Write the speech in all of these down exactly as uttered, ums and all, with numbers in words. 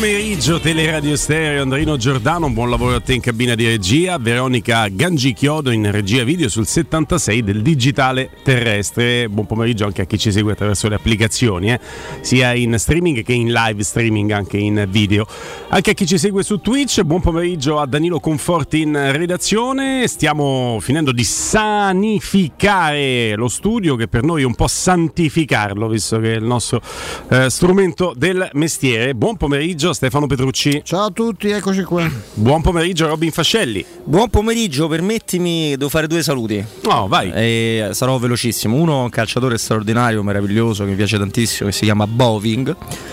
pomeriggio, Teleradio Stereo, Andrino Giordano, buon lavoro a te in cabina di regia, Veronica Gangicchiodo in regia video sul settantasei del digitale terrestre. Buon pomeriggio anche a chi ci segue attraverso le applicazioni, eh? sia in streaming che in live streaming, anche in video. Anche a chi ci segue su Twitch, buon pomeriggio a Danilo Conforti in redazione. Stiamo finendo di sanificare lo studio, che per noi è un po' santificarlo, visto che è il nostro eh, strumento del mestiere. Buon pomeriggio Stefano Petrucci. Ciao a tutti, eccoci qua. Buon pomeriggio Robin Fascelli. Buon pomeriggio, permettimi, devo fare due saluti. No, vai. E sarò velocissimo. Uno, un calciatore straordinario, meraviglioso, che mi piace tantissimo, che si chiama Boving.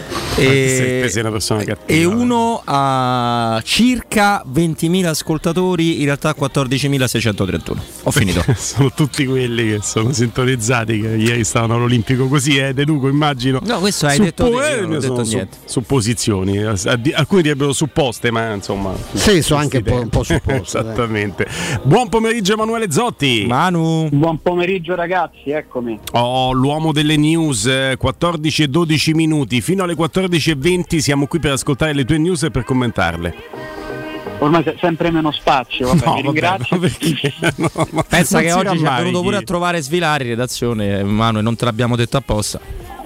E, sei una persona cattiva, e uno a circa ventimila ascoltatori, in realtà quattordicimilaseicentotrentuno. Ho finito. Sono tutti quelli che sono sintonizzati, che ieri stavano all'Olimpico così, eh, deduco, immagino. No, questo hai Suppo- detto te, eh, non ho detto sono niente. Su- supposizioni, alcuni direbbero supposte, ma insomma sì, sono anche un po', un po' supposte. Esattamente. Buon pomeriggio Emanuele Zotti. Manu. Buon pomeriggio ragazzi, eccomi. Oh, l'uomo delle news, quattordici e dodici minuti, fino alle quattordici e venti siamo qui per ascoltare le tue news e per commentarle. Ormai c'è sempre meno spazio, vabbè, No, vi vabbè, ringrazio. no, perché, no, ma Pensa non che si oggi ci è rammarichi. venuto pure a trovare Svilari in redazione, Manu, e non te l'abbiamo detto apposta.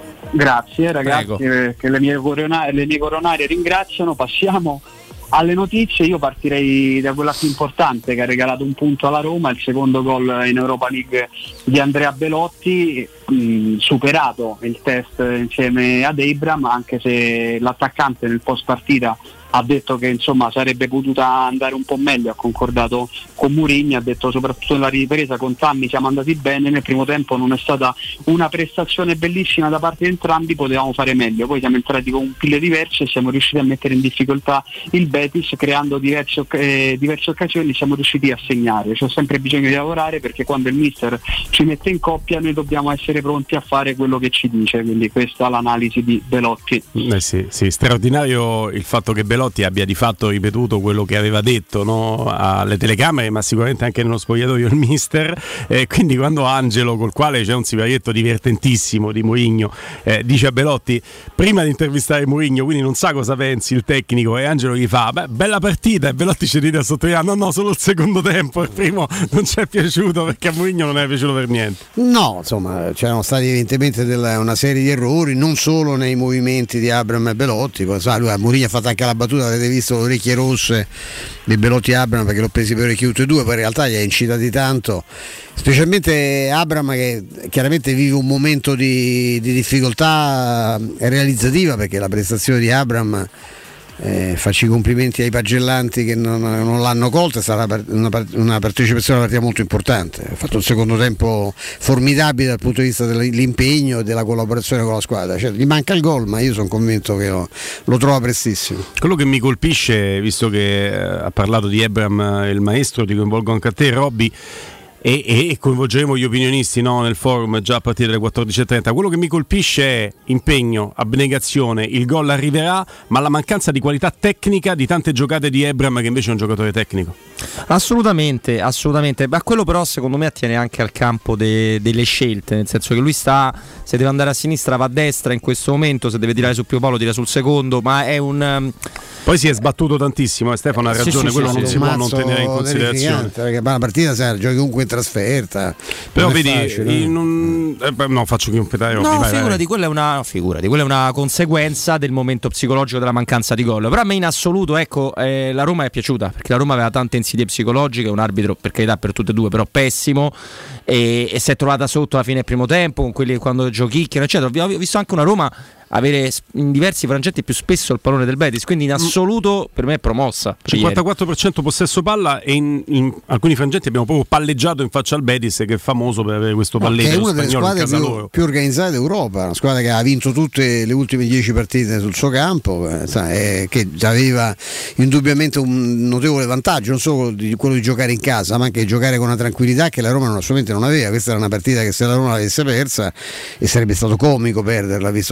Grazie ragazzi, Prego. che le mie, coronarie, le mie coronarie ringraziano. Passiamo alle notizie. Io partirei da quella più importante, che ha regalato un punto alla Roma, il secondo gol in Europa League di Andrea Belotti, mh, superato il test insieme ad Abraham, anche se l'attaccante nel post partita ha detto che insomma sarebbe potuta andare un po' meglio, ha concordato con Mourinho, ha detto soprattutto nella ripresa con Tammy siamo andati bene, nel primo tempo non è stata una prestazione bellissima da parte di entrambi, potevamo fare meglio, poi siamo entrati con un pile diverso e siamo riusciti a mettere in difficoltà il Betis, creando diverse, eh, diverse occasioni, siamo riusciti a segnare. C'è sempre bisogno di lavorare, perché quando il mister ci mette in coppia noi dobbiamo essere pronti a fare quello che ci dice, quindi questa è l'analisi di Belotti. Eh sì, sì, straordinario il fatto che Belotti abbia di fatto ripetuto quello che aveva detto, no, alle telecamere, ma sicuramente anche nello spogliatoio il mister, eh, quindi quando Angelo, col quale c'è un siparietto divertentissimo di Mourinho, eh, dice a Belotti prima di intervistare Mourinho, quindi non sa cosa pensi il tecnico, e Angelo gli fa beh, bella partita, e Belotti ci ride a sottolineare no no solo il secondo tempo, il primo non ci è piaciuto perché a Mourinho non è piaciuto per niente. No, insomma, c'erano stati evidentemente della, una serie di errori, non solo nei movimenti di Abraham e Belotti. Poi, sa, lui, Mourinho ha fatto anche la battuta, avete visto le orecchie rosse di Belotti e Abraham, perché l'ho presi per orecchie tutti e due, poi in realtà gli ha incitati tanto, specialmente Abraham, che chiaramente vive un momento di, di difficoltà realizzativa, perché la prestazione di Abraham, Eh, faccio i complimenti ai pagellanti che non, non l'hanno colta, sarà una, una partecipazione alla partita molto importante, ha fatto un secondo tempo formidabile dal punto di vista dell'impegno e della collaborazione con la squadra, cioè, gli manca il gol, ma io sono convinto che lo, lo trova prestissimo. Quello che mi colpisce, visto che eh, ha parlato di Abraham il maestro, ti coinvolgo anche a te Robby, E, e coinvolgeremo gli opinionisti, no, nel forum già a partire dalle quattordici e trenta. Quello che mi colpisce è impegno, abnegazione, il gol arriverà, ma la mancanza di qualità tecnica di tante giocate di Abraham, che invece è un giocatore tecnico. Assolutamente, assolutamente. Ma quello però secondo me attiene anche al campo de- delle scelte, nel senso che lui sta, se deve andare a sinistra va a destra in questo momento, se deve tirare su Pio Paolo tira sul secondo, ma è un... Poi si è sbattuto tantissimo, eh, Stefano ha ragione, sì, sì, quello sì, non sì, si può non tenere in considerazione. Perché una partita, sai, giochi comunque in trasferta. Però non è vedi, facile, in un... eh, beh, no, faccio completare. No, vai, figurati, vai. Quella è una no, figurati, quella è una conseguenza del momento psicologico della mancanza di gol. Però a me in assoluto, ecco, eh, la Roma è piaciuta, perché la Roma aveva tante insidie psicologiche, un arbitro, per carità, per tutte e due, però pessimo, e, e si è trovata sotto alla fine del primo tempo, con quelli quando giochicchiano, eccetera. Ho visto anche una Roma avere in diversi frangenti più spesso il pallone del Betis, quindi in assoluto per me è promossa. cinquantaquattro per cento possesso palla, e in, in alcuni frangenti abbiamo proprio palleggiato in faccia al Betis, che è famoso per avere questo palleggio. Che è una delle squadre più, loro. più organizzate d'Europa, una squadra che ha vinto tutte le ultime dieci partite sul suo campo, eh, sai, eh, che aveva indubbiamente un notevole vantaggio, non solo di quello di giocare in casa, ma anche di giocare con una tranquillità che la Roma non, assolutamente non aveva. Questa era una partita che se la Roma l'avesse persa, e sarebbe stato comico perderla, visto che ha giocato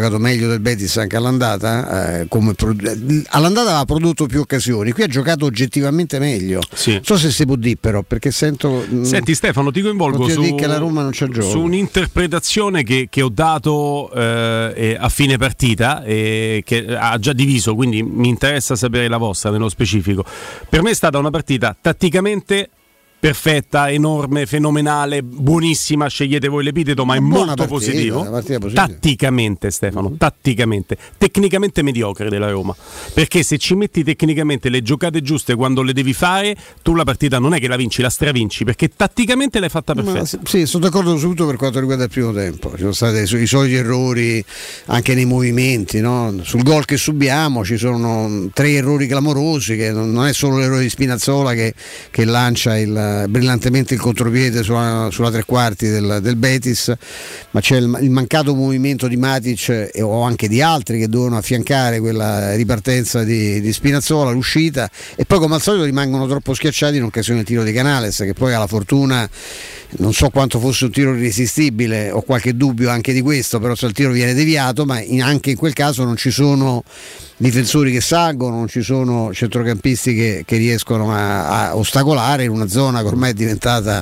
giocato meglio del Betis anche all'andata, eh, come pro- all'andata aveva prodotto più occasioni, qui ha giocato oggettivamente meglio. Sì. Non so se si può dire però, perché sento... Senti Stefano, ti coinvolgo su, che la Roma non c'ha gioco. su un'interpretazione che, che ho dato eh, a fine partita e che ha già diviso, quindi mi interessa sapere la vostra nello specifico. Per me è stata una partita tatticamente perfetta, enorme, fenomenale, buonissima, scegliete voi l'epiteto, ma è molto partita, positivo. positivo. Tatticamente, Stefano, mm-hmm. tatticamente, tecnicamente mediocre della Roma. Perché se ci metti tecnicamente le giocate giuste quando le devi fare, tu la partita non è che la vinci, la stravinci, perché tatticamente l'hai fatta perfetta. Ma, sì, sono d'accordo subito per quanto riguarda il primo tempo. Ci sono stati i soliti errori anche nei movimenti, no? Sul gol che subiamo ci sono tre errori clamorosi, che non è solo l'errore di Spinazzola che, che lancia il brillantemente il contropiede sulla, sulla tre quarti del, del Betis, ma c'è il, il mancato movimento di Matic e, o anche di altri che devono affiancare quella ripartenza di, di Spinazzola, l'uscita, e poi come al solito rimangono troppo schiacciati in occasione del tiro di Canales, che poi ha la fortuna, non so quanto fosse un tiro irresistibile, ho qualche dubbio anche di questo, però se il tiro viene deviato, ma in, anche in quel caso non ci sono difensori che salgono, non ci sono centrocampisti che, che riescono a, a ostacolare in una zona che ormai è diventata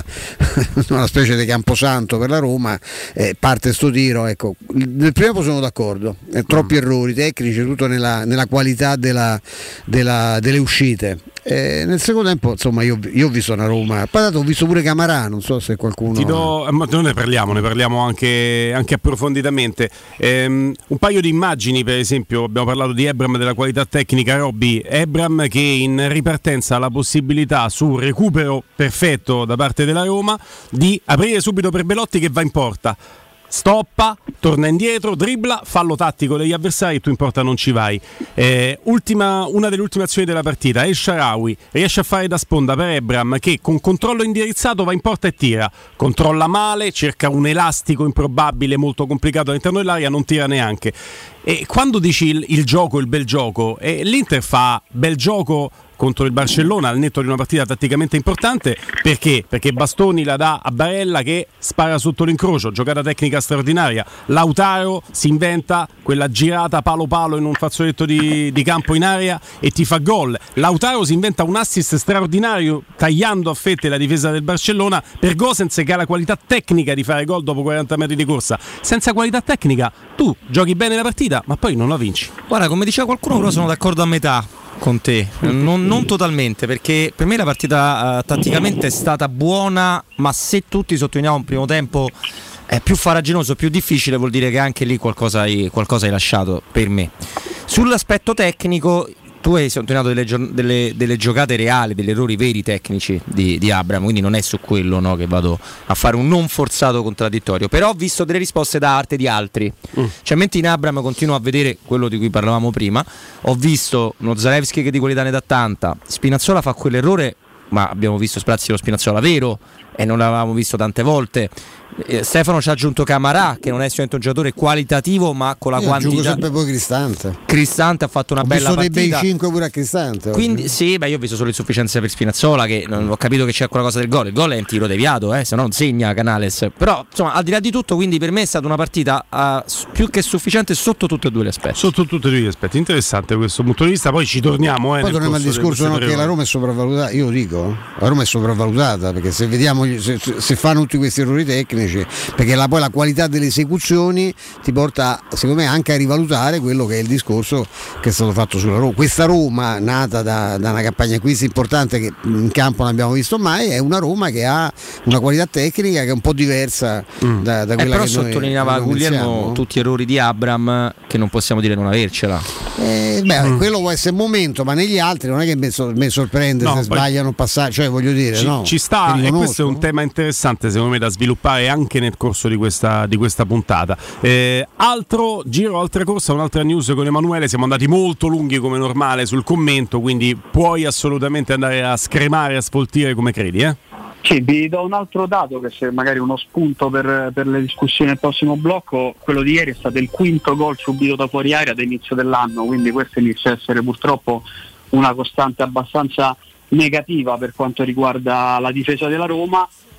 una specie di camposanto per la Roma. Eh, parte sto tiro, ecco, nel primo tempo sono d'accordo, eh, troppi mm. errori tecnici, tutto nella, nella qualità della, della, delle uscite. Eh, nel secondo tempo, insomma, io, io ho visto una Roma. Poi ho visto pure Camarà, non so se qualcuno. Ti do, ma noi ne parliamo, ne parliamo anche, anche approfonditamente. Ehm, un paio di immagini, per esempio, abbiamo parlato di Ebram, della qualità tecnica. Robby, Ebram che in ripartenza ha la possibilità, su un recupero perfetto da parte della Roma, di aprire subito per Belotti che va in porta. Stoppa, torna indietro, dribbla, fallo tattico degli avversari, tu in porta non ci vai. Eh, ultima, una delle ultime azioni della partita, El Shaarawy riesce a fare da sponda per Ebram che con controllo indirizzato va in porta e tira, controlla male, cerca un elastico improbabile, molto complicato all'interno dell'area, non tira neanche. E quando dici il, il gioco, il bel gioco, eh, l'Inter fa bel gioco contro il Barcellona al netto di una partita tatticamente importante. Perché? Perché Bastoni la dà a Barella che spara sotto l'incrocio, giocata tecnica straordinaria. Lautaro si inventa quella girata palo palo in un fazzoletto di, di campo in area e ti fa gol. Lautaro si inventa un assist straordinario tagliando a fette la difesa del Barcellona per Gosens che ha la qualità tecnica di fare gol dopo quaranta metri di corsa. Senza qualità tecnica tu giochi bene la partita ma poi non la vinci. Guarda, come diceva qualcuno, però sono d'accordo a metà con te, non, non totalmente, perché per me la partita uh, tatticamente è stata buona, ma se tutti sottolineiamo un primo tempo è più farraginoso, più difficile, vuol dire che anche lì qualcosa hai, qualcosa hai lasciato per me. Sull'aspetto tecnico tu hai sottolineato delle, delle, delle giocate reali, degli errori veri tecnici di, di Abraham, quindi non è su quello, no, che vado a fare un non forzato contraddittorio, però ho visto delle risposte da parte di altri, mm. cioè mentre in Abraham continuo a vedere quello di cui parlavamo prima, ho visto uno Zalewski che di qualità ne dà tanta, Spinazzola fa quell'errore, ma abbiamo visto Sprazzi lo Spinazzola vero e non l'avevamo visto tante volte. eh, Stefano ci ha aggiunto Camarà che non è solamente un giocatore qualitativo ma con la Io quantità. aggiungo sempre poi Cristante. Cristante ha fatto una ho bella partita. Ho visto dei bei cinque pure a Cristante. Quindi oggi. sì, beh, io ho visto solo insufficienza per Spinazzola, che non ho capito che c'è quella cosa del gol. Il gol è un tiro deviato, eh, se no non segna Canales. Però insomma, al di là di tutto, quindi per me è stata una partita uh, più che sufficiente sotto tutti e due gli aspetti. Sotto tutti e due gli aspetti, interessante questo punto di vista. Poi ci torniamo. Eh, poi torniamo al discorso, no, che la Roma è sopravvalutata. Io lo dico, la Roma è sopravvalutata perché se vediamo se, se fanno tutti questi errori tecnici, perché la, poi la qualità delle esecuzioni ti porta secondo me anche a rivalutare quello che è il discorso che è stato fatto sulla Roma. Questa Roma nata da, da una campagna acquisti importante che in campo non abbiamo visto mai, è una Roma che ha una qualità tecnica che è un po' diversa mm. da, da quella eh, però che sottolineava noi, Guglielmo tutti gli errori di Abraham che non possiamo dire non avercela. Eh, beh, mm. quello può essere un momento, ma negli altri non è che mi, so, mi sorprende no, se sbagliano passare, cioè voglio dire, ci, no, ci sta, e questo è un tema interessante secondo me da sviluppare anche nel corso di questa, di questa puntata. Eh, altro giro, altra corsa, un'altra news con Emanuele, siamo andati molto lunghi come normale sul commento, quindi puoi assolutamente andare a scremare, a sfoltire come credi, eh? Sì, vi do un altro dato che se magari uno spunto per, per le discussioni del prossimo blocco. Quello di ieri è stato il quinto gol subito da fuori area all'inizio dell'anno, quindi questo inizia a essere purtroppo una costante abbastanza negativa per quanto riguarda la difesa della Roma.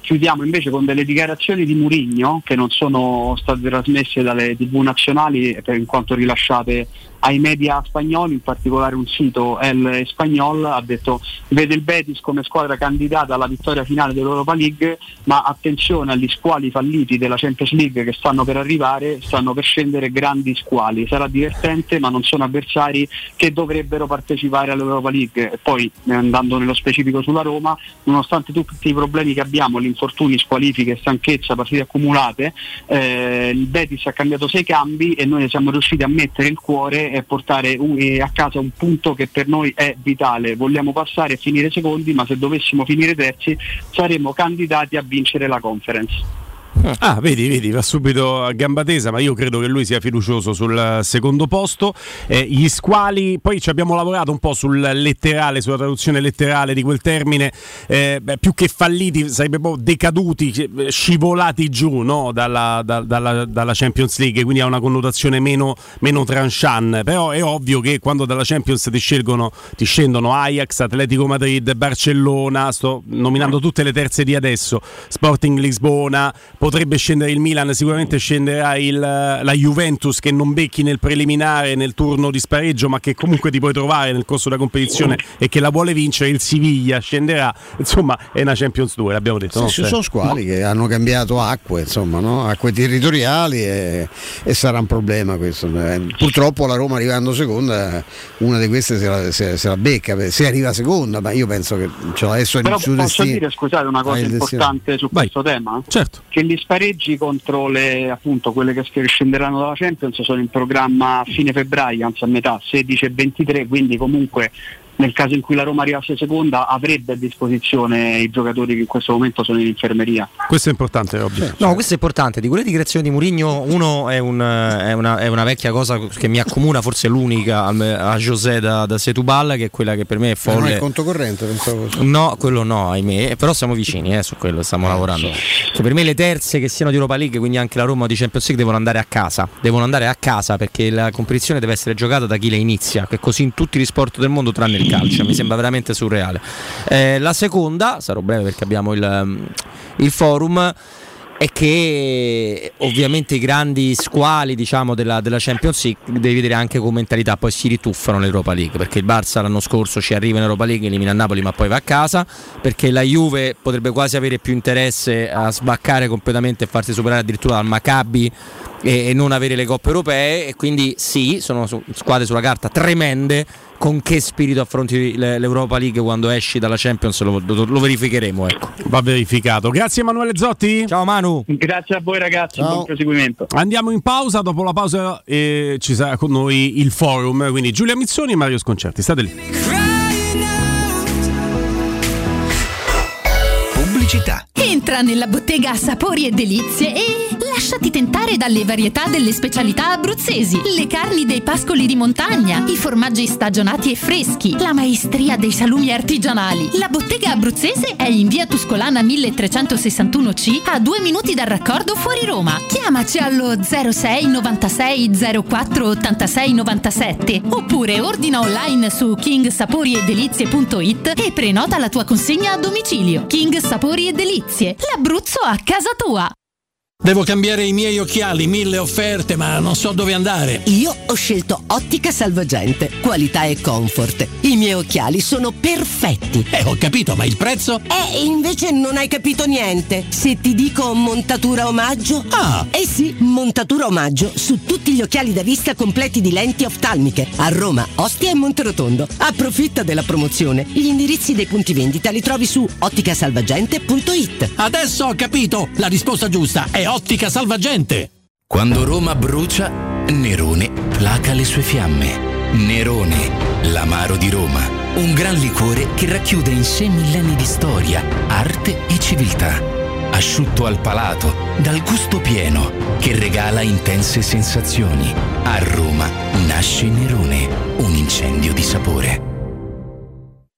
chiudiamo invece con delle dichiarazioni di Mourinho che non sono state trasmesse dalle tivù nazionali per in quanto rilasciate ai media spagnoli, in particolare un sito El Español. Ha detto: vede il Betis come squadra candidata alla vittoria finale dell'Europa League, ma attenzione agli squali falliti della Champions League che stanno per arrivare, stanno per scendere grandi squali, sarà divertente ma non sono avversari che dovrebbero partecipare all'Europa League. E poi, andando nello specifico sulla Roma, nonostante tutti i problemi che abbiamo, gli infortuni, squalifiche, stanchezza, partite accumulate, eh, il Betis ha cambiato sei cambi e noi siamo riusciti a mettere il cuore e portare un, eh, a casa un punto che per noi è vitale. Vogliamo passare e finire secondi, ma se dovessimo finire terzi saremo candidati a vincere la Conference. Ah, vedi, vedi, va subito a gamba tesa, ma io credo che lui sia fiducioso sul secondo posto. Eh, gli squali, poi ci abbiamo lavorato un po' sul letterale, sulla traduzione letterale di quel termine, eh, beh, più che falliti sarebbe proprio decaduti, scivolati giù, no? dalla, da, dalla, dalla Champions League, quindi ha una connotazione meno, meno tranchant. Però è ovvio che quando dalla Champions ti scelgono, ti scendono Ajax, Atletico Madrid, Barcellona, sto nominando tutte le terze di adesso, Sporting Lisbona, potrebbe scendere il Milan, sicuramente scenderà il, la Juventus che non becchi nel preliminare, nel turno di spareggio, ma che comunque ti puoi trovare nel corso della competizione e che la vuole vincere, il Siviglia scenderà, insomma è una Champions due, l'abbiamo detto. Sì, no? ci sono squali no. che hanno cambiato acque, insomma, no? acque territoriali e, e sarà un problema questo. Purtroppo la Roma arrivando seconda, una di queste se la, se, se la becca, se arriva seconda, ma io penso che ce adesso però posso destino, dire, scusate, una cosa importante su Vai. questo tema? Certo. Che gli spareggi contro le, appunto, quelle che scenderanno dalla Champions sono in programma a fine febbraio, anzi a metà, sedici e ventitré, quindi comunque nel caso in cui la Roma arrivasse seconda avrebbe a disposizione i giocatori che in questo momento sono in infermeria. Questo è importante, ovvio. No, questo è importante. Di quelle dichiarazioni di Mourinho, uno è, un, è, una, è una vecchia cosa che mi accomuna, forse l'unica a José da, da Setúbal, che è quella che per me è folle. Ma non è conto corrente, pensavo. No, quello no, ahimè. Però siamo vicini, eh, su quello stiamo lavorando. Cioè, per me le terze che siano di Europa League, quindi anche la Roma o di Champions League, devono andare a casa. Devono andare a casa perché la competizione deve essere giocata da chi la inizia, che è così in tutti gli sport del mondo tranne il calcio, mi sembra veramente surreale. Eh, la seconda, sarò breve perché abbiamo il, il forum, è che ovviamente i grandi squali, diciamo, della, della Champions League devi vedere anche con mentalità, poi si rituffano l'Europa League, perché il Barça l'anno scorso ci arriva in Europa League, elimina il Napoli ma poi va a casa, perché la Juve potrebbe quasi avere più interesse a sbaccare completamente e farsi superare addirittura dal Maccabi e, e non avere le coppe europee, e quindi sì, sono squadre sulla carta tremende. Con che spirito affronti l'Europa League quando esci dalla Champions lo, lo, lo verificheremo, ecco. Va verificato. Grazie Emanuele Zotti. Ciao Manu. Grazie a voi ragazzi, Ciao. buon proseguimento. Andiamo in pausa, dopo la pausa eh, ci sarà con noi il forum, quindi Giulia Mizzoni e Mario Sconcerti, state lì. Pubblicità. Entra nella bottega Sapori e Delizie e lasciati tentare dalle varietà delle specialità abruzzesi, le carni dei pascoli di montagna, i formaggi stagionati e freschi, la maestria dei salumi artigianali. La bottega abruzzese è in via Tuscolana milletrecentosessantuno C, a due minuti dal raccordo fuori Roma. Chiamaci allo zero sei novantasei zero quattro ottantasei novantasette oppure ordina online su king sapori e delizie punto it e prenota la tua consegna a domicilio. King Sapori e Delizie, l'Abruzzo a casa tua. Devo cambiare i miei occhiali, mille offerte, ma non so dove andare. Io ho scelto Ottica Salvagente, qualità e comfort. I miei occhiali sono perfetti. Eh, ho capito, ma il prezzo? E invece non hai capito niente. Se ti dico montatura omaggio? Ah! Eh sì, montatura omaggio su tutti gli occhiali da vista completi di lenti oftalmiche. A Roma, Ostia e Monterotondo. Approfitta della promozione. Gli indirizzi dei punti vendita li trovi su ottica salvagente punto it. Adesso ho capito! La risposta giusta è Ottica Salvagente. Quando Roma brucia, Nerone placa le sue fiamme. Nerone, l'amaro di Roma. Un gran liquore che racchiude in sé millenni di storia, arte e civiltà. Asciutto al palato, dal gusto pieno, che regala intense sensazioni. A Roma nasce Nerone, un incendio di sapore.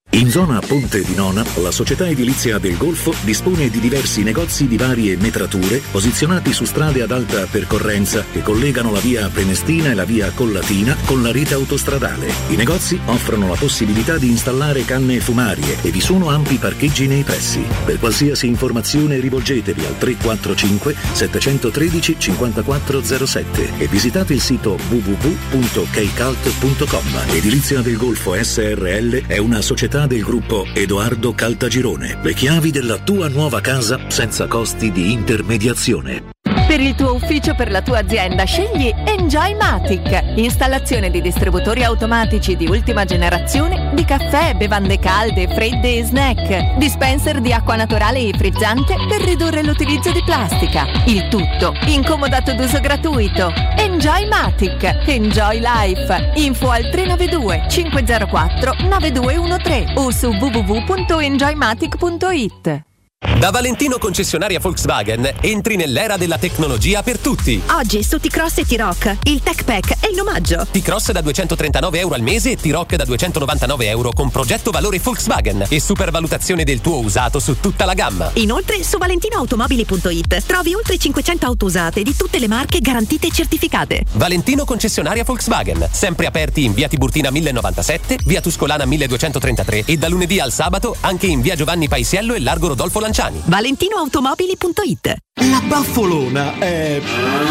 In zona Ponte di Nona, la società edilizia del Golfo dispone di diversi negozi di varie metrature posizionati su strade ad alta percorrenza che collegano la via Prenestina e la via Collatina con la rete autostradale. I negozi offrono la possibilità di installare canne fumarie e vi sono ampi parcheggi nei pressi. Per qualsiasi informazione rivolgetevi al tre quattro cinque sette uno tre cinque quattro zero sette e visitate il sito w w w punto keycult punto com. Edilizia del Golfo S R L è una società del gruppo Edoardo Caltagirone. Le chiavi della tua nuova casa senza costi di intermediazione. Per il tuo ufficio, per la tua azienda, scegli Enjoymatic. Installazione di distributori automatici di ultima generazione di caffè, bevande calde, fredde e snack. Dispenser di acqua naturale e frizzante per ridurre l'utilizzo di plastica. Il tutto in comodato d'uso gratuito. Enjoymatic. Enjoy life. Info al tre nove due cinque zero quattro nove due uno tre o su w w w punto enjoymatic punto it. Da Valentino concessionaria Volkswagen entri nell'era della tecnologia per tutti. Oggi su T-Cross e T-Rock il Tech Pack è in omaggio. T-Cross da duecentotrentanove euro al mese e T-Rock da duecentonovantanove euro con progetto valore Volkswagen e supervalutazione del tuo usato su tutta la gamma. Inoltre su valentinoautomobili punto it trovi oltre cinquecento auto usate di tutte le marche garantite e certificate. Valentino concessionaria Volkswagen, sempre aperti in via Tiburtina mille novantasette, via Tuscolana milleduecentotrentatré e da lunedì al sabato anche in via Giovanni Paisiello e largo Rodolfo Lanciani. valentinoautomobili punto it. La Baffolona è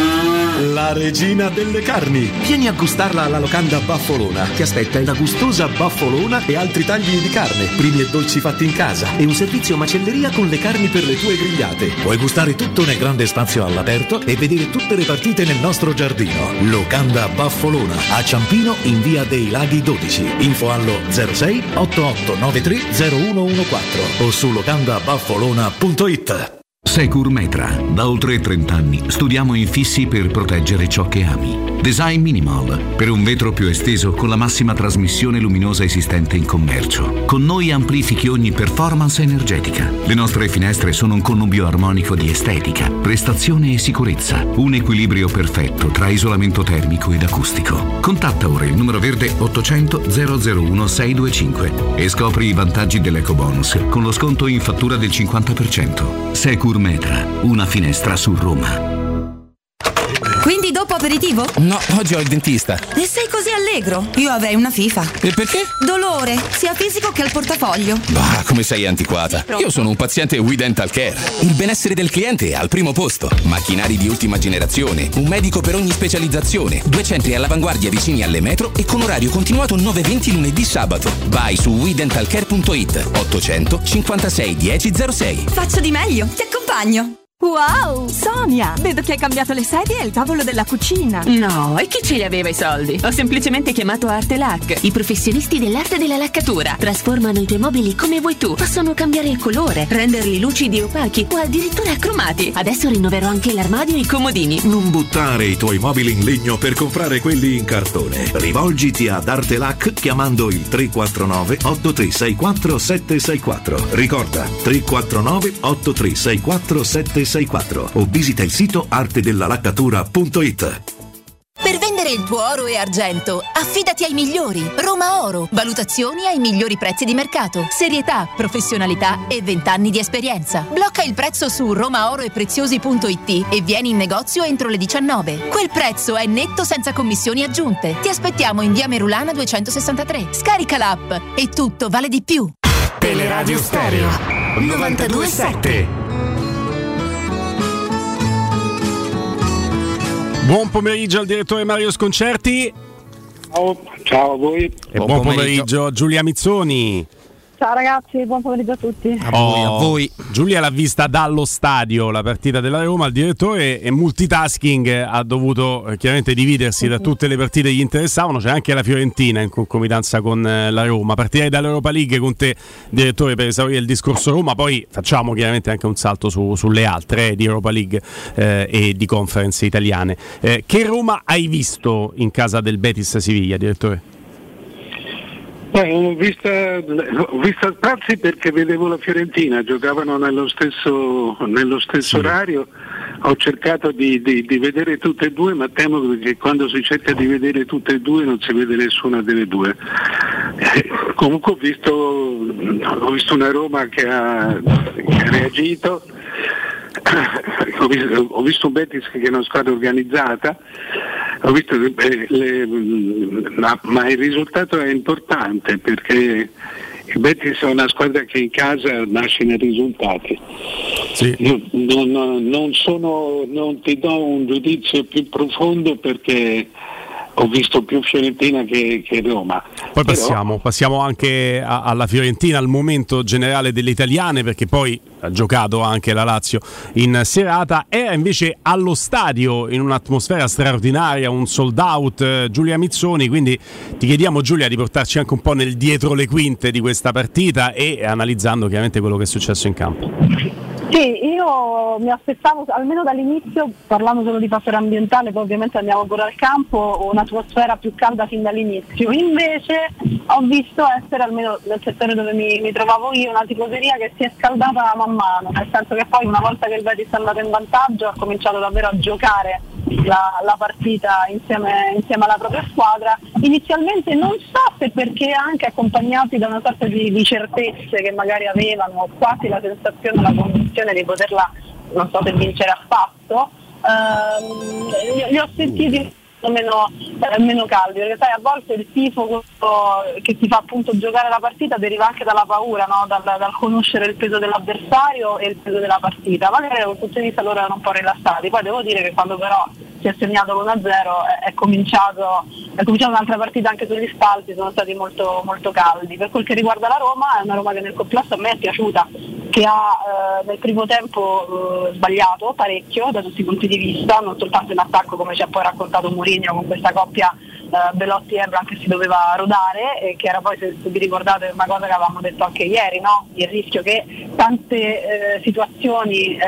la regina delle carni. Vieni a gustarla alla locanda Baffolona. Ti aspetta una gustosa baffolona e altri tagli di carne, primi e dolci fatti in casa e un servizio macelleria con le carni per le tue grigliate. Puoi gustare tutto nel grande spazio all'aperto e vedere tutte le partite nel nostro giardino. Locanda Baffolona a Ciampino in via dei Laghi dodici. Info allo zero sei otto otto nove tre zero uno uno quattro o su locanda baffolona punto it. Securmetra. Da oltre trenta anni studiamo infissi per proteggere ciò che ami. Design minimal, per un vetro più esteso con la massima trasmissione luminosa esistente in commercio. Con noi amplifichi ogni performance energetica. Le nostre finestre sono un connubio armonico di estetica, prestazione e sicurezza. Un equilibrio perfetto tra isolamento termico ed acustico. Contatta ora il numero verde ottocento zero zero uno sei due cinque e scopri i vantaggi dell'ecobonus con lo sconto in fattura del cinquanta per cento. Securmetra, una finestra su Roma. Quindi dopo aperitivo? No, oggi ho il dentista. E sei così allegro? Io avrei una FIFA. E perché? Dolore, sia fisico che al portafoglio. Bah, come sei antiquata. Io sono un paziente We Dental Care. Il benessere del cliente è al primo posto. Macchinari di ultima generazione, un medico per ogni specializzazione, due centri all'avanguardia vicini alle metro e con orario continuato nove e venti lunedì sabato. Vai su we dental care punto it. ottocento cinquantasei dieci zero sei. Faccio di meglio, ti accompagno. Wow, Sonia, vedo che hai cambiato le sedie e il tavolo della cucina. No, e chi ce li aveva i soldi? Ho semplicemente chiamato Artelac, i professionisti dell'arte della laccatura. Trasformano i tuoi mobili come vuoi tu. Possono cambiare il colore, renderli lucidi e opachi o addirittura cromati. Adesso rinnoverò anche l'armadio e i comodini. Non buttare i tuoi mobili in legno per comprare quelli in cartone. Rivolgiti ad Artelac chiamando il tre quattro nove otto tre sei quattro sette sei quattro. Ricorda, tre quattro nove otto tre sei quattro sette sei quattro o visita il sito arte della laccatura punto it. Per vendere il tuo oro e argento, affidati ai migliori. Roma Oro. Valutazioni ai migliori prezzi di mercato. Serietà, professionalità e vent'anni di esperienza. Blocca il prezzo su romaoroepreziosi punto it e vieni in negozio entro le diciannove. Quel prezzo è netto senza commissioni aggiunte. Ti aspettiamo in via Merulana duecentosessantatré. Scarica l'app e tutto vale di più. Teleradio Stereo novantadue sette. Buon pomeriggio al direttore Mario Sconcerti. Ciao, ciao a voi. E buon, buon pomeriggio. pomeriggio a Giulia Mizzoni. Ciao ragazzi, buon pomeriggio a tutti. A voi, a voi. Giulia l'ha vista dallo stadio la partita della Roma, il direttore è multitasking, ha dovuto eh, chiaramente dividersi mm-hmm. da tutte le partite che gli interessavano, c'è anche la Fiorentina in concomitanza con eh, la Roma. Partirei dall'Europa League con te, direttore, per esaurire il discorso Roma, poi facciamo chiaramente anche un salto su, sulle altre eh, di Europa League eh, e di conference italiane. Eh, che Roma hai visto in casa del Betis Siviglia, direttore? Beh, ho vista, ho vista spazio perché vedevo la Fiorentina, giocavano nello stesso, nello stesso sì. orario, ho cercato di, di, di vedere tutte e due, ma temo che quando si cerca di vedere tutte e due non si vede nessuna delle due. comunque ho visto, ho visto una Roma che ha, che ha reagito, ho visto, ho visto un Betis che è una squadra organizzata, ho visto, eh, le, ma, ma il risultato è importante perché il Betis è una squadra che in casa nasce nei risultati. Sì. Non, non, non, sono, non ti do un giudizio più profondo perché ho visto più Fiorentina che, che Roma. Poi Però... passiamo, passiamo anche a, alla Fiorentina, al momento generale delle italiane, perché poi ha giocato anche la Lazio in serata. Era invece allo stadio in un'atmosfera straordinaria, un sold out, eh, Giulia Mizzoni, quindi ti chiediamo, Giulia, di portarci anche un po' nel dietro le quinte di questa partita e analizzando chiaramente quello che è successo in campo. Sì, io mi aspettavo, almeno dall'inizio, parlando solo di fattore ambientale, poi ovviamente andiamo pure al campo, un'atmosfera più calda fin dall'inizio. Invece ho visto essere, almeno nel settore dove mi, mi trovavo io, una tifoseria che si è scaldata man mano, nel senso che poi una volta che il Betis è andato in vantaggio ha cominciato davvero a giocare la, la partita insieme, insieme alla propria squadra. Inizialmente non so se perché anche accompagnati da una sorta di, di certezze che magari avevano, quasi la sensazione, la convinzione di poterla, non so se vincere affatto, ehm, li, li ho sentiti meno, eh, meno caldi, perché sai, a volte il tifo che ti fa appunto giocare la partita deriva anche dalla paura, no? dal, dal conoscere il peso dell'avversario e il peso della partita. Magari dal punto di vista loro erano un po' rilassati, poi devo dire che quando però si è segnato l'uno a zero è, è cominciato è cominciata un'altra partita, anche sugli spalti sono stati molto, molto caldi. Per quel che riguarda la Roma, è una Roma che nel complesso a me è piaciuta, che ha eh, nel primo tempo eh, sbagliato parecchio da tutti i punti di vista, non soltanto in attacco come ci ha poi raccontato Mourinho con questa coppia eh, Belotti-Ebram che si doveva rodare, e che era poi, se, se vi ricordate, una cosa che avevamo detto anche ieri, no? Il rischio che tante eh, situazioni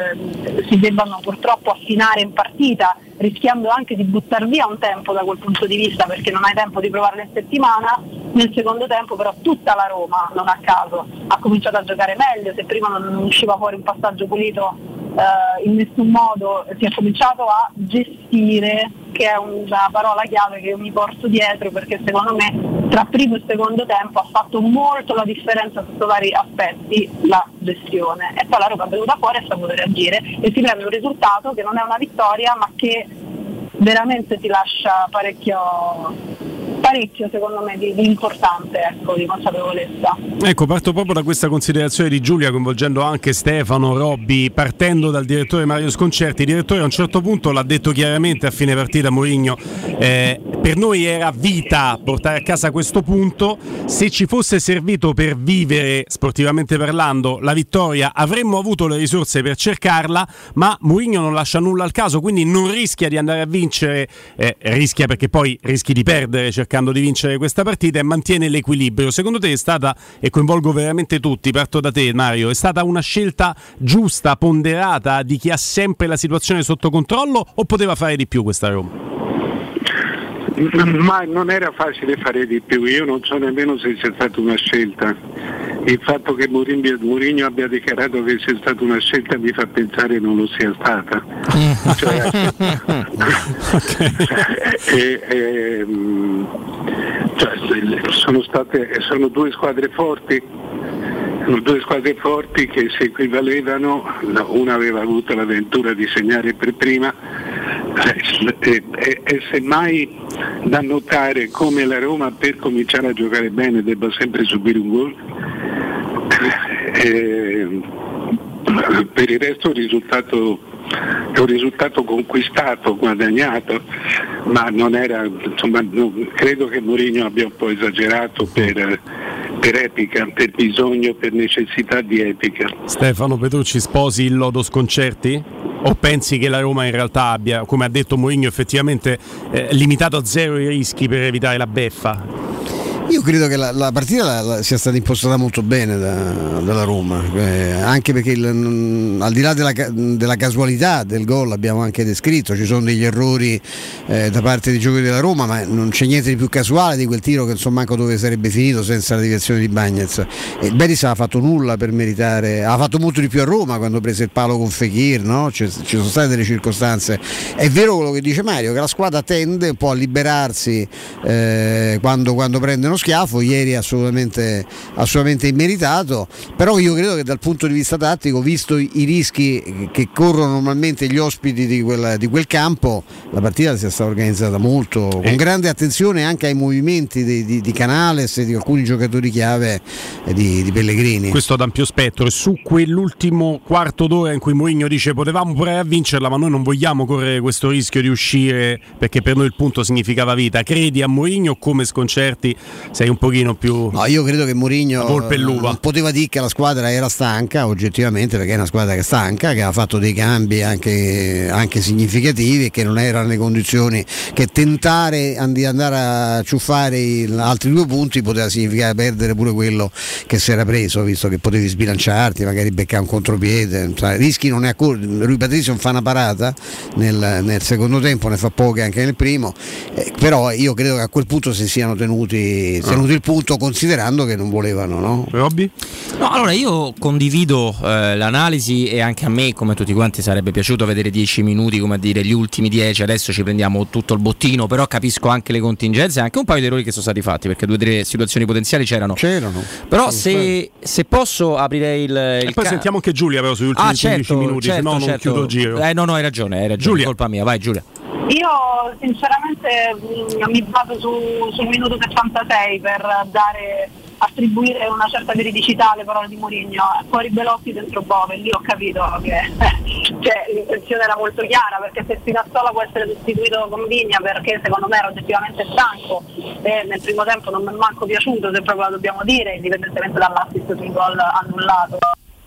eh, si debbano purtroppo affinare in partita, rischiando anche di buttare via un tempo da quel punto di vista, perché non hai tempo di provarle in settimana. Nel secondo tempo però tutta la Roma, non a caso, ha cominciato a giocare meglio. Se prima non usciva fuori un passaggio pulito eh, in nessun modo, si è cominciato a gestire, che è una parola chiave che io mi porto dietro, perché secondo me tra primo e secondo tempo ha fatto molto la differenza sotto vari aspetti la gestione, e poi la Roma è venuta fuori e ha saputo reagire e si prende un risultato che non è una vittoria, ma che veramente ti lascia parecchio parecchio secondo me di, di importante, ecco, di consapevolezza. Ecco, parto proprio da questa considerazione di Giulia, coinvolgendo anche Stefano, Robby, partendo dal direttore Mario Sconcerti. Il direttore a un certo punto l'ha detto chiaramente a fine partita Mourinho, eh, per noi era vita portare a casa questo punto, se ci fosse servito per vivere sportivamente parlando la vittoria avremmo avuto le risorse per cercarla, ma Mourinho non lascia nulla al caso, quindi non rischia di andare a vincere, eh, rischia perché poi rischi di perdere cercando di vincere questa partita, e mantiene l'equilibrio. Secondo te è stata, e coinvolgo veramente tutti, parto da te Mario, è stata una scelta giusta, ponderata, di chi ha sempre la situazione sotto controllo, o poteva fare di più questa Roma? Ma non era facile fare di più, io non so nemmeno se sia stata una scelta. Il fatto che Mourinho abbia dichiarato che sia stata una scelta mi fa pensare non lo sia stata. Cioè, e, e, cioè, sono state sono due squadre forti, sono due squadre forti che si equivalevano, una aveva avuto l'avventura di segnare per prima, e, e, e semmai da notare come la Roma, per cominciare a giocare bene, debba sempre subire un gol. E, per il resto il risultato è un risultato conquistato, guadagnato, ma non era, insomma, non, credo che Mourinho abbia un po' esagerato per, per epica, per bisogno, per necessità di epica. Stefano Petrucci, sposi il lodo Sconcerti? O pensi che la Roma in realtà abbia, come ha detto Mourinho, effettivamente eh, limitato a zero i rischi per evitare la beffa? Io credo che la, la partita la, la, sia stata impostata molto bene da, dalla Roma, eh, anche perché il, n, al di là della, della casualità del gol, abbiamo anche descritto, ci sono degli errori eh, da parte dei giocatori della Roma, ma non c'è niente di più casuale di quel tiro che insomma manco dove sarebbe finito senza la deviazione di Bagnez. E il Betis ha fatto nulla per meritare, ha fatto molto di più a Roma quando prese il palo con Fekir, no? Ci, ci sono state delle circostanze. È vero quello che dice Mario, che la squadra tende un po' a liberarsi eh, quando, quando prendono uno schiaffo, ieri assolutamente, assolutamente immeritato, però io credo che dal punto di vista tattico, visto i, i rischi che corrono normalmente gli ospiti di quel, di quel campo, la partita sia stata organizzata molto, con eh. grande attenzione anche ai movimenti di, di, di Canales e di alcuni giocatori chiave di, di Pellegrini. Questo ad ampio spettro, e su quell'ultimo quarto d'ora in cui Mourinho dice potevamo provare a vincerla ma noi non vogliamo correre questo rischio di uscire perché per noi il punto significava vita, credi a Mourinho o come sconcerti sei un pochino più... No, io credo che Mourinho non poteva dire che la squadra era stanca oggettivamente, perché è una squadra che è stanca, che ha fatto dei cambi anche, anche significativi e che non era nelle condizioni, che tentare di andare a ciuffare il, altri due punti poteva significare perdere pure quello che si era preso, visto che potevi sbilanciarti, magari beccare un contropiede, cioè, rischi non ne ha corso. Rui Patricio fa una parata nel, nel secondo tempo, ne fa poche anche nel primo, eh, però io credo che a quel punto si siano tenuti, ah. tenuti il punto, considerando che non volevano, no? Robby? No, allora io condivido eh, l'analisi, e anche a me, come tutti quanti, sarebbe piaciuto vedere dieci minuti, come a dire gli ultimi dieci, adesso ci prendiamo tutto il bottino, però capisco anche le contingenze e anche un paio di errori che sono stati fatti, perché due o tre situazioni potenziali c'erano. C'erano. Però se, se posso aprirei il, il e poi ca- sentiamo anche Giulia però sugli ultimi ah, certo, quindici minuti, certo, se no non certo. chiudo il giro. Eh no, no, hai ragione, hai ragione, Giulia. Colpa mia, vai Giulia. Io sinceramente mh, mi baso su, sul minuto settantasei per dare, attribuire una certa veridicità alle parole di Mourinho. Fuori Belotti, dentro Bove, lì ho capito che cioè, l'intenzione era molto chiara, perché se Spinazzola può essere sostituito con Vigna perché secondo me era oggettivamente stanco e nel primo tempo non mi è manco piaciuto, se proprio lo dobbiamo dire, indipendentemente dall'assist sul gol annullato,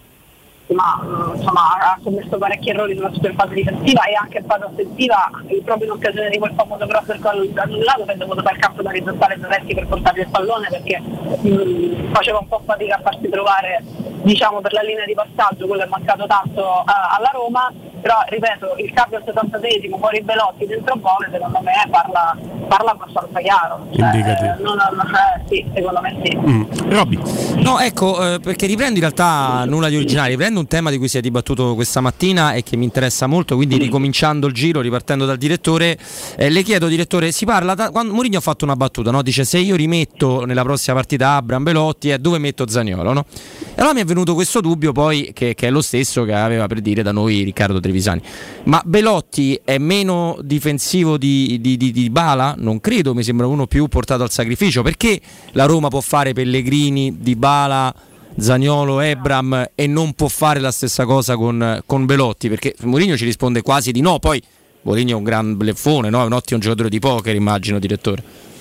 ma insomma ha commesso parecchi errori soprattutto in fase difensiva e anche in fase offensiva, proprio in occasione di quel famoso cross del gol annullato, che è dovuto fare il campo da orizzontale Zanetti per portargli il pallone, perché mh, faceva un po' fatica a farsi trovare, diciamo, per la linea di passaggio. Quello è mancato tanto uh, alla Roma, però ripeto, il cambio al settantaseiesimo, fuori Belotti, dentro Bove, secondo me parla, parla abbastanza chiaro, cioè, eh, non, eh, sì, secondo me sì. mm. Robby? No, ecco, eh, perché riprendo in realtà nulla di originale, riprendo un tema di cui si è dibattuto questa mattina e che mi interessa molto, quindi ricominciando il giro, ripartendo dal direttore, eh, le chiedo, direttore, si parla da, quando Mourinho ha fatto una battuta, no? Dice se io rimetto nella prossima partita Abraham, Belotti, eh, dove metto Zaniolo, no? E allora mi è venuto questo dubbio poi che, che è lo stesso che aveva per dire da noi Riccardo Trevisani, ma Belotti è meno difensivo di, di, di, di Bala? Non credo, mi sembra uno più portato al sacrificio. Perché la Roma può fare Pellegrini, Dybala, Zaniolo, Ebram e non può fare la stessa cosa con, con Belotti? Perché Mourinho ci risponde quasi di no. Poi Mourinho è un gran bleffone, no? È un ottimo giocatore di poker, immagino, direttore.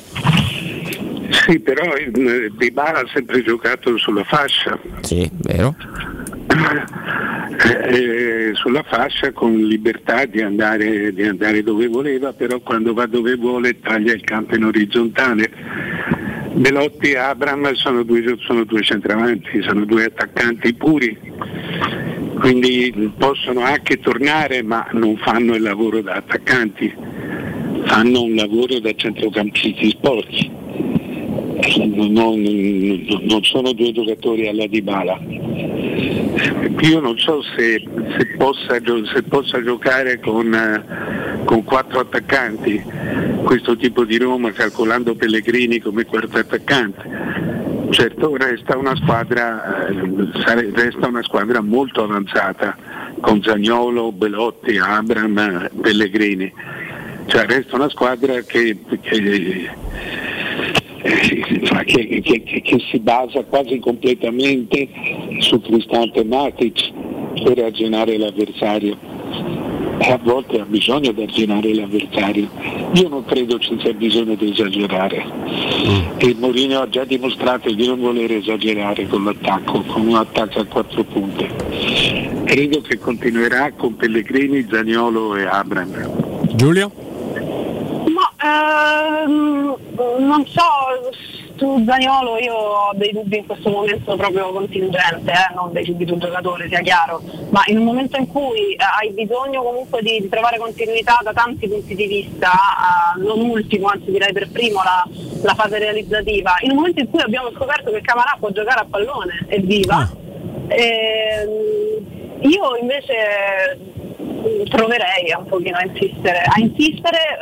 Sì, però Dybala ha sempre giocato sulla fascia. Sì, vero. Eh, sulla fascia, con libertà di andare, di andare dove voleva, però quando va dove vuole taglia il campo in orizzontale. Belotti e Abraham sono due, sono due centravanti, sono due attaccanti puri, quindi possono anche tornare, ma non fanno il lavoro da attaccanti, fanno un lavoro da centrocampisti sporchi. Non, non, non sono due giocatori alla Dybala. Io non so se, se, possa, se possa giocare con, con quattro attaccanti questo tipo di Roma, calcolando Pellegrini come quarto attaccante. Certo, resta una squadra, eh, resta una squadra molto avanzata con Zaniolo, Belotti, Abraham, Pellegrini. Cioè resta una squadra che, che Che, che, che, che si basa quasi completamente su Cristante Matic per arginare l'avversario, e a volte ha bisogno di arginare l'avversario. Io non credo ci sia bisogno di esagerare, mm. e Mourinho ha già dimostrato di non voler esagerare con l'attacco, con un attacco a quattro punte. Credo che continuerà con Pellegrini, Zaniolo e Abraham. Giulio? Ehm, non so, su Zaniolo io ho dei dubbi in questo momento proprio contingente, eh? Non dei dubbi sul giocatore, sia chiaro, ma in un momento in cui eh, hai bisogno comunque di, di trovare continuità da tanti punti di vista, eh, non ultimo, anzi direi per primo la, la fase realizzativa, in un momento in cui abbiamo scoperto che Camarà può giocare a pallone, evviva, ah. ehm, io invece proverei un pochino a insistere, a insistere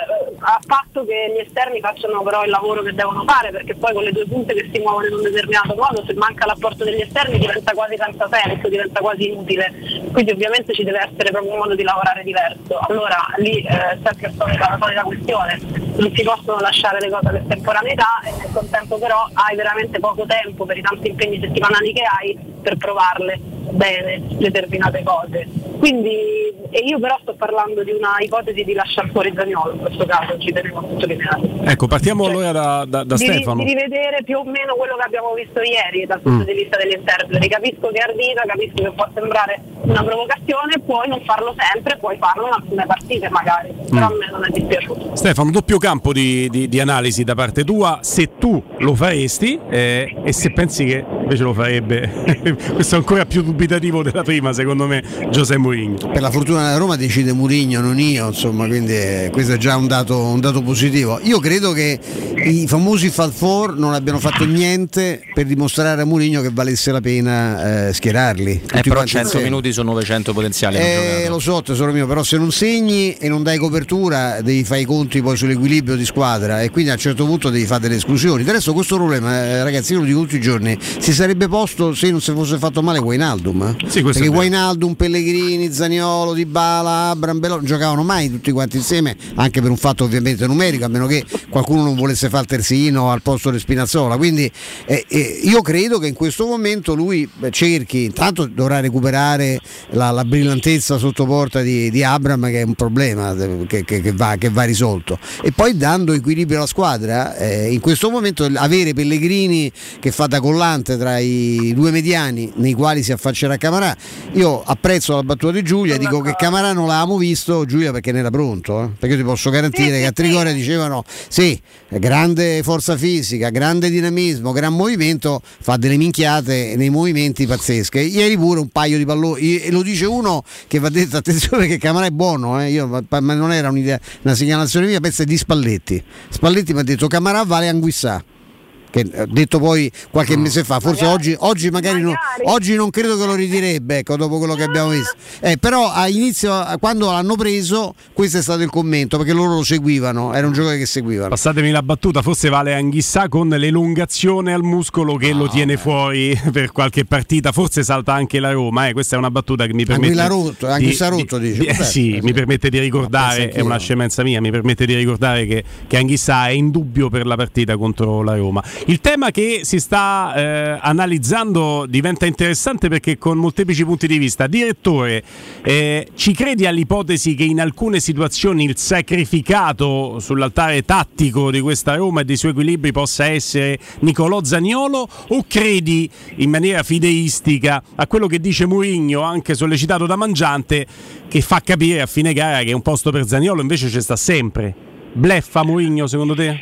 a patto che gli esterni facciano però il lavoro che devono fare, perché poi con le due punte che si muovono in un determinato modo, se manca l'apporto degli esterni diventa quasi senza senso, diventa quasi inutile, quindi ovviamente ci deve essere proprio un modo di lavorare diverso. Allora lì eh, sempre la solita questione, non si possono lasciare le cose all'estemporaneità e nel contempo però hai veramente poco tempo per i tanti impegni settimanali che hai per provarle bene determinate cose. Quindi, e io però sto parlando di una ipotesi di lasciar fuori Zaniolo in questo caso, ci tenevo a sottolineare. Ecco, partiamo cioè, allora da, da, da di, Stefano. Di rivedere più o meno quello che abbiamo visto ieri dal punto mm. di vista degli interpreti. Capisco che è ardita, capisco che può sembrare una provocazione, puoi non farlo sempre, puoi farlo in alcune partite magari, mm. però a me non è dispiaciuto. Stefano, doppio campo di, di, di analisi da parte tua, se tu lo faresti eh, e se pensi che invece lo farebbe questo è ancora più dubitativo della prima, secondo me, José Mourinho. Per la fortuna della Roma decide Mourinho, non io, insomma, quindi eh, questo è già un dato, un dato positivo. Io credo che i famosi Fat Four non abbiano fatto niente per dimostrare a Mourinho che valesse la pena eh, schierarli. Eh, però cento minuti sono novecento potenziali. Eh, lo so, tesoro mio, però se non segni e non dai copertura devi fare i conti poi sull'equilibrio di squadra e quindi a un certo punto devi fare delle esclusioni. Adesso questo problema, eh, ragazzi, io lo dico tutti i giorni, si sarebbe posto se non si fosse fatto male Wijnaldum, eh? Sì, perché Wijnaldum, Pellegrini, Zaniolo, Dybala, Abraham, Belotti non giocavano mai tutti quanti insieme, anche per un fatto ovviamente numerico, a meno che qualcuno non volesse fare il terzino al posto di Spinazzola. Quindi eh, eh, io credo che in questo momento lui cerchi, intanto dovrà recuperare la, la brillantezza sotto porta di, di Abraham, che è un problema che, che, che, va, che va risolto, e poi dando equilibrio alla squadra. Eh, in questo momento avere Pellegrini che fa da collante tra i due mediani nei quali si affaccerà Camarà, io apprezzo la battuta di Giulia, dico che Camarà non l'avevamo visto, Giulia, perché ne era pronto, eh? Perché io ti posso garantire che a Trigoria dicevano sì, grande forza fisica, grande dinamismo, gran movimento, fa delle minchiate nei movimenti pazzesche. Ieri pure un paio di palloni, e lo dice uno che va detto attenzione che Camarà è buono, eh? Io, ma non era un'idea, una segnalazione mia, pensa di Spalletti. Spalletti mi ha detto Camarà vale Anguissà, che detto poi qualche mese fa, forse magari, oggi, oggi magari, magari. Non, oggi non credo che lo ridirebbe, ecco, dopo quello che abbiamo visto. Eh, però a inizio, quando l'hanno preso, questo è stato il commento, perché loro lo seguivano, era un giocatore che seguivano. Passatemi la battuta, forse vale Anguissà con l'elungazione al muscolo che no, lo tiene beh. fuori per qualche partita, forse salta anche la Roma, eh. Questa è una battuta che mi permette rotto, Anguissà rotto, di, dice. Di, eh, sì, mi permette di ricordare, è una scemenza mia, mi permette di ricordare che, che Anguissà è in dubbio per la partita contro la Roma. Il tema che si sta eh, analizzando diventa interessante perché con molteplici punti di vista. Direttore, eh, ci credi all'ipotesi che in alcune situazioni il sacrificato sull'altare tattico di questa Roma e dei suoi equilibri possa essere Nicolò Zaniolo, o credi in maniera fideistica a quello che dice Mourinho, anche sollecitato da Mangiante, che fa capire a fine gara che un posto per Zaniolo invece ci sta sempre? Bleffa Mourinho secondo te?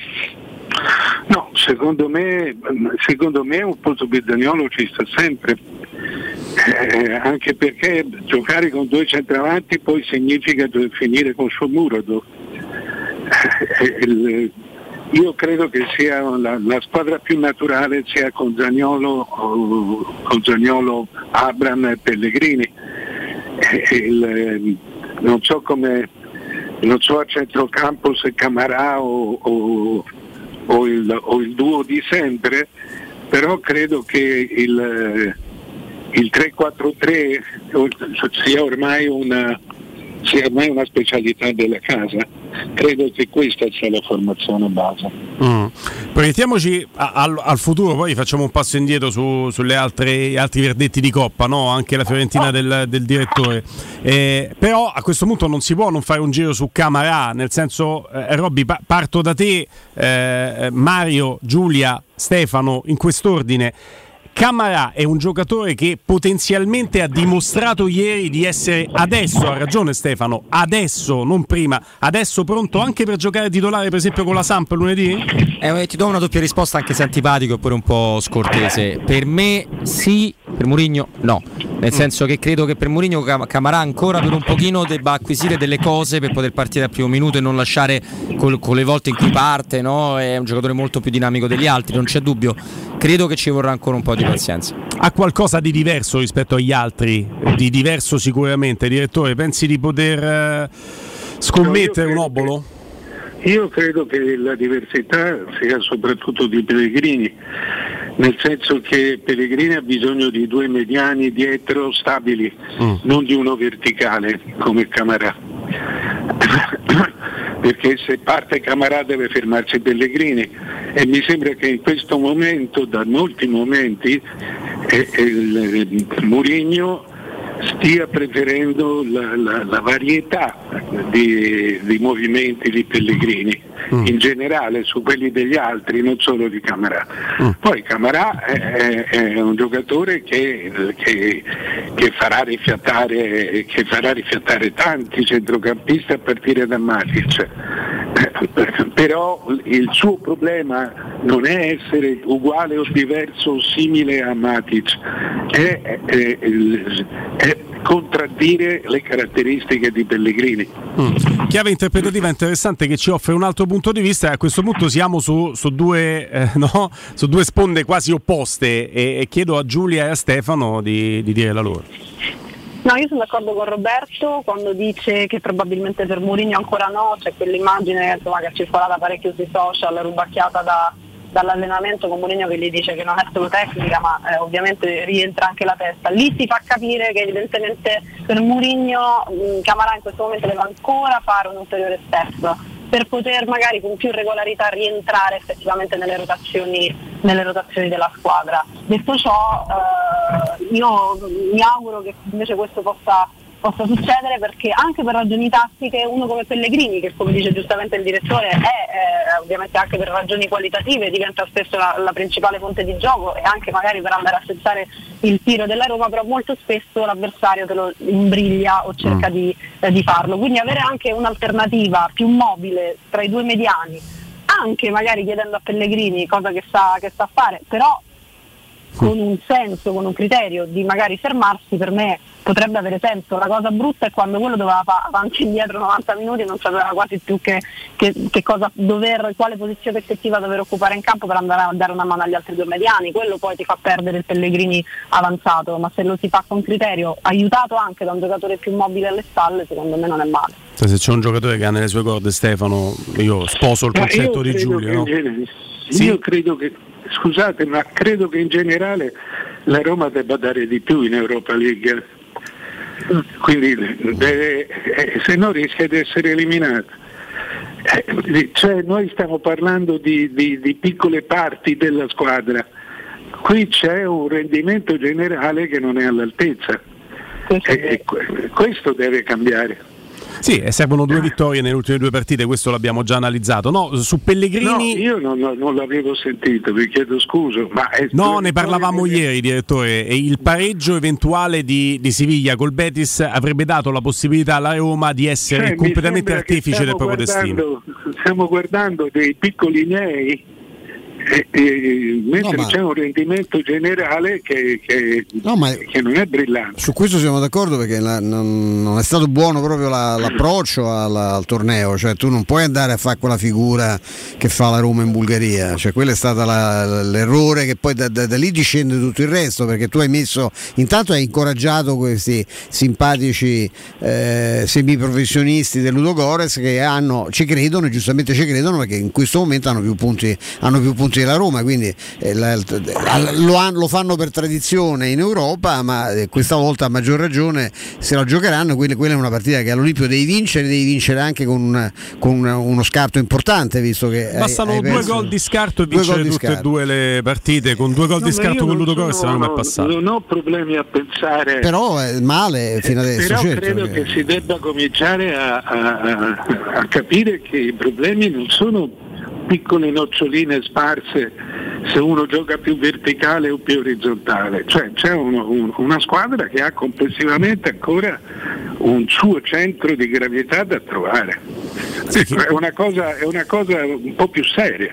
No, secondo me, secondo me un posto per Zaniolo ci sta sempre, eh, anche perché giocare con due centravanti poi significa finire con Shomurodov. Eh, il, io credo che sia la, la squadra più naturale sia con Zaniolo, con Zaniolo, Abraham e Pellegrini. Eh, il, non so come, non so a centrocampo se Camarà o, o O il, o il duo di sempre, però credo che il, il tre quattro tre sia ormai una sia ormai una specialità della casa. Credo che questa sia la formazione base. Mm. Proiettiamoci a, al, al futuro, poi facciamo un passo indietro su, sulle altre altri verdetti di Coppa, no? Anche la Fiorentina del, del direttore. Eh, però a questo punto non si può non fare un giro su Camarà, nel senso, eh, Robby, pa- parto da te, eh, Mario, Giulia, Stefano, in quest'ordine. Camarà è un giocatore che potenzialmente ha dimostrato ieri di essere adesso, ha ragione Stefano, adesso, non prima, adesso pronto anche per giocare titolare per esempio con la Samp lunedì? Eh, ti do una doppia risposta, anche se antipatico oppure un po' scortese. Per me sì, per Mourinho no, nel senso che credo che per Mourinho Camarà ancora per un pochino debba acquisire delle cose per poter partire al primo minuto e non lasciare col, con le volte in cui parte, no? È un giocatore molto più dinamico degli altri, non c'è dubbio. Credo che ci vorrà ancora un po' di pazienza. Ha qualcosa di diverso rispetto agli altri, di diverso sicuramente, direttore? Pensi di poter uh, scommettere no, un obolo? io credo che la diversità sia soprattutto di Pellegrini, nel senso che Pellegrini ha bisogno di due mediani dietro stabili, mm. non di uno verticale come Camarà. Perché se parte Camarà deve fermarsi Pellegrini, e mi sembra che in questo momento, da molti momenti, eh, eh, Mourinho stia preferendo la, la, la varietà di, di movimenti di Pellegrini mm. in generale su quelli degli altri, non solo di Camarà. Mm. Poi Camarà è, è un giocatore che, che, che, farà rifiatare, che farà rifiatare tanti centrocampisti a partire da Matic. Però il suo problema non è essere uguale o diverso o simile a Matic, è, è, è contraddire le caratteristiche di Pellegrini. Mm. Chiave interpretativa interessante che ci offre un altro punto di vista, e a questo punto siamo su, su, due, eh, no? su due sponde quasi opposte, e, e chiedo a Giulia e a Stefano di, di dire la loro. No, io sono d'accordo con Roberto quando dice che probabilmente per Mourinho ancora no, c'è quell'immagine insomma, che è circolata parecchio sui social, rubacchiata da, dall'allenamento con Mourinho che gli dice che non è solo tecnica, ma eh, ovviamente rientra anche la testa. Lì si fa capire che evidentemente per Mourinho mh, Camarà in questo momento deve ancora fare un ulteriore step per poter magari con più regolarità rientrare effettivamente nelle rotazioni, nelle rotazioni della squadra. Detto ciò, eh, io mi auguro che invece questo possa, possa succedere, perché anche per ragioni tattiche uno come Pellegrini, che come dice giustamente il direttore è eh, ovviamente anche per ragioni qualitative diventa spesso la, la principale fonte di gioco, e anche magari per andare a settare il tiro della Roma, però molto spesso l'avversario te lo imbriglia o cerca mm. di, eh, di farlo, quindi avere anche un'alternativa più mobile tra i due mediani, anche magari chiedendo a Pellegrini cosa che sa, che sa fare, però con un senso, con un criterio di magari fermarsi, per me potrebbe avere senso. La cosa brutta è quando quello doveva fare avanti e indietro novanta minuti e non sapeva quasi più che, che, che cosa dover, quale posizione effettiva dover occupare in campo per andare a dare una mano agli altri due mediani. Quello poi ti fa perdere il Pellegrini avanzato, ma se lo si fa con criterio, aiutato anche da un giocatore più mobile alle spalle, secondo me non è male. Se c'è un giocatore che ha nelle sue corde, Stefano, io sposo il concetto di Giulio, no? Genere, sì? Io credo che, scusate, ma credo che in generale la Roma debba dare di più in Europa League, quindi deve, eh, se no rischia di essere eliminato. Eh, cioè noi stiamo parlando di, di, di piccole parti della squadra, qui c'è un rendimento generale che non è all'altezza, e, e questo deve cambiare. Sì, e servono due vittorie nelle ultime due partite, questo l'abbiamo già analizzato. No, su Pellegrini. No, io non, non l'avevo sentito, vi chiedo scusa. Ma è no, ne parlavamo che... ieri, direttore. E il pareggio eventuale di, di Siviglia col Betis avrebbe dato la possibilità alla Roma di essere cioè, completamente artefice del proprio destino. Stiamo guardando dei piccoli miei. E, e, mentre no, c'è un rendimento generale che, che, no, ma che non è brillante. Su questo siamo d'accordo, perché la, non, non è stato buono proprio la, l'approccio al, al torneo, cioè tu non puoi andare a fare quella figura che fa la Roma in Bulgaria, cioè quello è stato la, l'errore che poi da, da, da lì discende tutto il resto, perché tu hai messo, intanto hai incoraggiato questi simpatici eh, semiprofessionisti del Ludogorets che hanno, ci credono, giustamente ci credono, perché in questo momento hanno più punti, hanno più punti della Roma, quindi eh, la, lo, han, lo fanno per tradizione in Europa, ma eh, questa volta a maggior ragione se la giocheranno. Quella, quella è una partita che all'Olimpio devi vincere, devi vincere anche con, una, con una, uno scarto importante, visto che bastano hai, hai due gol di scarto e vincere tutte e due le partite. Con due gol no, di scarto con Ludogorets non è passato. Non ho problemi a pensare, però è male fino adesso, però certo, credo perché... che si debba cominciare a, a, a capire che i problemi non sono piccole noccioline sparse se uno gioca più verticale o più orizzontale, cioè c'è uno, un, una squadra che ha complessivamente ancora un suo centro di gravità da trovare. Sì, è, una cosa, è una cosa un po' più seria.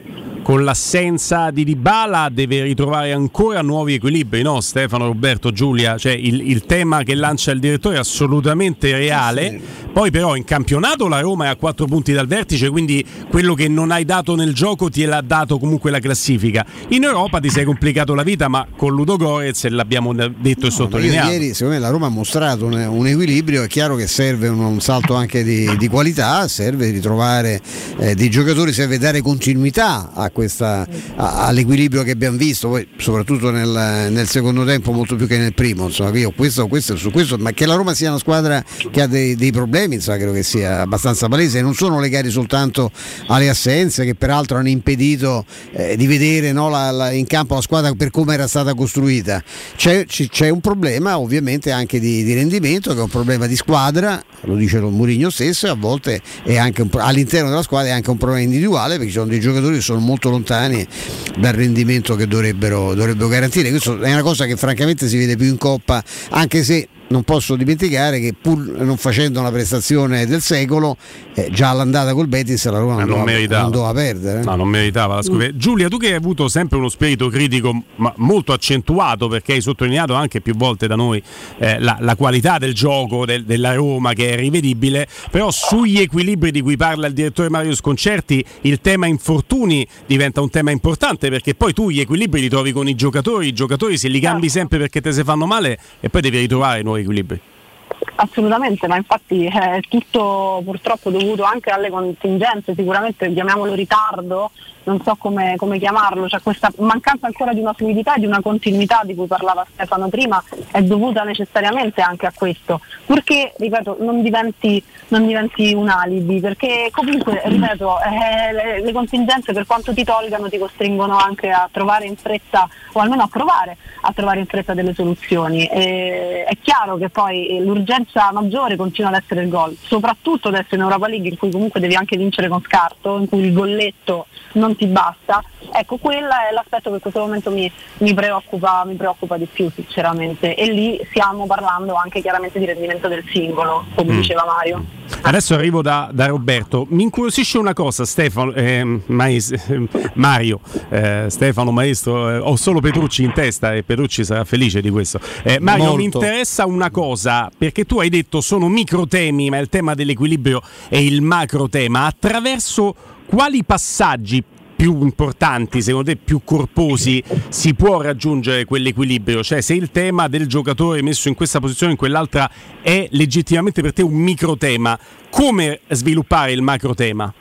con l'assenza di Dybala deve ritrovare ancora nuovi equilibri, no Stefano, Roberto, Giulia? Cioè il, il tema che lancia il direttore è assolutamente reale, sì. Poi però in campionato la Roma è a quattro punti dal vertice, quindi quello che non hai dato nel gioco ti l'ha dato comunque la classifica. In Europa ti sei complicato la vita, ma con Ludogorets l'abbiamo detto no, e sottolineato. Ieri secondo me la Roma ha mostrato un, un equilibrio, è chiaro che serve un, un salto anche di, di qualità, serve ritrovare eh, dei giocatori, serve dare continuità a questa, a, all'equilibrio che abbiamo visto, poi soprattutto nel, nel secondo tempo molto più che nel primo, insomma, io questo, questo, su questo, ma che la Roma sia una squadra che ha dei, dei problemi, insomma, credo che sia abbastanza palese, non sono legati soltanto alle assenze che peraltro hanno impedito eh, di vedere no, la, la, in campo la squadra per come era stata costruita. C'è, c'è un problema ovviamente anche di, di rendimento, che è un problema di squadra, lo dice lo Mourinho stesso, e a volte è anche un, all'interno della squadra è anche un problema individuale, perché ci sono dei giocatori che sono molto lontani dal rendimento che dovrebbero, dovrebbero garantire. Questo è una cosa che francamente si vede più in Coppa, anche se non posso dimenticare che pur non facendo una prestazione del secolo eh, già all'andata col Betis la Roma non, non, doveva, non doveva perdere eh. no, non meritava la sconfitta. mm. Giulia, tu che hai avuto sempre uno spirito critico ma molto accentuato, perché hai sottolineato anche più volte da noi eh, la, la qualità del gioco del, della Roma, che è rivedibile, però sugli equilibri di cui parla il direttore Mario Sconcerti il tema infortuni diventa un tema importante, perché poi tu gli equilibri li trovi con i giocatori, i giocatori se li cambi sempre perché te se fanno male e poi devi ritrovare nuovi equilibri. Assolutamente, ma infatti è tutto purtroppo dovuto anche alle contingenze, sicuramente chiamiamolo ritardo, non so come, come chiamarlo, cioè questa mancanza ancora di una fluidità e di una continuità di cui parlava Stefano prima è dovuta necessariamente anche a questo, purché, ripeto, non diventi, non diventi un alibi, perché comunque, ripeto, eh, le, le contingenze per quanto ti tolgano ti costringono anche a trovare in fretta, o almeno a provare a trovare in fretta delle soluzioni. E, è chiaro che poi l'urgenza maggiore continua ad essere il gol, soprattutto adesso in Europa League, in cui comunque devi anche vincere con scarto, in cui il golletto non ti basta. Ecco, quella è l'aspetto che in questo momento mi, mi preoccupa mi preoccupa di più sinceramente, e lì stiamo parlando anche chiaramente di rendimento del singolo, come mm. diceva Mario. Adesso arrivo da, da Roberto. Mi incuriosisce una cosa, Stefano, eh, mais, eh, Mario, eh, Stefano Maestro, eh, ho solo Petrucci in testa e Petrucci sarà felice di questo. Eh, Mario, Molto. Mi interessa una cosa, perché tu hai detto sono micro temi, ma il tema dell'equilibrio è il macro tema. Attraverso quali passaggi più importanti, secondo te più corposi, si può raggiungere quell'equilibrio? Cioè, se il tema del giocatore messo in questa posizione o in quell'altra è legittimamente per te un micro tema, come sviluppare il macro tema?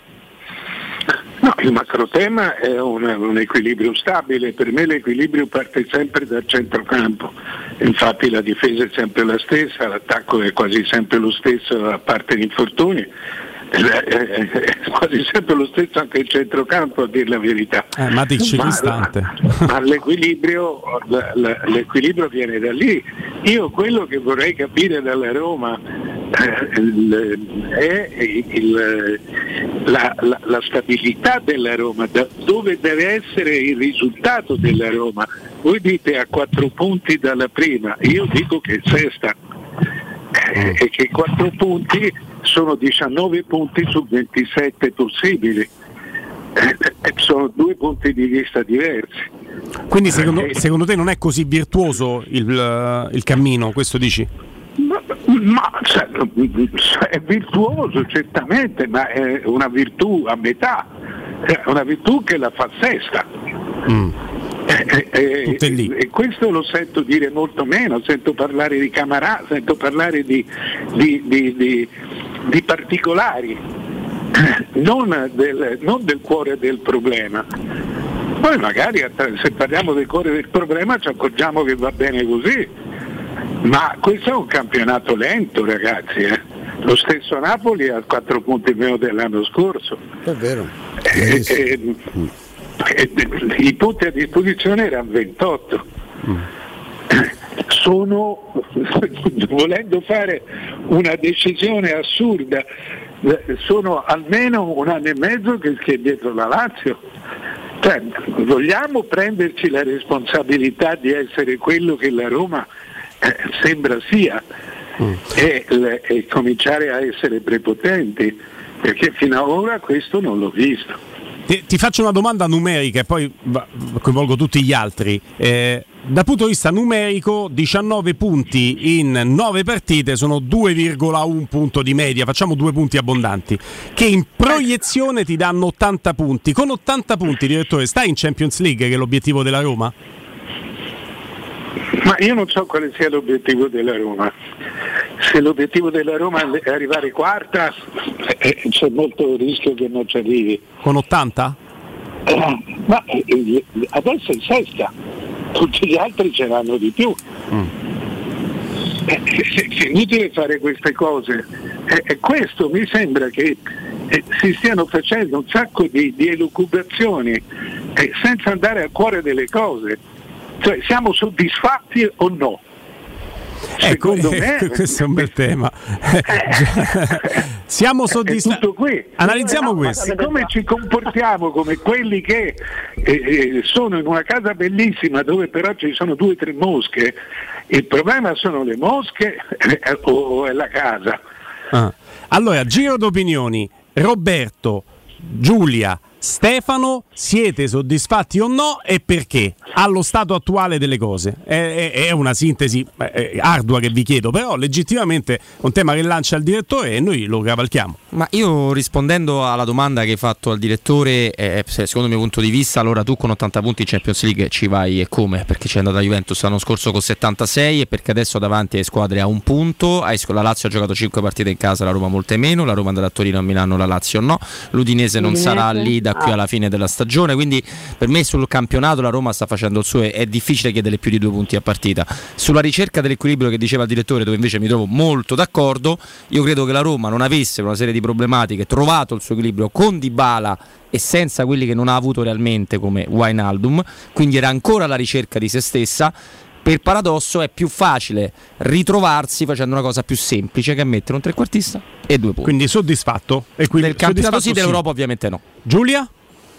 No, il macro tema è un, un equilibrio stabile. Per me l'equilibrio parte sempre dal centrocampo, infatti la difesa è sempre la stessa, l'attacco è quasi sempre lo stesso a parte gli infortuni. È quasi sempre lo stesso anche il centrocampo, a dire la verità. Eh, ma, ma, ma l'equilibrio, l'equilibrio viene da lì. Io quello che vorrei capire dalla Roma eh, è il, la, la, la stabilità della Roma, da dove deve essere il risultato della Roma. Voi dite a quattro punti dalla prima, io dico che è sesta eh, e che quattro punti sono diciannove punti su ventisette possibili, eh, sono due punti di vista diversi. Quindi secondo, eh, secondo te non è così virtuoso il, il cammino, questo dici? Ma, ma cioè, è virtuoso certamente, ma è una virtù a metà, è una virtù che la fa sesta. Mm. Eh, eh, e questo lo sento dire molto meno, sento parlare di Camarà, sento parlare di, di, di, di, di particolari, non del, non del cuore del problema. Poi magari se parliamo del cuore del problema ci accorgiamo che va bene così, ma questo è un campionato lento, ragazzi, eh. Lo stesso Napoli ha quattro punti meno dell'anno scorso. È vero. Eh, eh, eh, i punti a disposizione erano ventotto. Mm. Sono, volendo fare una decisione assurda, sono almeno un anno e mezzo che è dietro la Lazio. Cioè, vogliamo prenderci la responsabilità di essere quello che la Roma eh, sembra sia mm. e, e cominciare a essere prepotenti, perché fino ad ora questo non l'ho visto. ti, ti faccio una domanda numerica e poi va, coinvolgo tutti gli altri. Eh, dal punto di vista numerico, diciannove punti in nove partite sono due virgola uno punto di media, facciamo due punti abbondanti, che in proiezione ti danno ottanta punti. Con ottanta punti, direttore, stai in Champions League, che è l'obiettivo della Roma? Ma io non so quale sia l'obiettivo della Roma. Se l'obiettivo della Roma è arrivare quarta, eh, c'è molto rischio che non ci arrivi. Con ottanta? Eh, ma eh, adesso è sesta, tutti gli altri ce l'hanno di più. Mm. Eh, è inutile fare queste cose. E eh, questo mi sembra che eh, si stiano facendo un sacco di, di elucubrazioni eh, senza andare al cuore delle cose. Cioè, siamo soddisfatti o no? Ecco, Secondo me questo è un bel tema. Siamo soddisfatti. È tutto qui. Analizziamo no, questo. Siccome ci comportiamo come quelli che eh, eh, sono in una casa bellissima dove però ci sono due o tre mosche, il problema sono le mosche eh, o è la casa. Ah. Allora, giro d'opinioni. Roberto, Giulia, Stefano, siete soddisfatti o no e perché? Allo stato attuale delle cose è, è, è una sintesi è ardua che vi chiedo, però legittimamente è un tema che lancia il direttore e noi lo cavalchiamo. Ma io, rispondendo alla domanda che hai fatto al direttore, eh, secondo il mio punto di vista, allora tu con ottanta punti in Champions League ci vai, e come? Perché c'è andata Juventus l'anno scorso con settantasei e perché adesso davanti ai squadre a un punto. La Lazio ha giocato cinque partite in casa, la Roma molte meno, la Roma andrà a Torino, a Milano, la Lazio no, l'Udinese non L'Udinese? sarà lì da qui Ah. alla fine della stagione, quindi per me sul campionato la Roma sta facendo il suo e è difficile chiedere più di due punti a partita. Sulla ricerca dell'equilibrio che diceva il direttore, dove invece mi trovo molto d'accordo, io credo che la Roma non avesse, per una serie di problematiche, trovato il suo equilibrio con Dybala e senza quelli che non ha avuto realmente come Wijnaldum, quindi era ancora alla ricerca di se stessa. Per paradosso è più facile ritrovarsi facendo una cosa più semplice che mettere un trequartista e due punti. Quindi soddisfatto? E quindi del campionato sì, soddisfatto dell'Europa ovviamente no. Giulia?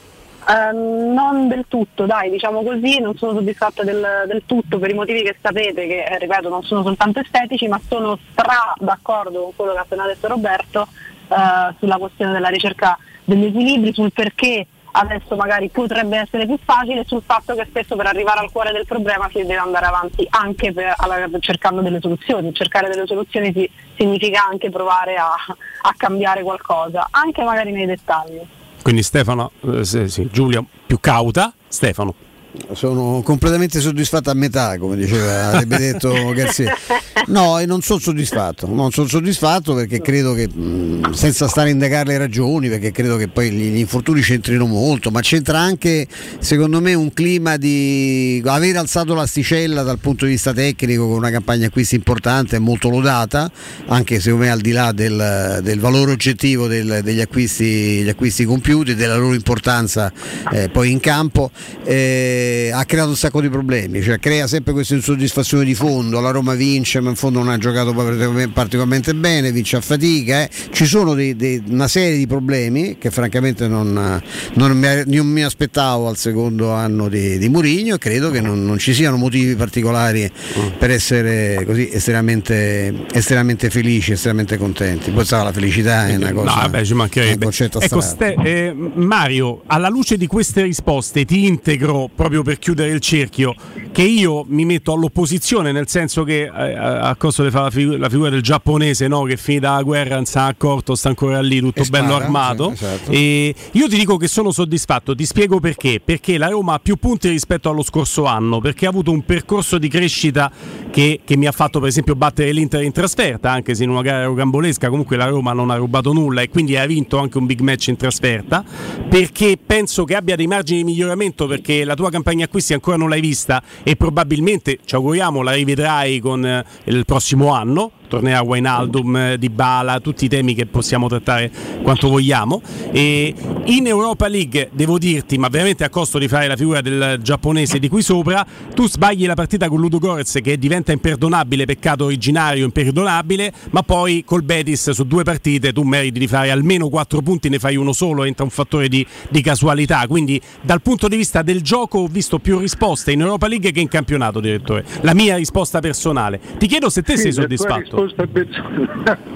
Eh, non del tutto, dai, diciamo così, non sono soddisfatta del, del tutto per i motivi che sapete, che eh, ripeto non sono soltanto estetici, ma sono stra d'accordo con quello che ha appena detto Roberto eh, sulla questione della ricerca degli equilibri, sul perché adesso magari potrebbe essere più facile, sul fatto che spesso per arrivare al cuore del problema si deve andare avanti anche per, alla, cercando delle soluzioni. Cercare delle soluzioni si, significa anche provare a, a cambiare qualcosa, anche magari nei dettagli. Quindi Stefano, eh, sì, sì, Giulia più cauta, Stefano. Sono completamente soddisfatto a metà, come diceva avrebbe detto Garzia. No, e non sono soddisfatto, non sono soddisfatto perché credo che, mh, senza stare a indagare le ragioni, perché credo che poi gli, gli infortuni c'entrino molto, ma c'entra anche, secondo me, un clima di aver alzato l'asticella dal punto di vista tecnico con una campagna acquisti importante e molto lodata, anche secondo me al di là del, del valore oggettivo del, degli acquisti, gli acquisti compiuti, della loro importanza eh, poi in campo. Eh, ha creato un sacco di problemi, cioè crea sempre questa insoddisfazione di fondo. La Roma vince ma in fondo non ha giocato particolarmente bene, vince a fatica, eh. Ci sono dei, dei, una serie di problemi che francamente non, non, mi, non mi aspettavo al secondo anno di, di Mourinho, e credo che non, non ci siano motivi particolari per essere così estremamente, estremamente felici, estremamente contenti. Poi stava la felicità è una cosa, no, vabbè, ci mancherebbe. È un concetto ecco, astratto. Ste- eh, Mario, alla luce di queste risposte ti integro proprio per chiudere il cerchio, che io mi metto all'opposizione, nel senso che eh, a costo di fare la, figu- la figura del giapponese, no? Che finita la guerra non si è accorto, sta ancora lì tutto E bello spara, armato, sì, esatto. E io ti dico che sono soddisfatto, ti spiego perché, perché la Roma ha più punti rispetto allo scorso anno, perché ha avuto un percorso di crescita che, che mi ha fatto per esempio battere l'Inter in trasferta, anche se in una gara rocambolesca comunque la Roma non ha rubato nulla e quindi ha vinto anche un big match in trasferta, perché penso che abbia dei margini di miglioramento, perché la tua campagna acquisti ancora non l'hai vista e probabilmente, ci auguriamo, la rivedrai con eh, il prossimo anno. Tornerà Wijnaldum, Dybala, tutti i temi che possiamo trattare quanto vogliamo. E in Europa League devo dirti, ma veramente a costo di fare la figura del giapponese di qui sopra, tu sbagli la partita con Ludogorets che diventa imperdonabile, peccato originario imperdonabile, ma poi col Betis su due partite tu meriti di fare almeno quattro punti, ne fai uno solo, entra un fattore di, di casualità. Quindi dal punto di vista del gioco ho visto più risposte in Europa League che in campionato, direttore. La mia risposta personale. Ti chiedo se te Sì, sei la tua soddisfatto. risposta personale.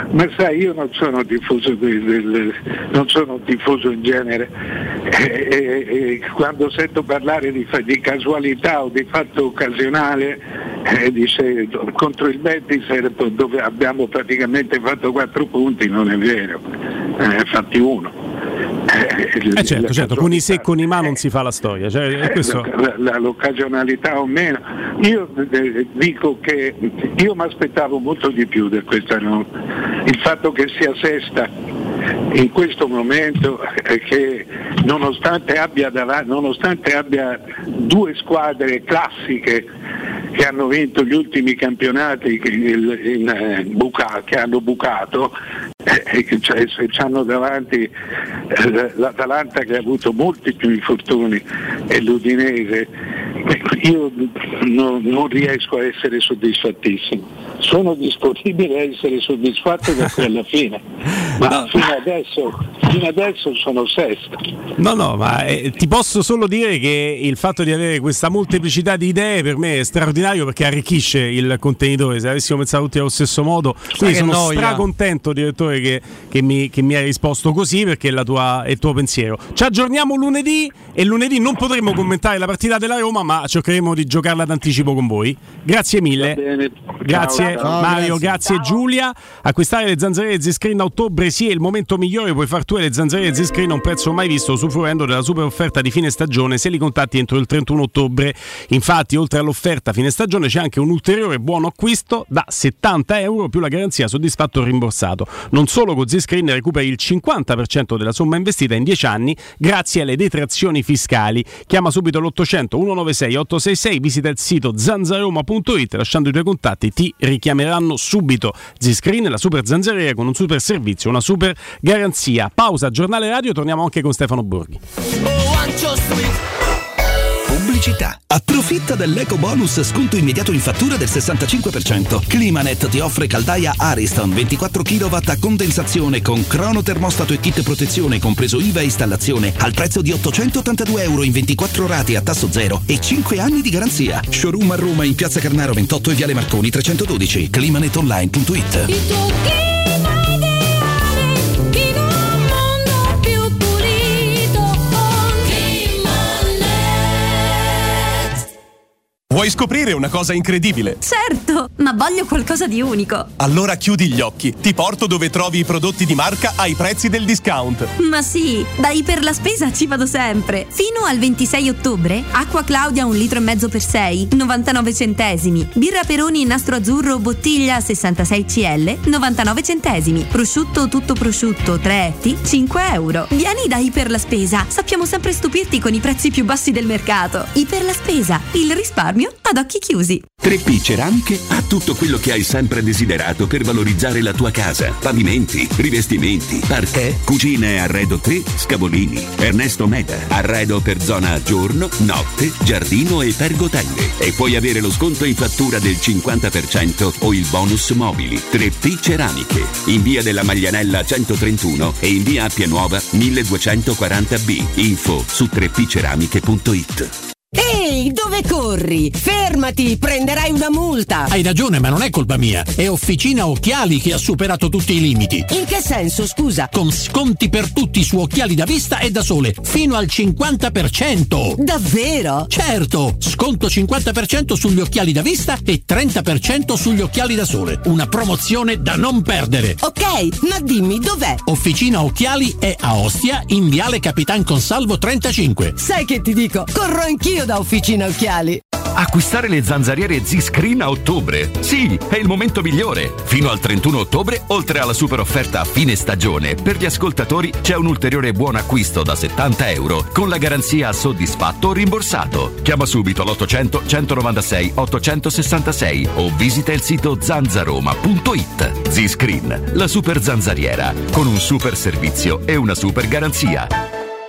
ma sai, io non sono tifoso del, del, non sono tifoso in genere e, e, e quando sento parlare di, di casualità o di fatto occasionale, eh, dice contro il Betis dove abbiamo praticamente fatto quattro punti, non è vero, eh, fatti uno. Eh, eh certo, certo, con i se e con i ma non si fa la storia, cioè, questo... la, la, l'occasionalità o meno. Io eh, dico che io mi aspettavo molto di più da questa, no? Il fatto che sia sesta in questo momento, eh, che nonostante abbia, davanti, nonostante abbia due squadre classiche che hanno vinto gli ultimi campionati che, in, in, eh, buca, che hanno bucato, eh, cioè, se c'hanno davanti eh, l'Atalanta che ha avuto molti più infortuni e l'Udinese, io no, non riesco a essere soddisfattissimo. Sono disponibile a essere soddisfatto da qui alla fine, ma no. fino adesso fino adesso sono sesto. No, no, ma eh, ti posso solo dire che il fatto di avere questa molteplicità di idee per me è straordinario, perché arricchisce il contenitore. Se avessimo pensato tutti allo stesso modo, quindi sono noia. stracontento, direttore, che, che, mi, che mi hai risposto così, perché la tua, è il tuo pensiero. Ci aggiorniamo lunedì, e lunedì non potremo commentare la partita della Roma, ma cercheremo di giocarla d'anticipo con voi. Grazie mille. Grazie. Ciao, ciao. Mario, grazie ciao. Giulia. Acquistare le zanzariere Z-Screen a ottobre sì, è il momento migliore. Puoi far tu le zanzariere Z-Screen a un prezzo mai visto, usufruendo della super offerta di fine stagione se li contatti entro il trentuno ottobre. Infatti, oltre all'offerta fine stagione, c'è anche un ulteriore buono acquisto da settanta euro più la garanzia soddisfatto o rimborsato. Non solo, con Z-Screen recuperi il cinquanta per cento della somma investita in dieci anni grazie alle detrazioni fiscali. Chiama subito l'ottocento centonovantasei ottocentosessantasei, visita il sito zanzaroma punto it, lasciando i tuoi contatti ti richiameranno subito. Z-Screen, la super zanzariera con un super servizio, una super garanzia. Pausa, giornale radio, torniamo anche con Stefano Borghi. Pubblicità. Approfitta dell'eco bonus sconto immediato in fattura del sessantacinque per cento. Climanet ti offre caldaia Ariston ventiquattro chilowatt a condensazione con crono termostato e kit protezione compreso I V A e installazione al prezzo di ottocentottantadue euro in ventiquattro rate a tasso zero e cinque anni di garanzia. Showroom a Roma in Piazza Carnaro ventotto e Viale Marconi trecentododici. climanetonline punto it. Vuoi scoprire una cosa incredibile? Certo, ma voglio qualcosa di unico. Allora chiudi gli occhi, ti porto dove trovi i prodotti di marca ai prezzi del discount. Ma sì, da Iper la Spesa ci vado sempre. Fino al ventisei ottobre, acqua Claudia un litro e mezzo per sei, novantanove centesimi. Birra Peroni in nastro azzurro bottiglia sessantasei centilitri, novantanove centesimi. Prosciutto tutto prosciutto tre etti, cinque euro. Vieni da Iper la Spesa, sappiamo sempre stupirti con i prezzi più bassi del mercato. Iper la Spesa, il risparmio ad occhi chiusi. tre P Ceramiche ha tutto quello che hai sempre desiderato per valorizzare la tua casa: pavimenti, rivestimenti, parquet, cucina e arredo tre, Scavolini. Ernesto Meda, arredo per zona giorno, notte, giardino e pergotelle. E puoi avere lo sconto in fattura del cinquanta per cento o il bonus mobili. tre P Ceramiche, in via della Maglianella centotrentuno e in via Appia Nuova milleduecentoquaranta B. Info su tre p ceramiche punto it. Ehi, dove corri? Fermati, prenderai una multa. Hai ragione, ma non è colpa mia. È Officina Occhiali che ha superato tutti i limiti. In che senso, scusa? Con sconti per tutti su occhiali da vista e da sole, fino al cinquanta per cento. Davvero? Certo, sconto cinquanta per cento sugli occhiali da vista e trenta per cento sugli occhiali da sole. Una promozione da non perdere. Ok, ma dimmi dov'è? Officina Occhiali è a Ostia, in viale Capitan Consalvo trentacinque. Sai che ti dico? Corro anch'io da Officina Occhiali. Acquistare le zanzariere Z-Screen a ottobre. Sì, è il momento migliore. Fino al trentuno ottobre, oltre alla super offerta a fine stagione, per gli ascoltatori c'è un ulteriore buon acquisto da settanta euro con la garanzia soddisfatto o rimborsato. Chiama subito l'ottocento centonovantasei ottocentosessantasei o visita il sito zanzaroma punto it. Z-Screen, la super zanzariera, con un super servizio e una super garanzia.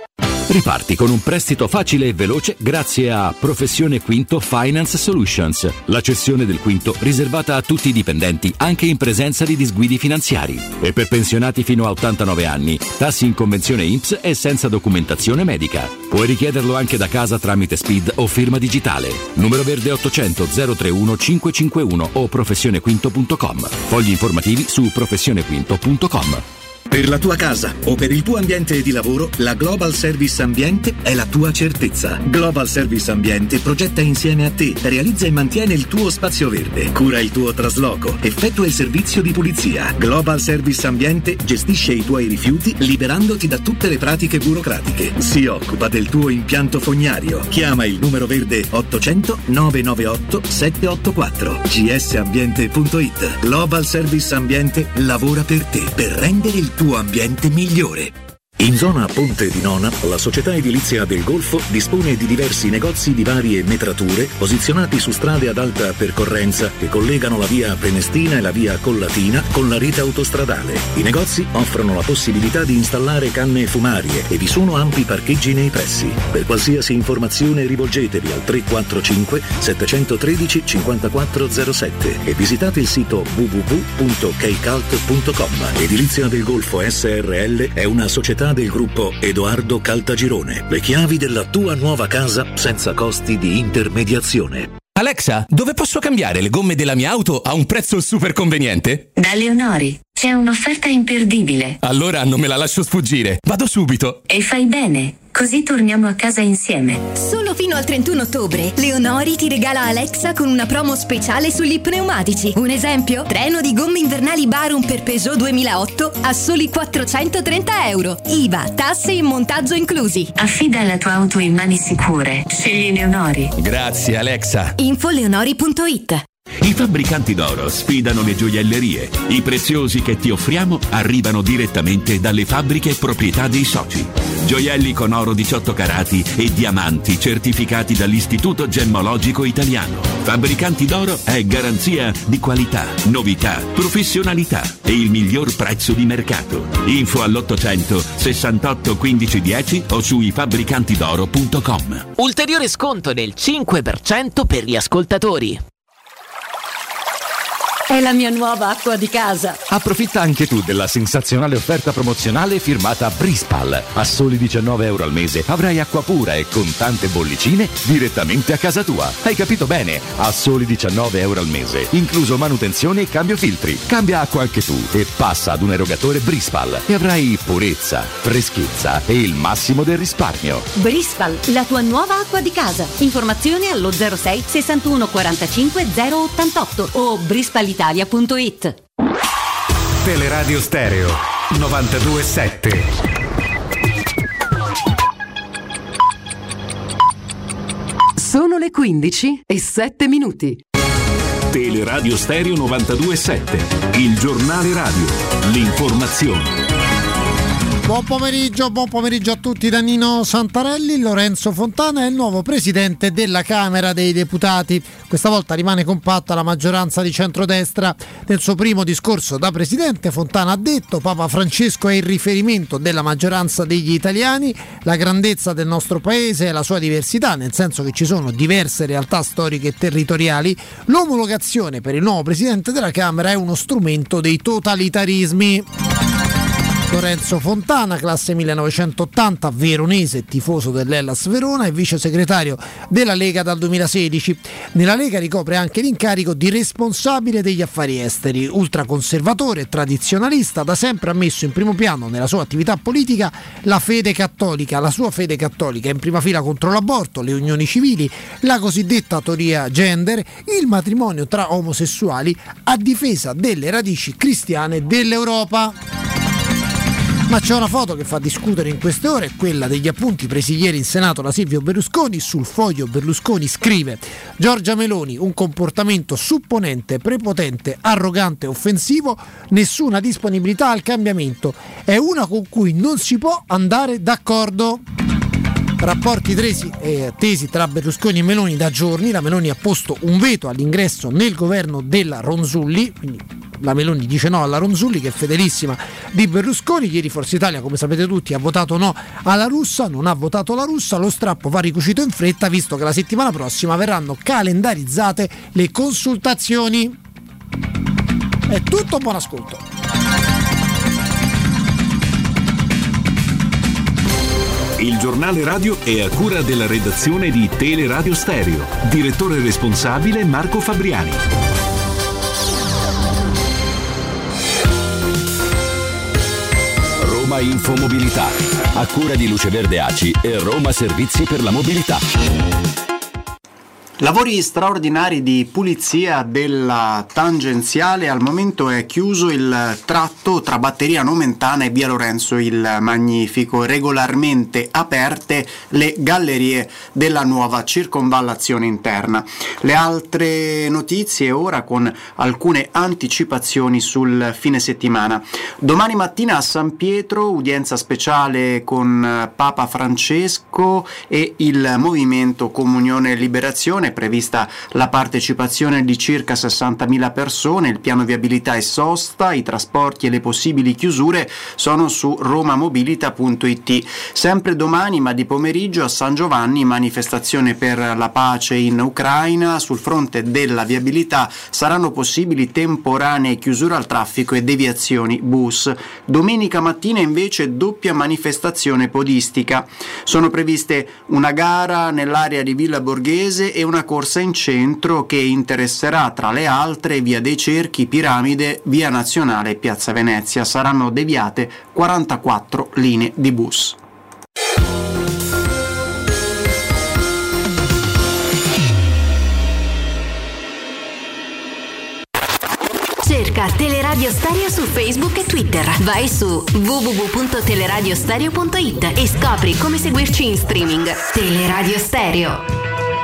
Riparti con un prestito facile e veloce grazie a Professione Quinto Finance Solutions, la cessione del quinto riservata a tutti i dipendenti anche in presenza di disguidi finanziari. E per pensionati fino a ottantanove anni, tassi in convenzione I N P S e senza documentazione medica. Puoi richiederlo anche da casa tramite S P I D o firma digitale. Numero verde ottocento zero trentuno cinquecentocinquantuno o professionequinto punto com. Fogli informativi su professionequinto punto com. Per la tua casa o per il tuo ambiente di lavoro, la Global Service Ambiente è la tua certezza. Global Service Ambiente progetta insieme a te, realizza e mantiene il tuo spazio verde, cura il tuo trasloco, effettua il servizio di pulizia. Global Service Ambiente gestisce i tuoi rifiuti liberandoti da tutte le pratiche burocratiche. Si occupa del tuo impianto fognario. Chiama il numero verde ottocento nove nove otto sette otto quattro g s ambiente punto i t. Global Service Ambiente lavora per te, per rendere il tuo ambiente migliore. In zona Ponte di Nona, la società edilizia del Golfo dispone di diversi negozi di varie metrature posizionati su strade ad alta percorrenza che collegano la via Prenestina e la via Collatina con la rete autostradale. I negozi offrono la possibilità di installare canne fumarie e vi sono ampi parcheggi nei pressi. Per qualsiasi informazione rivolgetevi al tre quattro cinque sette uno tre cinque zero sette e visitate il sito w w w punto kcalt punto com. Edilizia del Golfo S R L è una società del gruppo Edoardo Caltagirone. Le chiavi della tua nuova casa senza costi di intermediazione. Alexa, dove posso cambiare le gomme della mia auto a un prezzo super conveniente? Da Leonori c'è un'offerta imperdibile. Allora non me la lascio sfuggire. Vado subito. E fai bene. Così torniamo a casa insieme. Solo fino al trentuno ottobre, Leonori ti regala Alexa con una promo speciale sugli pneumatici. Un esempio? Treno di gomme invernali Barum per Peugeot duemilaotto a soli quattrocentotrenta euro. I V A, tasse e montaggio inclusi. Affida la tua auto in mani sicure. Scegli Leonori. Grazie Alexa. Info leonori punto i t. I fabbricanti d'oro sfidano le gioiellerie. I preziosi che ti offriamo arrivano direttamente dalle fabbriche e proprietà dei soci. Gioielli con oro diciotto carati e diamanti certificati dall'Istituto Gemmologico Italiano. Fabbricanti d'oro è garanzia di qualità, novità, professionalità e il miglior prezzo di mercato. Info all'ottocento sessantotto quindici dieci o su i fabbricantidoro punto com. Ulteriore sconto del cinque per cento per gli ascoltatori. È la mia nuova acqua di casa. Approfitta anche tu della sensazionale offerta promozionale firmata Brispal. A soli diciannove euro al mese avrai acqua pura e con tante bollicine direttamente a casa tua. Hai capito bene? A soli diciannove euro al mese, incluso manutenzione e cambio filtri. Cambia acqua anche tu e passa ad un erogatore Brispal e avrai purezza, freschezza e il massimo del risparmio. Brispal, la tua nuova acqua di casa. Informazioni allo zero sei sessantuno quarantacinque zero ottantotto o brispal italia punto i t. Teleradio Stereo novantadue sette. Sono le quindici e sette minuti. Teleradio Stereo novantadue sette, il giornale radio, l'informazione. Buon pomeriggio, buon pomeriggio a tutti da Nino Santarelli. Lorenzo Fontana è il nuovo presidente della Camera dei Deputati. Questa volta rimane compatta la maggioranza di centrodestra. Nel suo primo discorso da presidente, Fontana ha detto: Papa Francesco è il riferimento della maggioranza degli italiani, la grandezza del nostro paese è la sua diversità, nel senso che ci sono diverse realtà storiche e territoriali. L'omologazione per il nuovo presidente della Camera è uno strumento dei totalitarismi. Lorenzo Fontana, classe millenovecentottanta, veronese e tifoso dell'Hellas Verona, e vice segretario della Lega dal duemilasedici. Nella Lega ricopre anche l'incarico di responsabile degli affari esteri. Ultraconservatore e tradizionalista, da sempre ha messo in primo piano nella sua attività politica la fede cattolica. La sua fede cattolica è in prima fila contro l'aborto, le unioni civili, la cosiddetta teoria gender, il matrimonio tra omosessuali, a difesa delle radici cristiane dell'Europa. Ma c'è una foto che fa discutere in queste ore, quella degli appunti presi ieri in Senato da Silvio Berlusconi. Sul foglio Berlusconi scrive: Giorgia Meloni, un comportamento supponente, prepotente, arrogante e offensivo, nessuna disponibilità al cambiamento, è una con cui non si può andare d'accordo. Rapporti tesi, eh, tesi tra Berlusconi e Meloni da giorni. La Meloni ha posto un veto all'ingresso nel governo della Ronzulli, quindi la Meloni dice no alla Ronzulli, che è fedelissima di Berlusconi. Ieri Forza Italia, come sapete tutti, ha votato no alla Russa, non ha votato la Russa. Lo strappo va ricucito in fretta, visto che la settimana prossima verranno calendarizzate le consultazioni. È tutto, buon ascolto. Il giornale radio è a cura della redazione di Teleradio Stereo. Direttore responsabile Marco Fabriani. Roma Infomobilità, a cura di Luce Verde A C I e Roma Servizi per la Mobilità. Lavori straordinari di pulizia della tangenziale. Al momento è chiuso il tratto tra Batteria Nomentana e Via Lorenzo il Magnifico. Regolarmente aperte le gallerie della nuova circonvallazione interna. Le altre notizie ora con alcune anticipazioni sul fine settimana. Domani mattina a San Pietro, udienza speciale con Papa Francesco e il Movimento Comunione e Liberazione. È prevista la partecipazione di circa sessantamila persone. Il piano viabilità è sosta, i trasporti e le possibili chiusure sono su romamobilita punto it. Sempre domani, ma di pomeriggio, a San Giovanni, manifestazione per la pace in Ucraina. Sul fronte della viabilità saranno possibili temporanee chiusure al traffico e deviazioni bus. Domenica mattina invece doppia manifestazione podistica. Sono previste una gara nell'area di Villa Borghese e una corsa in centro che interesserà tra le altre Via dei Cerchi, Piramide, Via Nazionale e Piazza Venezia. Saranno deviate quarantaquattro linee di bus. Cerca Teleradio Stereo su Facebook e Twitter. Vai su w w w punto teleradiostereo punto it e scopri come seguirci in streaming. Teleradio Stereo.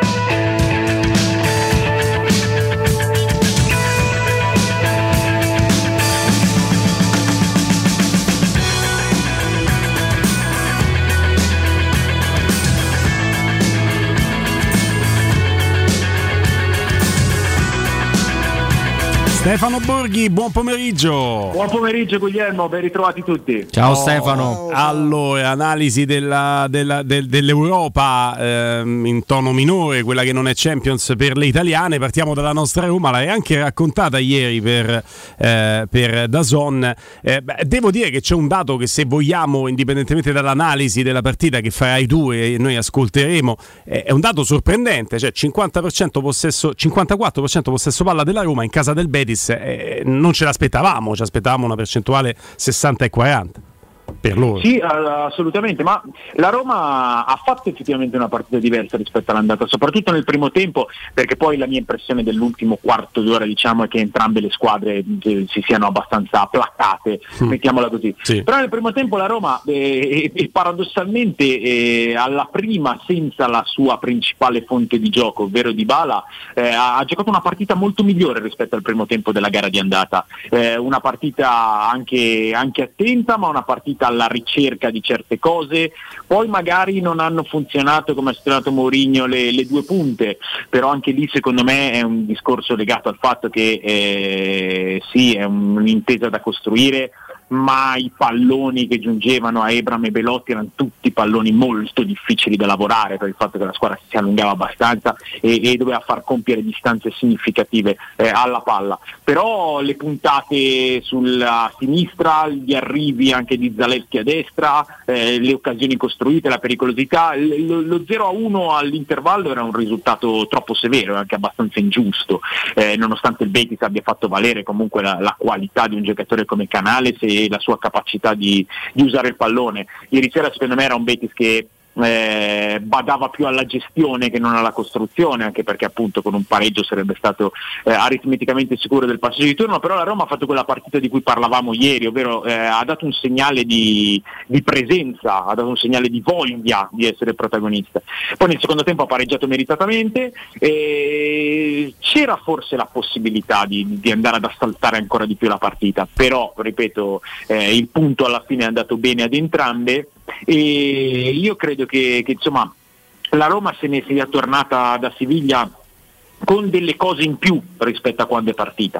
Stefano Borghi, buon pomeriggio. Buon pomeriggio Guglielmo, ben ritrovati tutti. Ciao oh, Stefano. Allora, analisi della, della, del, dell'Europa ehm, in tono minore, quella che non è Champions per le italiane. Partiamo dalla nostra Roma, l'hai anche raccontata ieri per, eh, per D A Z N. Eh, beh, devo dire che c'è un dato che, se vogliamo, indipendentemente dall'analisi della partita che farai tu e noi ascolteremo, eh, è un dato sorprendente, cioè cinquanta per cento possesso, cinquantaquattro per cento possesso palla della Roma in casa del Betis. Eh, non ce l'aspettavamo, ci aspettavamo una percentuale sessanta e quaranta per loro. Sì, assolutamente, ma la Roma ha fatto effettivamente una partita diversa rispetto all'andata, soprattutto nel primo tempo, perché poi la mia impressione dell'ultimo quarto d'ora, diciamo, è che entrambe le squadre eh, si siano abbastanza placate, mm. mettiamola così. Sì. Però nel primo tempo la Roma eh, eh, paradossalmente eh, alla prima, senza la sua principale fonte di gioco, ovvero Dybala, eh, ha, ha giocato una partita molto migliore rispetto al primo tempo della gara di andata, eh, una partita anche, anche attenta, ma una partita alla ricerca di certe cose. Poi magari non hanno funzionato, come ha spiegato Mourinho, le, le due punte, però anche lì secondo me è un discorso legato al fatto che eh, sì, è un'intesa da costruire, ma i palloni che giungevano a Ebram e Belotti erano tutti palloni molto difficili da lavorare, per il fatto che la squadra si allungava abbastanza e, e doveva far compiere distanze significative eh, alla palla. Però le puntate sulla sinistra, gli arrivi anche di Zalewski a destra, eh, le occasioni costruite, la pericolosità, lo, lo zero a uno all'intervallo era un risultato troppo severo e anche abbastanza ingiusto, eh, nonostante il Betis abbia fatto valere comunque la, la qualità di un giocatore come Canales e la sua capacità di, di usare il pallone. Ieri sera secondo me era un Betis che eh, badava più alla gestione che non alla costruzione, anche perché appunto con un pareggio sarebbe stato eh, aritmeticamente sicuro del passaggio di turno. Però la Roma ha fatto quella partita di cui parlavamo ieri, ovvero eh, ha dato un segnale di, di presenza, ha dato un segnale di voglia di essere protagonista. Poi nel secondo tempo ha pareggiato meritatamente, e c'era forse la possibilità di, di andare ad assaltare ancora di più la partita, però ripeto, eh, il punto alla fine è andato bene ad entrambe. E io credo che, che insomma la Roma se ne sia tornata da Siviglia con delle cose in più rispetto a quando è partita.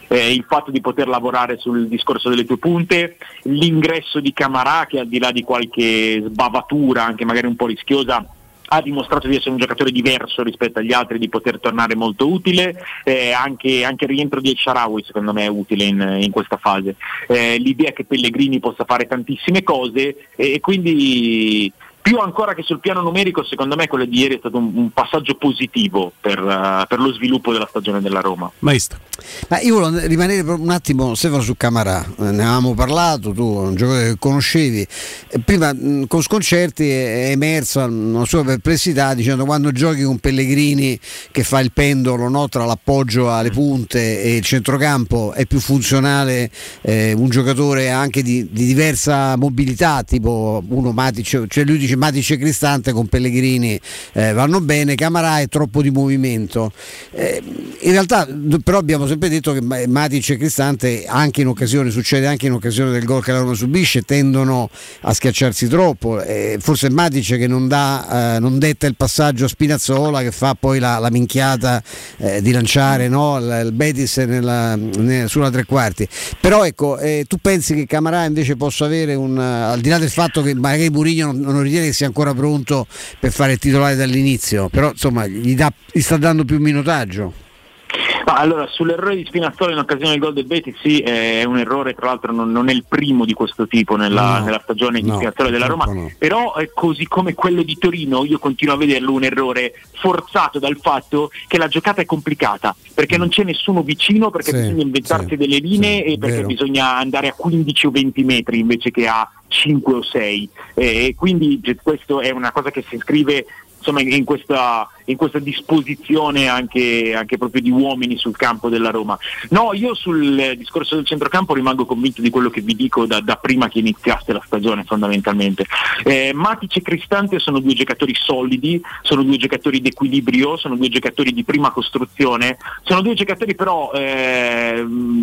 eh, il fatto di poter lavorare sul discorso delle tue punte, l'ingresso di Camarà che al di là di qualche sbavatura anche magari un po' rischiosa ha dimostrato di essere un giocatore diverso rispetto agli altri, di poter tornare molto utile, eh, anche, anche il rientro di El Shaarawy secondo me è utile in, in questa fase, eh, l'idea che Pellegrini possa fare tantissime cose e, e quindi più ancora che sul piano numerico secondo me quello di ieri è stato un, un passaggio positivo per, uh, per lo sviluppo della stagione della Roma. Maestro. Ma io volevo rimanere un attimo, Stefano, su Camarà, ne avevamo parlato, tu un giocatore che conoscevi, prima mh, con Sconcerti è emersa una sua perplessità dicendo quando giochi con Pellegrini che fa il pendolo, no, tra l'appoggio alle punte e il centrocampo è più funzionale eh, un giocatore anche di, di diversa mobilità, tipo uno Matic, cioè lui dice Matic e Cristante con Pellegrini eh, vanno bene, Camarà è troppo di movimento, eh, in realtà però abbiamo sempre detto che Matic e Cristante anche in occasione, succede anche in occasione del gol che la Roma subisce, tendono a schiacciarsi troppo, eh, forse è Matic che non dà eh, non detta il passaggio a Spinazzola che fa poi la, la minchiata eh, di lanciare, no, il, il Betis nella, nella, sulla tre quarti, però ecco eh, tu pensi che Camarà invece possa avere un, al di là del fatto che magari Mourinho non, non ritiene che sia ancora pronto per fare il titolare dall'inizio, però insomma gli, dà, gli sta dando più minutaggio. Ma allora sull'errore di Spinazzola in occasione del gol del Betis sì, è un errore, tra l'altro non, non è il primo di questo tipo nella, no, nella stagione di no, Spinazzola della Roma, no. Però è così come quello di Torino io continuo a vederlo un errore forzato dal fatto che la giocata è complicata, perché non c'è nessuno vicino, perché sì, bisogna inventarsi sì, delle linee sì, e perché vero. Bisogna andare a quindici o venti metri invece che a cinque o sei, e quindi questo è una cosa che si iscrive insomma in questa, in questa disposizione anche, anche proprio di uomini sul campo della Roma. No, io sul discorso del centrocampo rimango convinto di quello che vi dico da, da prima che iniziasse la stagione fondamentalmente. Eh, Matic e Cristante sono due giocatori solidi, sono due giocatori d'equilibrio, sono due giocatori di prima costruzione, sono due giocatori però eh,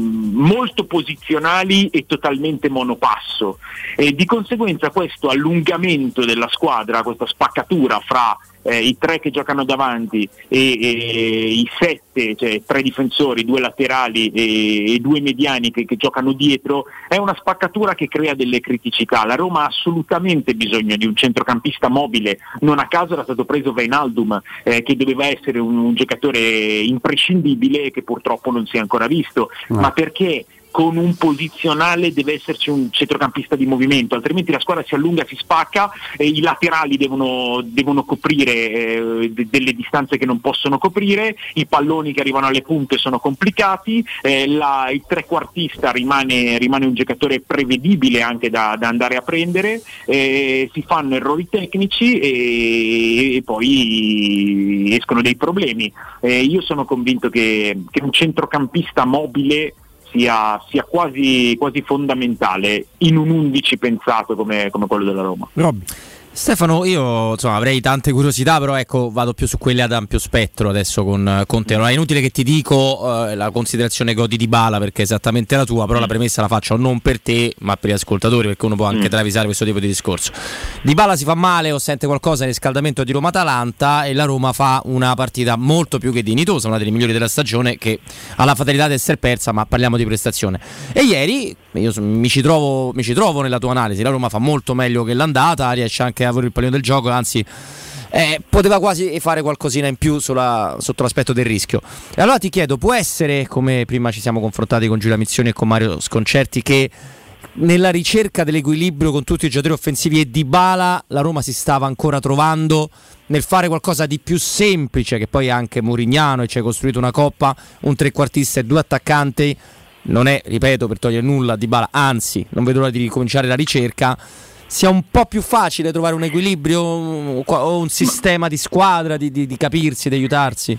molto posizionali e totalmente monopasso, e di conseguenza questo allungamento della squadra, questa spaccatura fra Eh, i tre che giocano davanti e, e i sette, cioè tre difensori, due laterali e, e due mediani che, che giocano dietro, è una spaccatura che crea delle criticità. La Roma ha assolutamente bisogno di un centrocampista mobile, non a caso era stato preso Wijnaldum eh, che doveva essere un, un giocatore imprescindibile e che purtroppo non si è ancora visto, no. Ma perché con un posizionale deve esserci un centrocampista di movimento, altrimenti la squadra si allunga, si spacca e i laterali devono, devono coprire eh, de- delle distanze che non possono coprire, i palloni che arrivano alle punte sono complicati, eh, la, il trequartista rimane, rimane un giocatore prevedibile anche da, da andare a prendere, eh, si fanno errori tecnici e, e poi escono dei problemi. Eh, io sono convinto che, che un centrocampista mobile sia, sia quasi, quasi fondamentale in un undici pensato come, come quello della Roma. Rob. Stefano, io insomma avrei tante curiosità, però ecco vado più su quelle ad ampio spettro adesso con, con te. Allora, è inutile che ti dico eh, la considerazione Godi Dybala perché è esattamente la tua, però mm. la premessa la faccio non per te ma per gli ascoltatori, perché uno può anche mm. travisare questo tipo di discorso. Dybala si fa male o sente qualcosa nel riscaldamento di Roma-Atalanta e la Roma fa una partita molto più che dignitosa, una delle migliori della stagione, che ha la fatalità di essere persa, ma parliamo di prestazione. E ieri io mi ci trovo, mi ci trovo nella tua analisi, la Roma fa molto meglio che l'andata, riesce anche a avere il pallino del gioco, anzi eh, poteva quasi fare qualcosina in più sulla, sotto l'aspetto del rischio. E allora ti chiedo, può essere, come prima ci siamo confrontati con Giulia Mizioni e con Mario Sconcerti, che nella ricerca dell'equilibrio con tutti i giocatori offensivi e Dybala la Roma si stava ancora trovando nel fare qualcosa di più semplice, che poi è anche Murignano e ci hai costruito una coppa, un trequartista e due attaccanti, non è, ripeto, per togliere nulla a Dybala, anzi non vedo l'ora di ricominciare la ricerca, sia un po' più facile trovare un equilibrio o un sistema di squadra, di, di, di capirsi, di aiutarsi?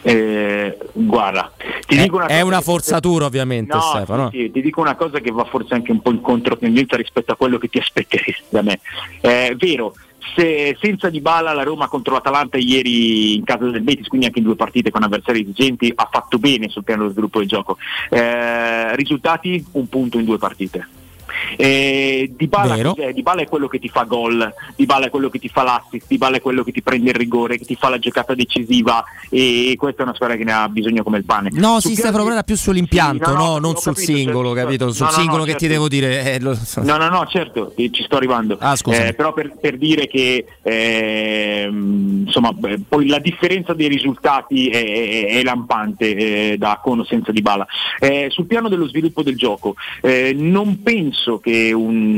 Eh, guarda, ti è, dico una è cosa una che... forzatura ovviamente, no, Stefano. Sì, sì, ti dico una cosa che va forse anche un po' in controtendenza rispetto a quello che ti aspetteresti da me. È eh, vero, se, senza Dybala la Roma contro l'Atalanta ieri in casa del Betis, quindi anche in due partite con avversari esigenti, ha fatto bene sul piano dello sviluppo del gioco. Eh, risultati? Un punto in due partite. Eh, Dybala, cos'è? Dybala è quello che ti fa gol, Dybala è quello che ti fa l'assist, Dybala è quello che ti prende il rigore, che ti fa la giocata decisiva, e questa è una squadra che ne ha bisogno come il pane. No, Su sì, Piatti... Stefano, però era più sull'impianto, sì, no, no, no, non sul capito, singolo, certo, capito? Sul no, no, singolo no, che certo. ti devo dire. Eh, lo... No, no, no, certo, ci sto arrivando. Ah, eh, però per, per dire che eh, insomma, beh, poi la differenza dei risultati è, è, è lampante eh, da con o senza Dybala. Eh, sul piano dello sviluppo del gioco, eh, non penso che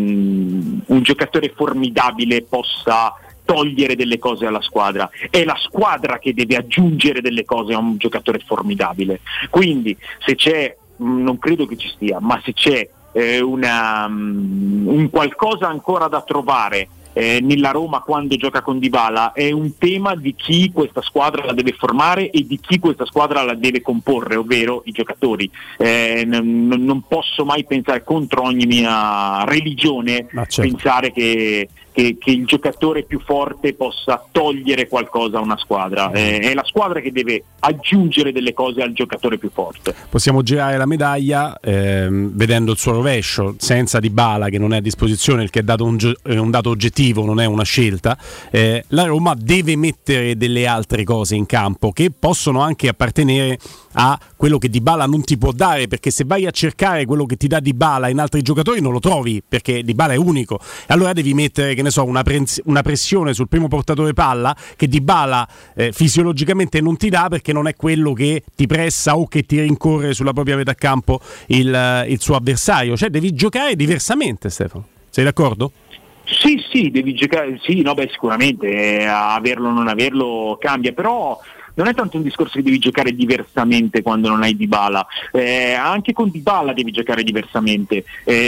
un, un giocatore formidabile possa togliere delle cose alla squadra, è la squadra che deve aggiungere delle cose a un giocatore formidabile. Quindi se c'è, non credo che ci stia, ma se c'è eh, una, um, un qualcosa ancora da trovare eh, nella Roma quando gioca con Dybala, è un tema di chi questa squadra la deve formare e di chi questa squadra la deve comporre, ovvero i giocatori. Eh, n- non posso mai pensare, contro ogni mia religione, ah, certo. pensare che Che, che il giocatore più forte possa togliere qualcosa a una squadra. Eh, è la squadra che deve aggiungere delle cose al giocatore più forte. Possiamo girare la medaglia ehm, vedendo il suo rovescio, senza Dybala che non è a disposizione, il che è, dato un, è un dato oggettivo, non è una scelta. Eh, la Roma deve mettere delle altre cose in campo che possono anche appartenere a quello che Dybala non ti può dare, perché se vai a cercare quello che ti dà Dybala in altri giocatori non lo trovi, perché Dybala è unico. Allora devi mettere, che ne so, una, pre- una pressione sul primo portatore palla che Dybala eh, fisiologicamente non ti dà, perché non è quello che ti pressa o che ti rincorre sulla propria metà campo il, il suo avversario. Cioè devi giocare diversamente, Stefano. Sei d'accordo? Sì, sì, devi giocare, sì, no, beh, sicuramente eh, averlo o non averlo cambia, però non è tanto un discorso che devi giocare diversamente quando non hai Dybala, eh, anche con Dybala devi giocare diversamente,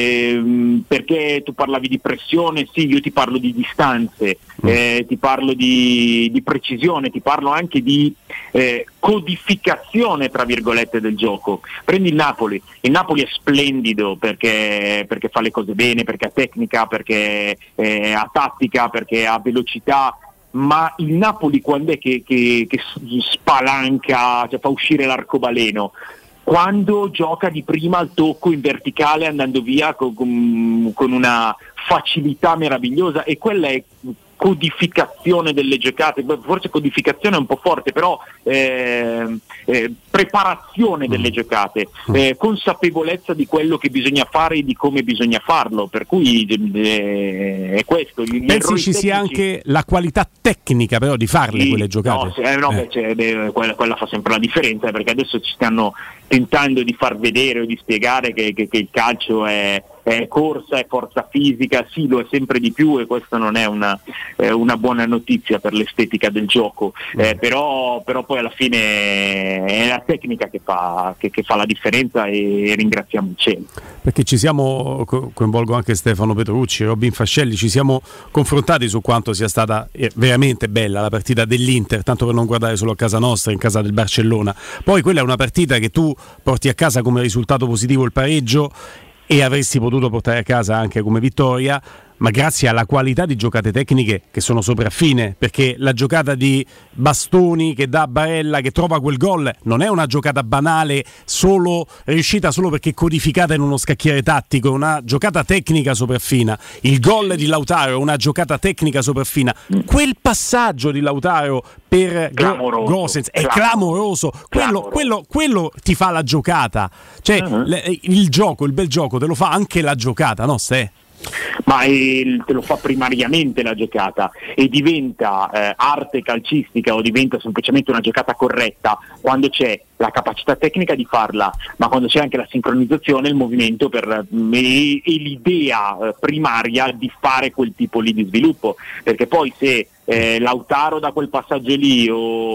eh, perché tu parlavi di pressione, sì, io ti parlo di distanze, eh, ti parlo di, di precisione, ti parlo anche di eh, codificazione tra virgolette del gioco. Prendi il Napoli, il Napoli è splendido perché, perché fa le cose bene, perché ha tecnica, perché eh, ha tattica, perché ha velocità, ma il Napoli quando è che, che, che spalanca, cioè fa uscire l'arcobaleno? Quando gioca di prima al tocco in verticale andando via con, con, con una facilità meravigliosa, e quella è codificazione delle giocate, forse codificazione è un po' forte, però eh, eh, preparazione delle giocate, eh, consapevolezza di quello che bisogna fare e di come bisogna farlo, per cui eh, è questo. Gli Pensi ci sia anche la qualità tecnica però di farle, sì, quelle giocate? No, eh, no, eh. beh, cioè, beh, quella, quella fa sempre la differenza, perché adesso ci stanno tentando di far vedere o di spiegare che, che, che il calcio è è corsa, è forza fisica, sì, lo è sempre di più, e questa non è una, eh, una buona notizia per l'estetica del gioco, eh, però, però poi alla fine è la tecnica che fa, che, che fa la differenza, e ringraziamo il cielo. Perché ci siamo, coinvolgo anche Stefano Petrucci, Robin Fascelli, ci siamo confrontati su quanto sia stata veramente bella la partita dell'Inter, tanto per non guardare solo a casa nostra, in casa del Barcellona. Poi quella è una partita che tu porti a casa come risultato positivo il pareggio, e avresti potuto portare a casa anche come vittoria, ma grazie alla qualità di giocate tecniche che sono sopraffine, perché la giocata di Bastoni che dà a Barella, che trova quel gol, non è una giocata banale solo riuscita solo perché codificata in uno scacchiere tattico, è una giocata tecnica sopraffina. Il gol di Lautaro è una giocata tecnica sopraffina. Quel passaggio di Lautaro per clamoroso, Gosens è clamoroso, quello, quello, quello ti fa la giocata, cioè uh-huh. le, il gioco, il bel gioco te lo fa anche la giocata, no Ste? Ma il, te lo fa primariamente la giocata, e diventa eh, arte calcistica o diventa semplicemente una giocata corretta quando c'è la capacità tecnica di farla, ma quando c'è anche la sincronizzazione, il movimento per, e, e l'idea eh, primaria di fare quel tipo lì di sviluppo, perché poi se eh, Lautaro da quel passaggio lì o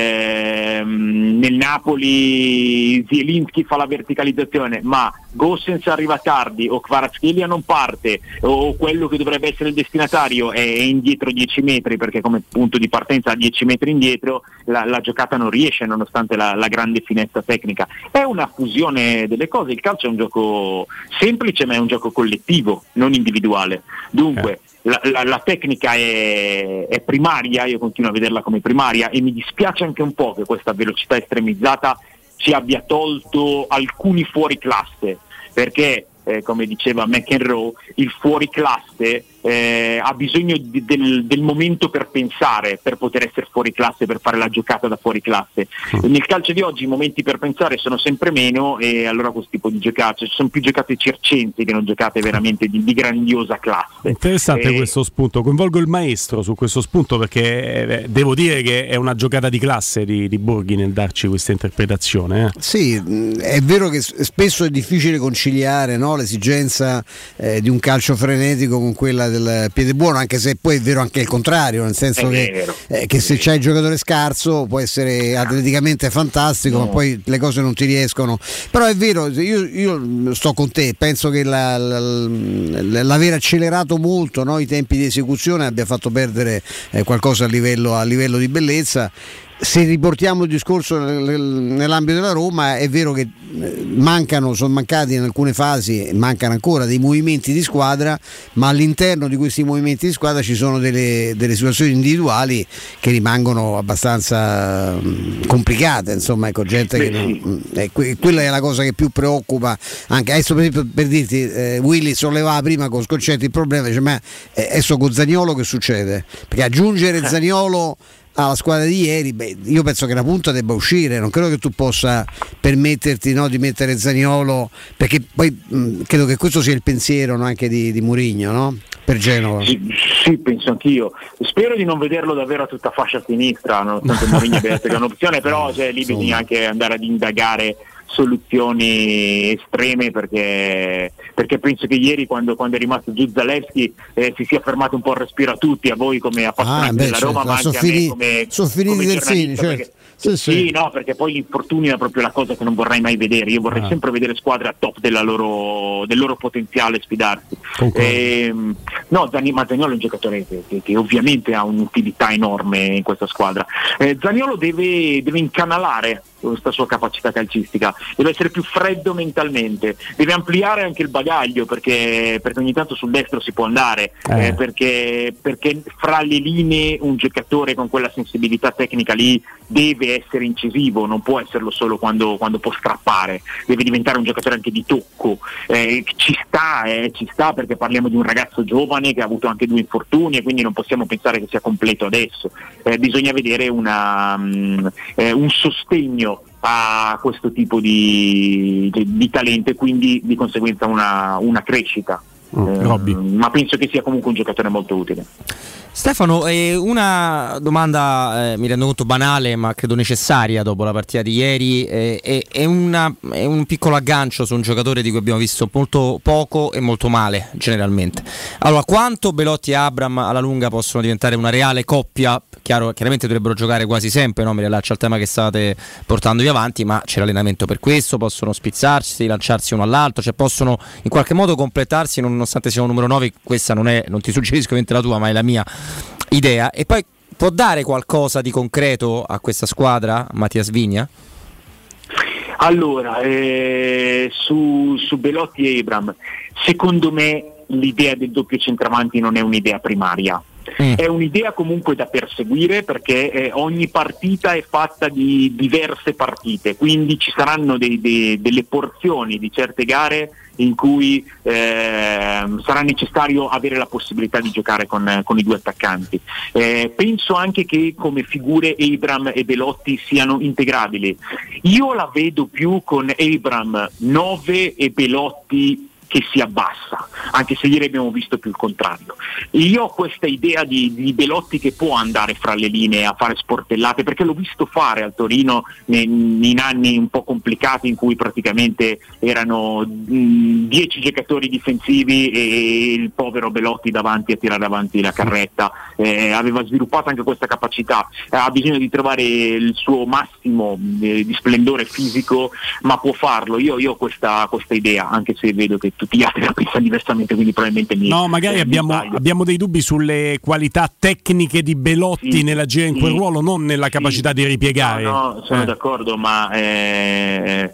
ehm, nel Napoli Zielinski fa la verticalizzazione ma Gosens arriva tardi o Kvaratskhelia non parte o quello che dovrebbe essere il destinatario è indietro dieci metri, perché come punto di partenza a dieci metri indietro la, la giocata non riesce nonostante la, la grande finezza tecnica. È una fusione delle cose, il calcio è un gioco semplice ma è un gioco collettivo, non individuale, dunque eh. La, la, la tecnica è, è primaria, io continuo a vederla come primaria, e mi dispiace anche un po' che questa velocità estremizzata ci abbia tolto alcuni fuori classe, perché eh, come diceva McEnroe, il fuori classe eh, ha bisogno di, del, del momento per pensare, per poter essere fuori classe, per fare la giocata da fuori classe. Mm. Nel calcio di oggi i momenti per pensare sono sempre meno, e allora questo tipo di giocate, ci sono più giocate circensi che non giocate veramente di, di grandiosa classe. Interessante eh, questo spunto, coinvolgo il maestro su questo spunto, perché eh, devo dire che è una giocata di classe di, di Borghi nel darci questa interpretazione. Eh. Sì, è vero che spesso è difficile conciliare, no, l'esigenza eh, di un calcio frenetico con quella del piede buono, anche se poi è vero anche il contrario, nel senso è che, eh, che se c'hai il giocatore scarso può essere atleticamente fantastico, no, ma poi le cose non ti riescono. Però è vero, io, io sto con te, penso che la, la, l'aver accelerato molto, no, i tempi di esecuzione abbia fatto perdere eh, qualcosa a livello, a livello di bellezza. Se riportiamo il discorso nell'ambito della Roma, è vero che mancano, sono mancati in alcune fasi, mancano ancora dei movimenti di squadra, ma all'interno di questi movimenti di squadra ci sono delle, delle situazioni individuali che rimangono abbastanza complicate, insomma, ecco, gente che non, eh, quella è la cosa che più preoccupa. Anche adesso, per esempio, per dirti, eh, Willy sollevava prima con Sconcerti il problema, dice, ma adesso con Zaniolo che succede? Perché aggiungere Zaniolo alla squadra di ieri, beh, io penso che la punta debba uscire, non credo che tu possa permetterti, no, di mettere Zaniolo, perché poi mh, credo che questo sia il pensiero, no, anche di, di Mourinho, no? Per Genova. Sì, sì, penso anch'io. Spero di non vederlo davvero a tutta fascia sinistra, nonostante Mourinho abbia detto che è un'opzione, però cioè, lì Insomma. bisogna anche andare ad indagare soluzioni estreme, perché, perché penso che ieri quando, quando è rimasto giù Zalewski eh, si sia fermato un po' il respiro a tutti, a voi come appassionati ah, beh, della Roma, certo, ma anche a me come, sono finiti come terzini, certo. perché, sì, sì, sì. no, perché poi l'infortunio è proprio la cosa che non vorrei mai vedere. Io vorrei ah. sempre vedere squadre a top della loro, del loro potenziale sfidarsi. E, no, Zani, ma Zaniolo è un giocatore che, che, che ovviamente ha un'utilità enorme in questa squadra. Eh, Zaniolo deve, deve incanalare questa sua capacità calcistica, deve essere più freddo mentalmente, deve ampliare anche il bagaglio, perché, perché ogni tanto sul destro si può andare, eh. Eh, perché, perché fra le linee un giocatore con quella sensibilità tecnica lì deve essere incisivo, non può esserlo solo quando, quando può strappare, deve diventare un giocatore anche di tocco. Eh, ci sta, eh, ci sta perché parliamo di un ragazzo giovane che ha avuto anche due infortuni e quindi non possiamo pensare che sia completo adesso. Eh, bisogna vedere una, um, eh, un sostegno a questo tipo di, di, di talento e quindi di conseguenza una, una crescita. Mm, eh, ma penso che sia comunque un giocatore molto utile. Stefano, eh, una domanda eh, mi rendo conto banale ma credo necessaria dopo la partita di ieri, eh, è, è, una, è un piccolo aggancio su un giocatore di cui abbiamo visto molto poco e molto male generalmente. Allora, quanto Belotti e Abraham alla lunga possono diventare una reale coppia? Chiaro, chiaramente dovrebbero giocare quasi sempre, no? Mi rilascio al tema che state portando via avanti, ma c'è l'allenamento per questo, possono spizzarsi, lanciarsi uno all'altro, cioè possono in qualche modo completarsi nonostante siano numero nove. Questa non è, non ti suggerisco ovviamente la tua, ma è la mia idea. E poi può dare qualcosa di concreto a questa squadra Mattias Vigna? Allora, eh, su, su Belotti e Abraham, secondo me l'idea del doppio centravanti non è un'idea primaria. Mm. È un'idea comunque da perseguire, perché eh, ogni partita è fatta di diverse partite, quindi ci saranno dei, dei, delle porzioni di certe gare in cui eh, sarà necessario avere la possibilità di giocare con, con i due attaccanti. Eh, penso anche che come figure Abraham e Belotti siano integrabili. Io la vedo più con Abraham nove e Belotti che si abbassa, anche se ieri abbiamo visto più il contrario. Io ho questa idea di, di Belotti che può andare fra le linee a fare sportellate, perché l'ho visto fare al Torino in, in anni un po' complicati in cui praticamente erano mh, dieci giocatori difensivi e il povero Belotti davanti a tirare avanti la carretta. Eh, aveva sviluppato anche questa capacità, eh, ha bisogno di trovare il suo massimo eh, di splendore fisico, ma può farlo. Io, io ho questa, questa idea, anche se vedo che tutti gli altri la pensano diversamente, quindi probabilmente mi no magari eh, abbiamo, abbiamo dei dubbi sulle qualità tecniche di Belotti sì, nell'agire in quel sì, ruolo, non nella capacità sì, di ripiegare. No, no sono eh. d'accordo, ma eh,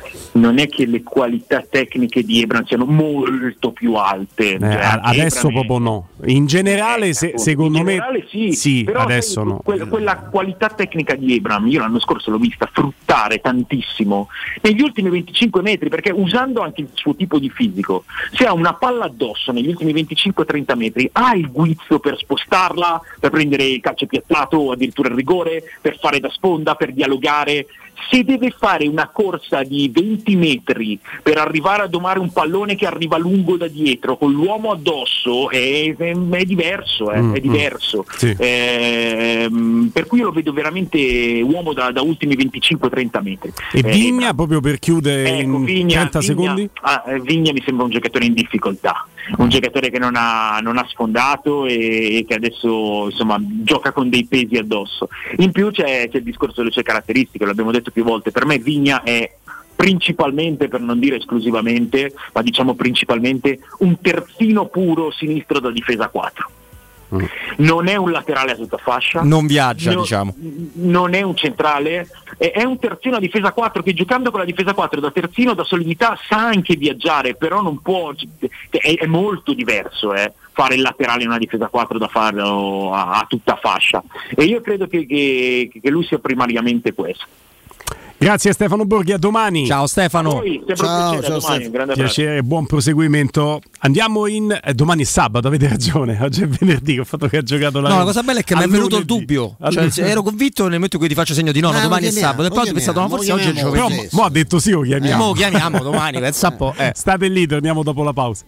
non è che le qualità tecniche di Ebram siano molto più alte. Eh, cioè, adesso Ebram proprio è... no. In generale, eh, se, appunto, secondo in me generale sì, sì, però adesso sai, no. Que- quella qualità tecnica di Ebram, io l'anno scorso l'ho vista fruttare tantissimo negli ultimi venticinque metri, perché usando anche il suo tipo di fisico, se ha una palla addosso negli ultimi venticinque trenta metri, ha il guizzo per spostarla, per prendere il calcio piazzato o addirittura il rigore, per fare da sponda, per dialogare. Se deve fare una corsa di venti metri per arrivare a domare un pallone che arriva lungo da dietro con l'uomo addosso, è, è, è diverso, eh, mm, è diverso. Mm, sì. eh, per cui io lo vedo veramente uomo da, da ultimi venticinque trenta metri. E Vigna, eh, proprio per chiudere ecco, in Vigna, trenta Vigna, secondi? Ah, Vigna mi sembra un giocatore in difficoltà, un giocatore che non ha, non ha sfondato e, e che adesso insomma gioca con dei pesi addosso. In più c'è, c'è il discorso delle sue caratteristiche, l'abbiamo detto più volte, per me Vigna è principalmente, per non dire esclusivamente, ma diciamo principalmente un terzino puro sinistro da difesa quattro. Mm. Non è un laterale a tutta fascia, non viaggia, no, diciamo. Non è un centrale, è, è un terzino a difesa quattro che, giocando con la difesa quattro da terzino, da solidità, sa anche viaggiare, però non può, è, è molto diverso eh, fare il laterale in una difesa quattro da farlo a, a tutta fascia, e io credo che, che, che lui sia primariamente questo. Grazie Stefano Borghi, a domani. Ciao Stefano. Poi, ciao, piacere, ciao, domani, un grande piacere, buon proseguimento. Andiamo in eh, domani è sabato, avete ragione, oggi è venerdì, ho fatto che ha giocato la No, la cosa bella è che mi è venuto il dubbio, cioè, ero convinto nel momento in cui ti faccio segno di no, no, domani è sabato, e poi ho pensato no, forse oggi è giovedì. Però mo ha detto sì, lo chiamiamo. Eh, mo chiamiamo domani, pensa un po'. Eh. State lì, torniamo dopo la pausa.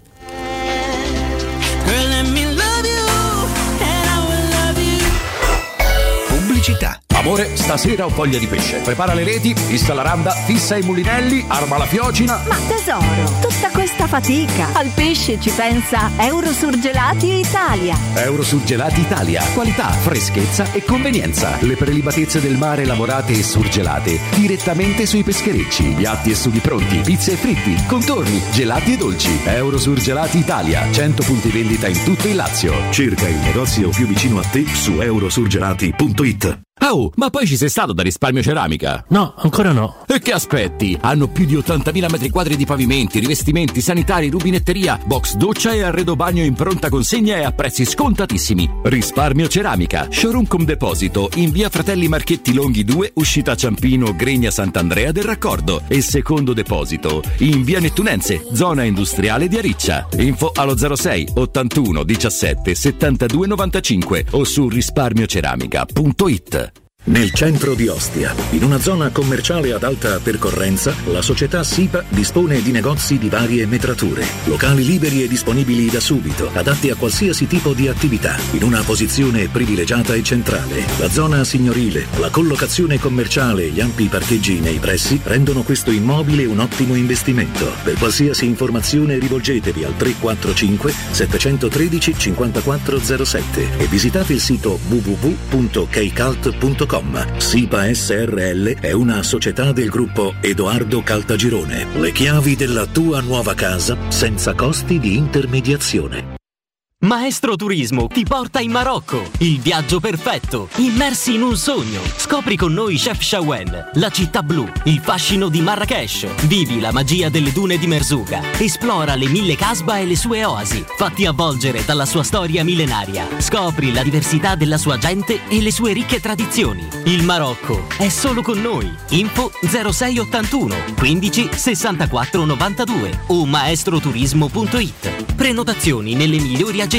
Pubblicità. Amore, stasera ho voglia di pesce. Prepara le reti, fissa la randa, fissa i mulinelli, arma la fiocina. Ma tesoro, tutta questa fatica. Al pesce ci pensa Eurosurgelati Italia. Eurosurgelati Italia. Qualità, freschezza e convenienza. Le prelibatezze del mare lavorate e surgelate direttamente sui pescherecci. Piatti e sughi pronti, pizze e fritti, contorni, gelati e dolci. Eurosurgelati Italia. cento punti vendita in tutto il Lazio. Cerca il negozio più vicino a te su eurosurgelati punto it. Oh, ma poi ci sei stato da Risparmio Ceramica? No, ancora no. E che aspetti? Hanno più di ottantamila metri quadri di pavimenti, rivestimenti, sanitari, rubinetteria, box doccia e arredo bagno in pronta consegna e a prezzi scontatissimi. Risparmio Ceramica, showroom con deposito in via Fratelli Marchetti Longhi due, uscita Ciampino, Gregna Sant'Andrea del Raccordo, e secondo deposito in via Nettunense, zona industriale di Ariccia. Info allo zero sei ottantuno diciassette settantadue novantacinque o su risparmioceramica punto it. Nel centro di Ostia, in una zona commerciale ad alta percorrenza, la società SIPA dispone di negozi di varie metrature, locali liberi e disponibili da subito, adatti a qualsiasi tipo di attività, in una posizione privilegiata e centrale. La zona signorile, la collocazione commerciale e gli ampi parcheggi nei pressi rendono questo immobile un ottimo investimento. Per qualsiasi informazione rivolgetevi al tre quattro cinque sette uno tre cinque zero sette e visitate il sito w w w punto keicalt punto com. SIPA S R L è una società del gruppo Edoardo Caltagirone. Le chiavi della tua nuova casa senza costi di intermediazione. Maestro Turismo ti porta in Marocco, il viaggio perfetto, immersi in un sogno. Scopri con noi Chef Shawen, la città blu, il fascino di Marrakech. Vivi la magia delle dune di Merzouga. Esplora le mille casba e le sue oasi. Fatti avvolgere dalla sua storia millenaria. Scopri la diversità della sua gente e le sue ricche tradizioni. Il Marocco è solo con noi. Info zero sei ottantuno quindici sessantaquattro novantadue o maestroturismo punto it. Prenotazioni nelle migliori agenzie.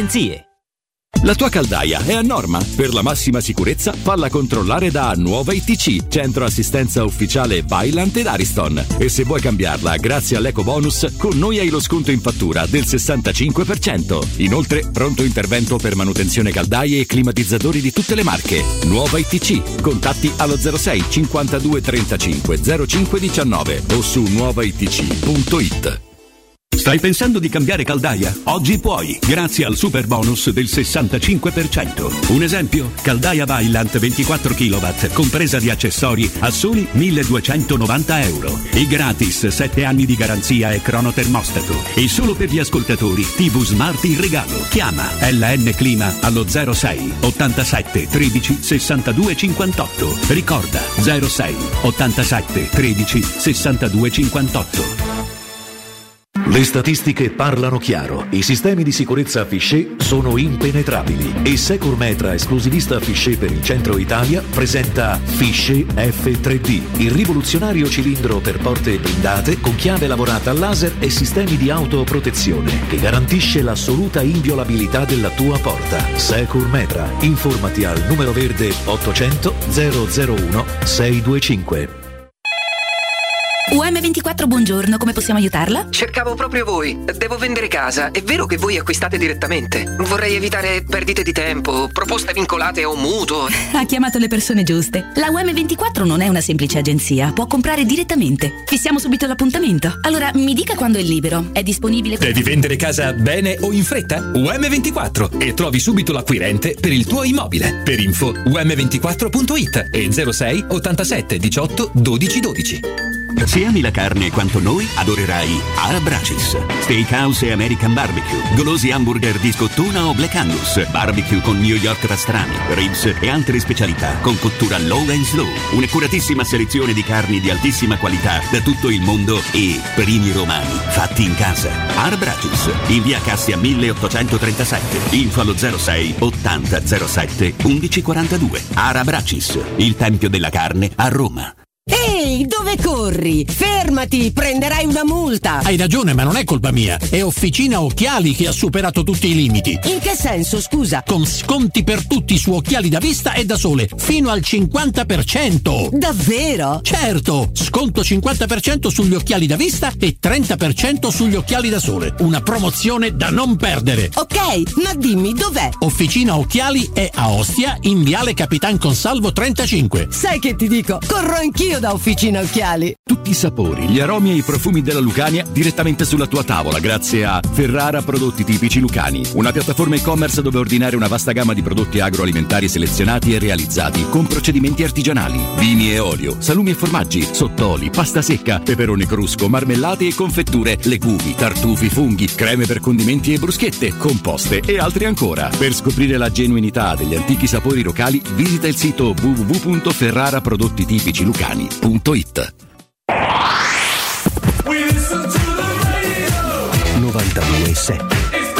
La tua caldaia è a norma? Per la massima sicurezza falla controllare da Nuova I T C, centro assistenza ufficiale Vaillant ed Ariston. E se vuoi cambiarla grazie all'eco bonus, con noi hai lo sconto in fattura del sessantacinque per cento. Inoltre pronto intervento per manutenzione caldaie e climatizzatori di tutte le marche. Nuova I T C, contatti allo zero sei cinquantadue trentacinque zero cinque diciannove o su nuova i t c punto it. Stai pensando di cambiare caldaia? Oggi puoi, grazie al super bonus del sessantacinque per cento. Un esempio? Caldaia Vaillant ventiquattro chilowatt, compresa di accessori, a soli milleduecentonovanta euro. E gratis sette anni di garanzia e cronotermostato. E solo per gli ascoltatori T V Smart in regalo. Chiama L N Clima allo zero sei ottantasette tredici sessantadue cinquantotto. Ricorda zero sei ottantasette tredici sessantadue cinquantotto. Le statistiche parlano chiaro. I sistemi di sicurezza Fichet sono impenetrabili e Securmetra, esclusivista Fichet per il centro Italia, presenta Fichet F tre D, il rivoluzionario cilindro per porte blindate con chiave lavorata a laser e sistemi di autoprotezione che garantisce l'assoluta inviolabilità della tua porta. Securmetra. Informati al numero verde ottocento zero zero uno sei due cinque. U M ventiquattro, buongiorno, come possiamo aiutarla? Cercavo proprio voi. Devo vendere casa. È vero che voi acquistate direttamente? Vorrei evitare perdite di tempo, proposte vincolate o mutuo. Ha chiamato le persone giuste. La U M ventiquattro non è una semplice agenzia, può comprare direttamente. Fissiamo subito l'appuntamento. Allora, mi dica quando è libero. È disponibile? Devi vendere casa bene o in fretta? U M ventiquattro e trovi subito l'acquirente per il tuo immobile. Per info u m ventiquattro punto it e zero sei ottantasette diciotto dodici dodici. Se ami la carne quanto noi, adorerai Arabracis. Steakhouse e American Barbecue, golosi hamburger di scottuna o Black Angus, barbecue con New York pastrami, ribs e altre specialità con cottura low and slow. Un'accuratissima selezione di carni di altissima qualità da tutto il mondo e primi romani fatti in casa. Arabracis, in via Cassia milleottocentotrentasette, info allo zero sei ottanta zero sette undici quarantadue. Arabracis, il tempio della carne a Roma. Ehi, dove corri? Fermati, prenderai una multa. Hai ragione, ma non è colpa mia. È Officina Occhiali che ha superato tutti i limiti. In che senso, scusa? Con sconti per tutti su occhiali da vista e da sole, fino al cinquanta per cento. Davvero? Certo, sconto cinquanta per cento sugli occhiali da vista e trenta per cento sugli occhiali da sole. Una promozione da non perdere. Ok, ma dimmi dov'è? Officina Occhiali è a Ostia, in viale Capitan Consalvo trentacinque. Sai che ti dico? Corro anch'io da Officina Occhiali. Tutti i sapori, gli aromi e i profumi della Lucania direttamente sulla tua tavola grazie a Ferrara Prodotti Tipici Lucani, una piattaforma e-commerce dove ordinare una vasta gamma di prodotti agroalimentari selezionati e realizzati con procedimenti artigianali, vini e olio, salumi e formaggi, sottoli, pasta secca, peperone crusco, marmellate e confetture, legumi, tartufi, funghi, creme per condimenti e bruschette, composte e altri ancora. Per scoprire la genuinità degli antichi sapori locali visita il sito w w w punto ferrara prodotti tipici lucani punto it. novantadue sette.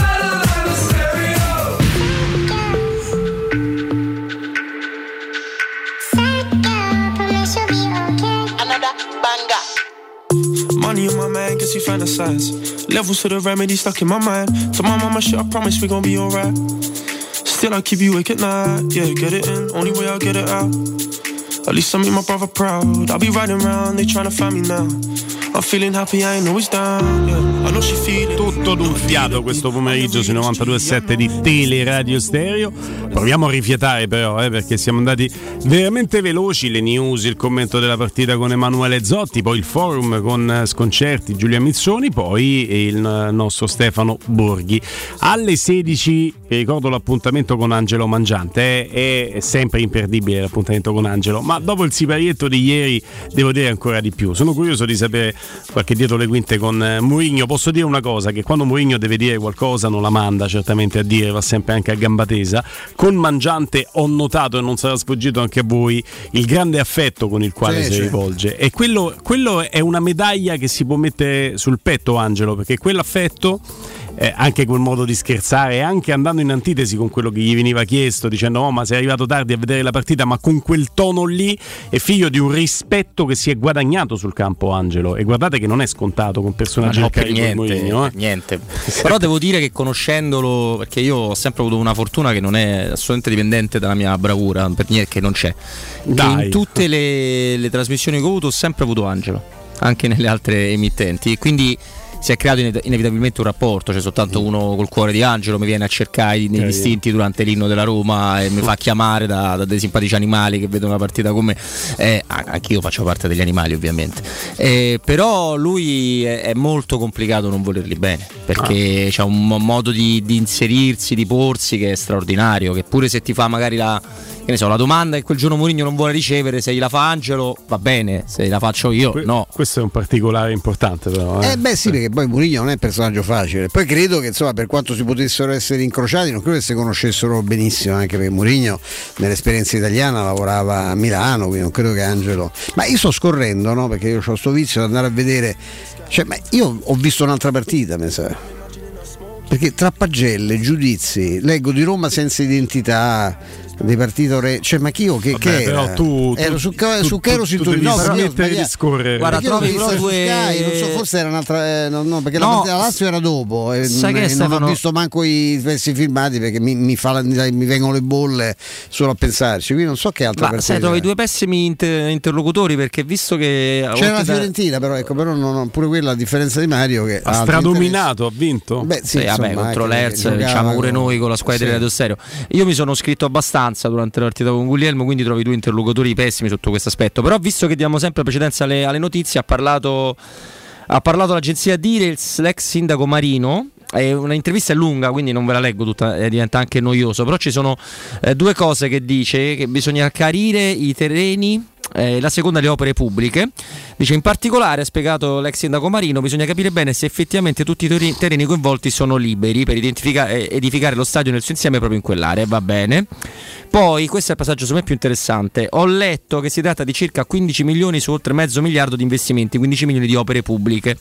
Money on my mind, guess you fantasize. Levels to the remedy stuck in my mind. To my mama shit, I promise we gon' be alright. Still I keep you awake at night. Yeah, get it in, only way I'll get it out. At least I make my brother proud. I'll be riding around, they tryna find me now. I'm feeling happy, I ain't always down. Yeah, I know she feeling. Tutto d'un fiato questo pomeriggio sui novantadue sette di Teleradio Stereo. Proviamo a rifiatare però, eh, perché siamo andati veramente veloci. Le news, il commento della partita con Emanuele Zotti, poi il forum con Sconcerti, Giulia Mizzoni, poi il nostro Stefano Borghi. Alle sedici, ricordo l'appuntamento con Angelo Mangiante, eh, è sempre imperdibile l'appuntamento con Angelo, ma dopo il siparietto di ieri devo dire ancora di più. Sono curioso di sapere qualche dietro le quinte con eh, Mourinho. Posso dire una cosa, che quando Mourinho deve dire qualcosa non la manda certamente a dire, va sempre anche a gamba tesa. Con Mangiante ho notato, e non sarà sfuggito anche a voi, il grande affetto con il quale sì, si rivolge, e quello, quello è una medaglia che si può mettere sul petto, Angelo, perché quell'affetto, eh, anche quel modo di scherzare, anche andando in antitesi con quello che gli veniva chiesto, dicendo oh, ma sei arrivato tardi a vedere la partita, ma con quel tono lì, è figlio di un rispetto che si è guadagnato sul campo, Angelo, e guardate che non è scontato con personaggi no, del per calibro niente, Mourinho, eh. niente. Però devo dire che conoscendolo, perché io ho sempre avuto una fortuna che non è assolutamente dipendente dalla mia bravura, per niente, che non c'è. Che in tutte le, le trasmissioni che ho avuto ho sempre avuto Angelo, anche nelle altre emittenti, e quindi si è creato inevitabilmente un rapporto, c'è soltanto uno col cuore di angelo mi viene a cercare negli istinti durante l'inno della Roma e mi fa chiamare da, da dei simpatici animali che vedono la partita con me, eh, anch'io faccio parte degli animali ovviamente, eh, però lui è, è molto complicato non volerli bene, perché ah. c'ha un modo di, di inserirsi, di porsi che è straordinario, che pure se ti fa magari la, che ne so, la domanda che quel giorno Mourinho non vuole ricevere, se gliela fa Angelo va bene, se la faccio io que- no. Questo è un particolare importante però. Eh, eh beh sì, perché poi Mourinho non è un personaggio facile. Poi credo che insomma, per quanto si potessero essere incrociati, non credo che si conoscessero benissimo, anche perché Mourinho nell'esperienza italiana lavorava a Milano, quindi non credo che Angelo. Ma io sto scorrendo, no? Perché io ho sto vizio di andare a vedere. Cioè, ma io ho visto un'altra partita, mi sa. Perché tra pagelle, giudizi, leggo di Roma senza identità, di partito re, cioè ma chi io che, Vabbè, che era? Però tu, ero tu, su, tu, su Chero si tu, tu no, devi smettere di scorrere. Guarda, trovi però due Sky, non so, forse era un'altra eh, no, no, perché no, la partita Lazio era dopo e sai non, che Stefano... non ho visto manco i pezzi filmati perché mi, mi, fa, mi vengono le bolle solo a pensarci, quindi non so che altra ma partita. sai, trovi due pessimi inter- interlocutori, perché visto che c'era la Fiorentina, però ecco, però non, non, pure quella a differenza di Mario che ha stradominato, ha vinto. Beh, sì, sì, insomma, vabbè, contro l'Erz diciamo pure con... noi con la squadra di Radio Stereo. Io mi sono scritto abbastanza durante la partita con Guglielmo, quindi trovi due interlocutori pessimi sotto questo aspetto. Però visto che diamo sempre precedenza alle, alle notizie, ha parlato ha parlato l'agenzia Direls, l'ex sindaco Marino. È un'intervista è lunga, quindi non ve la leggo tutta, eh, diventa anche noioso, però ci sono eh, due cose che dice: che bisogna chiarire i terreni, eh, la seconda le opere pubbliche. Dice in particolare, ha spiegato l'ex sindaco Marino, bisogna capire bene se effettivamente tutti i terreni coinvolti sono liberi per identificare, eh, edificare lo stadio nel suo insieme proprio in quell'area, va bene. Poi, questo è il passaggio secondo me più interessante, ho letto che si tratta di circa quindici milioni su oltre mezzo miliardo di investimenti, quindici milioni di opere pubbliche.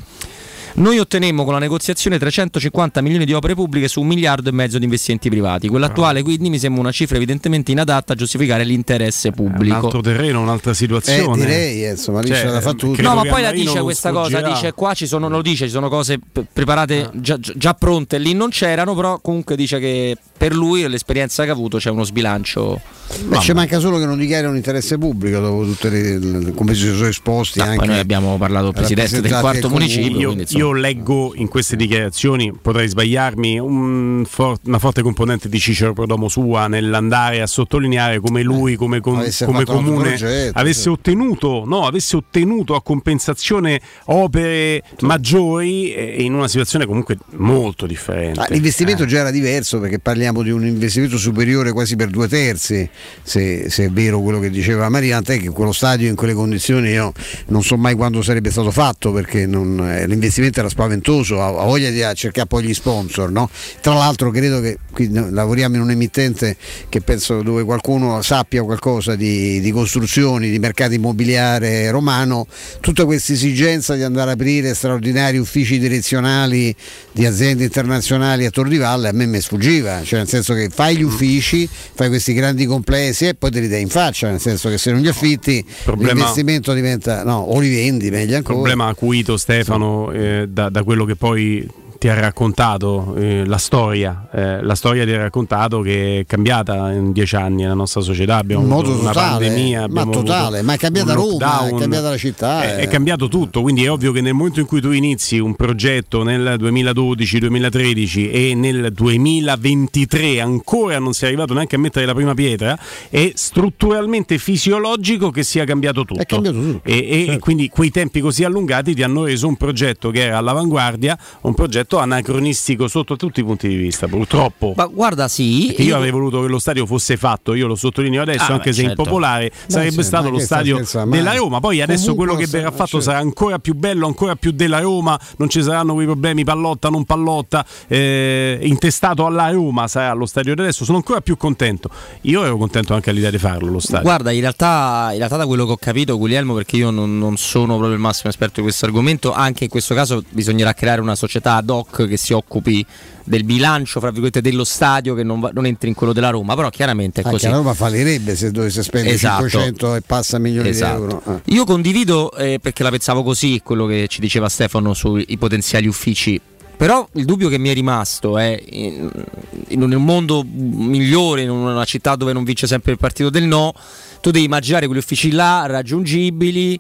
Noi ottenemmo con la negoziazione trecentocinquanta milioni di opere pubbliche su un miliardo e mezzo di investimenti privati. Quell'attuale quindi mi sembra una cifra evidentemente inadatta a giustificare l'interesse pubblico. Un altro terreno, un'altra situazione. Eh, direi, insomma, lì cioè, c'è da fare tutto. No, ma poi la dice questa cosa, dice qua ci sono, lo dice, ci sono cose preparate ah. già, già pronte, lì non c'erano, però comunque dice che per lui l'esperienza che ha avuto c'è uno sbilancio. Beh, ci manca solo che non dichiari un interesse pubblico dopo tutte le, come si sono esposti. No, anche poi noi abbiamo parlato del presidente del quarto municipio. Io, quindi, io leggo in queste dichiarazioni, potrei sbagliarmi, un for- una forte componente di Cicero Prodomo sua nell'andare a sottolineare come lui, come, con- come comune, progetto, avesse sì. ottenuto, no, avesse ottenuto a compensazione opere sì. maggiori eh, in una situazione comunque molto differente. Ah, l'investimento eh. già era diverso, perché parliamo di un investimento superiore quasi per due terzi, se, se è vero quello che diceva Maria, tant'è che quello stadio in quelle condizioni io non so mai quando sarebbe stato fatto, perché non, eh, l'investimento era spaventoso, ha voglia di cercare poi gli sponsor, no? Tra l'altro credo che qui lavoriamo in un emittente che penso dove qualcuno sappia qualcosa di, di costruzioni, di mercato immobiliare romano, tutta questa esigenza di andare ad aprire straordinari uffici direzionali di aziende internazionali a Tor di Valle a me mi sfuggiva, cioè nel senso che fai gli uffici, fai questi grandi complessi e poi te li dai in faccia, nel senso che se non li affitti problema, l'investimento diventa, no, o li vendi meglio ancora. Il problema acuito, Stefano, eh, da, da quello che poi ti ha raccontato eh, la storia, eh, la storia ti ha raccontato che è cambiata in dieci anni la nostra società, abbiamo in avuto modo una totale, pandemia, ma totale, ma è cambiata Roma, è cambiata la città, è, è... è cambiato tutto, quindi è ovvio che nel momento in cui tu inizi un progetto nel duemiladodici duemilatredici e nel duemilaventitré ancora non sei arrivato neanche a mettere la prima pietra, è strutturalmente fisiologico che sia cambiato tutto, è cambiato tutto. E, e, certo. e quindi quei tempi così allungati ti hanno reso un progetto che era all'avanguardia, un progetto anacronistico sotto tutti i punti di vista, purtroppo. Ma guarda, sì, perché io, io avrei voluto che lo stadio fosse fatto, io lo sottolineo adesso, ah, anche beh, se certo. impopolare, beh, sarebbe sì, stato lo stadio scherza, della Roma. Poi adesso quello che verrà fatto certo. sarà ancora più bello, ancora più della Roma, non ci saranno quei problemi pallotta, non pallotta, eh, intestato alla Roma sarà lo stadio di adesso. Sono ancora più contento. Io ero contento anche all'idea di farlo lo stadio. Guarda, in realtà, in realtà da quello che ho capito, Guglielmo, perché io non, non sono proprio il massimo esperto di questo argomento, anche in questo caso bisognerà creare una società ad hoc che si occupi del bilancio, fra virgolette, dello stadio, che non, va, non entri in quello della Roma, però chiaramente è così. Anche la Roma fallirebbe se dovesse spendere esatto. cinquecento e passa milioni esatto. di euro. Ah. Io condivido, eh, perché la pensavo così, quello che ci diceva Stefano sui potenziali uffici. Però il dubbio che mi è rimasto è in, in un mondo migliore, in una città dove non vince sempre il partito del no, tu devi immaginare quegli uffici là raggiungibili,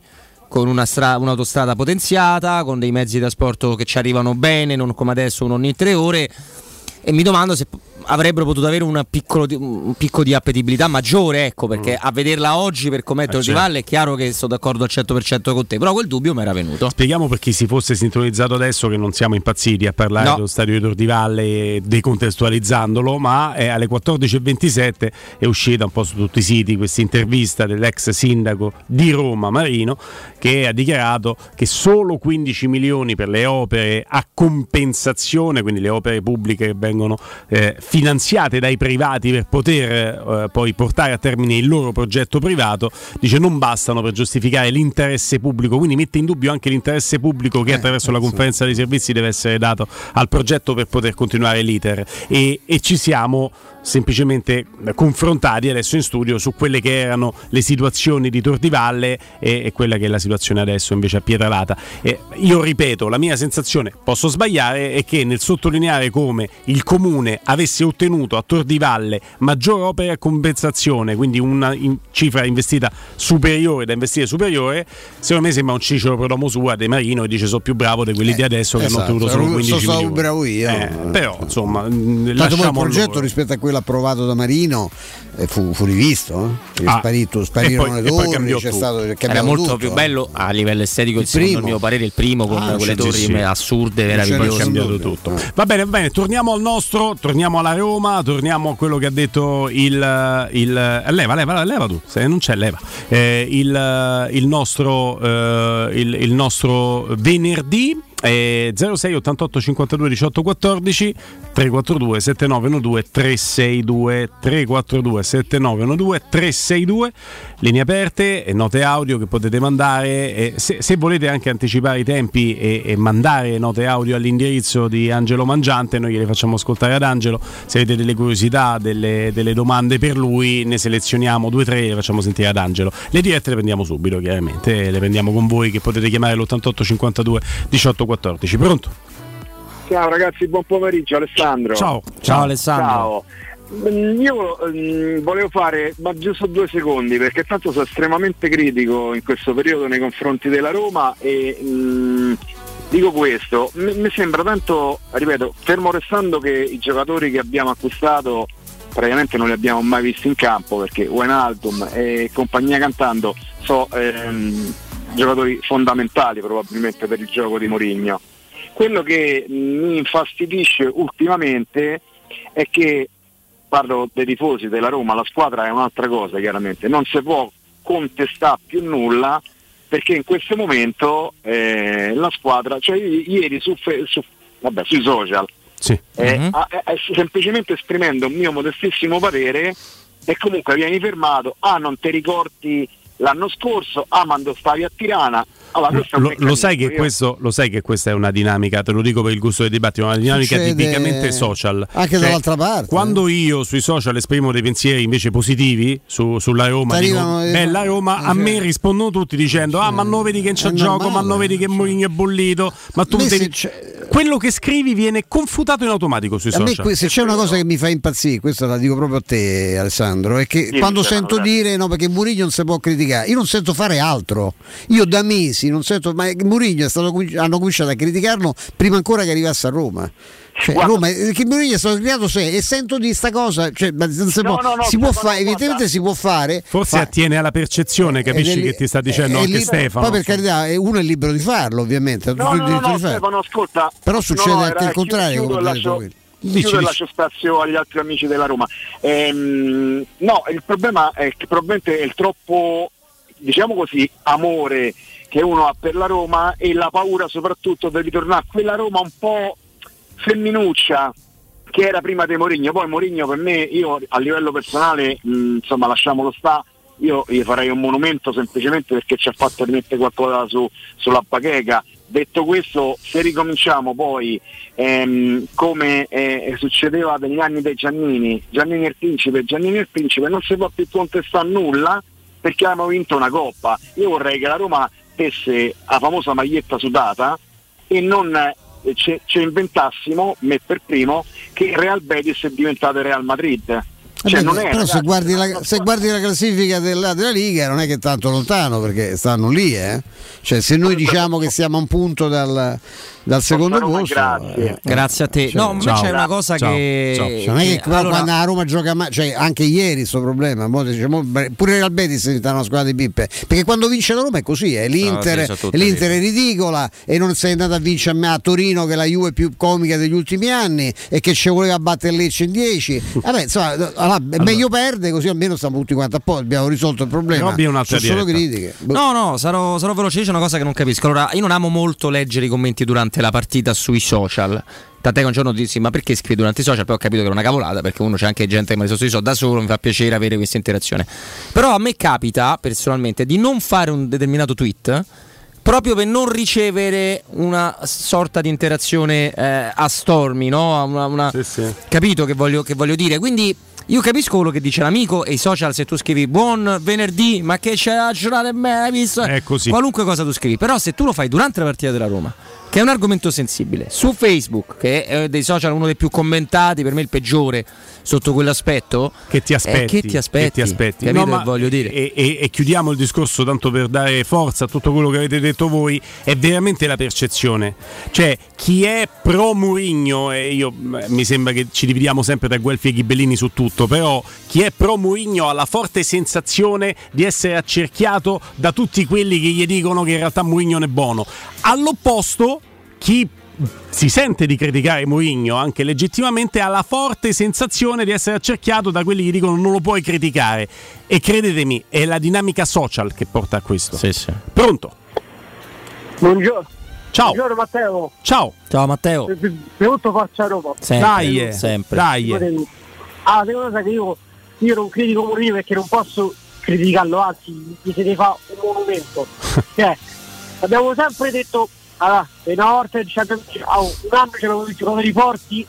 con una stra- un'autostrada potenziata, con dei mezzi di trasporto che ci arrivano bene, non come adesso uno ogni tre ore, e mi domando se avrebbero potuto avere una piccolo di, un picco di appetibilità maggiore, ecco, perché mm. a vederla oggi per com'è Tor di Valle è chiaro che sto d'accordo al cento per cento con te, però quel dubbio mi era venuto. Spieghiamo per chi si fosse sintonizzato adesso che non siamo impazziti a parlare no. dello stadio di Tor di Valle decontestualizzandolo, ma è alle quattordici e ventisette è uscita un po' su tutti i siti questa intervista dell'ex sindaco di Roma Marino, che ha dichiarato che solo quindici milioni per le opere a compensazione, quindi le opere pubbliche che vengono eh, finanziate dai privati per poter eh, poi portare a termine il loro progetto privato, dice non bastano per giustificare l'interesse pubblico, quindi mette in dubbio anche l'interesse pubblico che eh, attraverso la conferenza dei servizi deve essere dato al progetto per poter continuare l'iter, e, e ci siamo semplicemente confrontati adesso in studio su quelle che erano le situazioni di Tor di Valle e, e quella che è la situazione adesso invece a Pietralata. E io ripeto, la mia sensazione, posso sbagliare, è che nel sottolineare come il comune avesse ottenuto a Tor di Valle maggior opere a compensazione, quindi una in cifra investita superiore, da investire superiore, secondo me sembra un ciclo pro domo sua De Marino, e dice sono più bravo di quelli eh, di adesso che esatto, hanno ottenuto solo quindici so milioni. Bravo io. Eh, però insomma, tanto poi il progetto loro. Rispetto a quello approvato da Marino eh, fu, fu rivisto, eh? ah, sparito, sparirono poi, le torri, c'è stato, era molto tutto, più eh. bello a livello estetico, il secondo il mio parere il primo con ah, quelle torri sì. assurde, meravigliose, cambiato tutto. Va bene, va bene, torniamo al nostro, torniamo alla Roma, torniamo a quello che ha detto il, il eh, leva, leva, leva tu, se non c'è leva. Eh, il, il nostro eh, il, il nostro venerdì Eh, zero sei ottantotto cinquantadue diciotto quattordici tre quattro due sette nove uno due tre sei due tre quattro due sette nove uno due tre sei due, linee aperte e note audio che potete mandare, e se, se volete anche anticipare i tempi e, e mandare note audio all'indirizzo di Angelo Mangiante, noi gliele facciamo ascoltare ad Angelo. Se avete delle curiosità, delle, delle domande per lui, ne selezioniamo due o tre e le facciamo sentire ad Angelo. Le dirette le prendiamo subito, chiaramente le prendiamo con voi, che potete chiamare l'ottantotto cinquantadue diciotto quattordici. Pronto? Ciao ragazzi, buon pomeriggio, Alessandro. Ciao, ciao, ciao Alessandro. Ciao. Io mh, volevo fare, ma giusto due secondi, perché tanto sono estremamente critico in questo periodo nei confronti della Roma e mh, dico questo, mi, mi sembra tanto, ripeto, fermo restando che i giocatori che abbiamo acquistato praticamente non li abbiamo mai visti in campo, perché Wijnaldum e compagnia cantando sono ehm, giocatori fondamentali probabilmente per il gioco di Mourinho. Quello che mi infastidisce ultimamente è che, parlo dei tifosi della Roma, la squadra è un'altra cosa, chiaramente non si può contestare più nulla, perché in questo momento eh, la squadra, cioè ieri su, su, vabbè, sui social sì. eh, mm-hmm. a, a, semplicemente esprimendo un mio modestissimo parere, e comunque vieni fermato, ah non ti ricordi l'anno scorso, ah quando stavi a Tirana. Allora, lo, lo, sai che questo, lo sai che questa è una dinamica, te lo dico per il gusto del dibattito, una dinamica succede tipicamente social. Anche cioè, dall'altra parte. Quando io sui social esprimo dei pensieri invece positivi su, sulla Roma, dico, bella Roma, a me rispondono tutti dicendo ah ma non vedi che c'è gioco, ma non vedi che Mourinho è bollito, ma tu devi... quello che scrivi viene confutato in automatico sui a social. Me, se c'è una cosa che mi fa impazzire, questa la dico proprio a te Alessandro, è che sì, quando sento no, dire no perché Mourinho non si può criticare, io non sento fare altro, io da mesi non sento, ma Mourinho è stato, hanno cominciato a criticarlo prima ancora che arrivasse a Roma. Cioè, Roma, che Mourinho è stato creato se e sento di sta cosa, cioè, ma non si no, può, no, no, si può guarda, fare, evidentemente si può fare. Forse fa... attiene alla percezione, capisci eh, che ti sta dicendo eh, anche li... Stefano. Poi per carità, uno è libero di farlo, ovviamente. No, no, no, no, Stefano, ascolta. Però succede no, anche il contrario. Chiudo, lascio, dici, chiudo e lascio spazio agli altri amici della Roma. Ehm, no, il problema è che probabilmente è il troppo, diciamo così, amore che uno ha per la Roma e la paura soprattutto di ritornare a quella Roma un po' femminuccia che era prima di Mourinho. Poi Mourinho per me, io a livello personale, mh, insomma lasciamolo sta, io gli farei un monumento semplicemente perché ci ha fatto rimettere qualcosa su, sulla bacheca. Detto questo, se ricominciamo poi ehm, come eh, succedeva negli anni dei Giannini, Giannini il Principe, Giannini il Principe, non si può più contestare nulla perché abbiamo vinto una coppa. Io vorrei che la Roma avesse la famosa maglietta sudata e non eh, ci, ci inventassimo, me per primo, che il Real Betis è diventato il Real Madrid. Cioè, non è, però ragazzi, se, guardi la, se guardi la classifica della, della Liga non è che è tanto lontano, perché stanno lì, eh? Cioè, se noi diciamo che siamo a un punto dal, dal secondo posto, grazie. Eh, grazie a te. Cioè, no, ma c'è una cosa ciao, che, ciao. Cioè, non è che allora... quando la Roma gioca, ma... cioè, anche ieri sto problema, diciamo, pure Real Betis diventa una squadra di pippe, perché quando vince la Roma è così, è l'Inter, no, sì, l'Inter è ridicola e non sei andata a vincere a Torino, che è la Juve più comica degli ultimi anni e che ci voleva battere Lecce in dieci. Vabbè, insomma, allora, è meglio perde, così almeno stiamo tutti quanti a posto, abbiamo risolto il problema. Sono solo critiche. No, no, sarò, sarò veloce, dice una cosa che non capisco. Allora, io non amo molto leggere i commenti durante la partita sui social. Tant'è che un giorno dissi: ma perché scrivi durante i social? Poi ho capito che era una cavolata, perché uno c'è anche gente che me ne sono so da solo, mi fa piacere avere questa interazione. Però a me capita personalmente di non fare un determinato tweet proprio per non ricevere una sorta di interazione eh, a stormi, no? Una, una... Sì, sì. Capito che voglio, che voglio dire? Quindi io capisco quello che dice l'amico, e i social, se tu scrivi buon venerdì, ma che c'è la giornata e me, hai visto? È così. Qualunque cosa tu scrivi, però se tu lo fai durante la partita della Roma, che è un argomento sensibile, su Facebook, che è dei social uno dei più commentati, per me il peggiore sotto quell'aspetto, che ti aspetti, eh, che ti aspetti, che ti aspetti. Capito no, che voglio dire? E, e, e chiudiamo il discorso, tanto per dare forza a tutto quello che avete detto voi, è veramente la percezione. Cioè, chi è pro Mourinho, e io mi sembra che ci dividiamo sempre tra Guelfi e Ghibellini su tutto, però chi è pro Mourinho ha la forte sensazione di essere accerchiato da tutti quelli che gli dicono che in realtà Mourinho non è buono. All'opposto, chi si sente di criticare Mourinho anche legittimamente ha la forte sensazione di essere accerchiato da quelli che dicono non lo puoi criticare, e credetemi, è la dinamica social che porta a questo. Sì, sì. Pronto? Buongiorno. Ciao. Buongiorno Matteo. Ciao. Ciao Matteo. Benvenuto Forza Roma. Sempre. Dai, eh. sempre. Dai. Ah, la seconda cosa che io, io non critico Mourinho perché non posso criticarlo, anzi gli siete fa un monumento. Cioè, abbiamo sempre detto, allora, una volta oh, un anno c'erano tutti i giocatori forti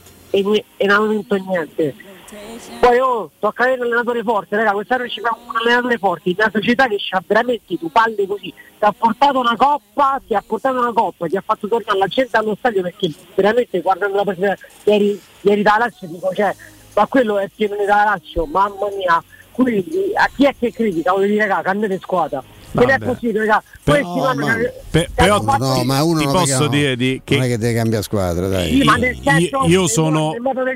e, e non hanno vinto niente. Poi oh, tocca avere un allenatore forte, raga, quest'anno ci fa un allenatore forte in una società che ha veramente tu palle così, ti ha portato una coppa, ti ha portato una coppa, ti ha fatto tornare la gente allo stadio, perché veramente guardando la partita ieri, ieri da Lazio dico, cioè, ma quello è pieno da Lazio, mamma mia. Quindi a chi è che critica? Voglio dire, raga, cambiate squadra. Non è così, raga. Questi no, vanno ma, che, per, però no, ma uno ti non posso no, dire di, che non è che deve cambiare squadra, dai. Sì, ma nel senso, io, io sono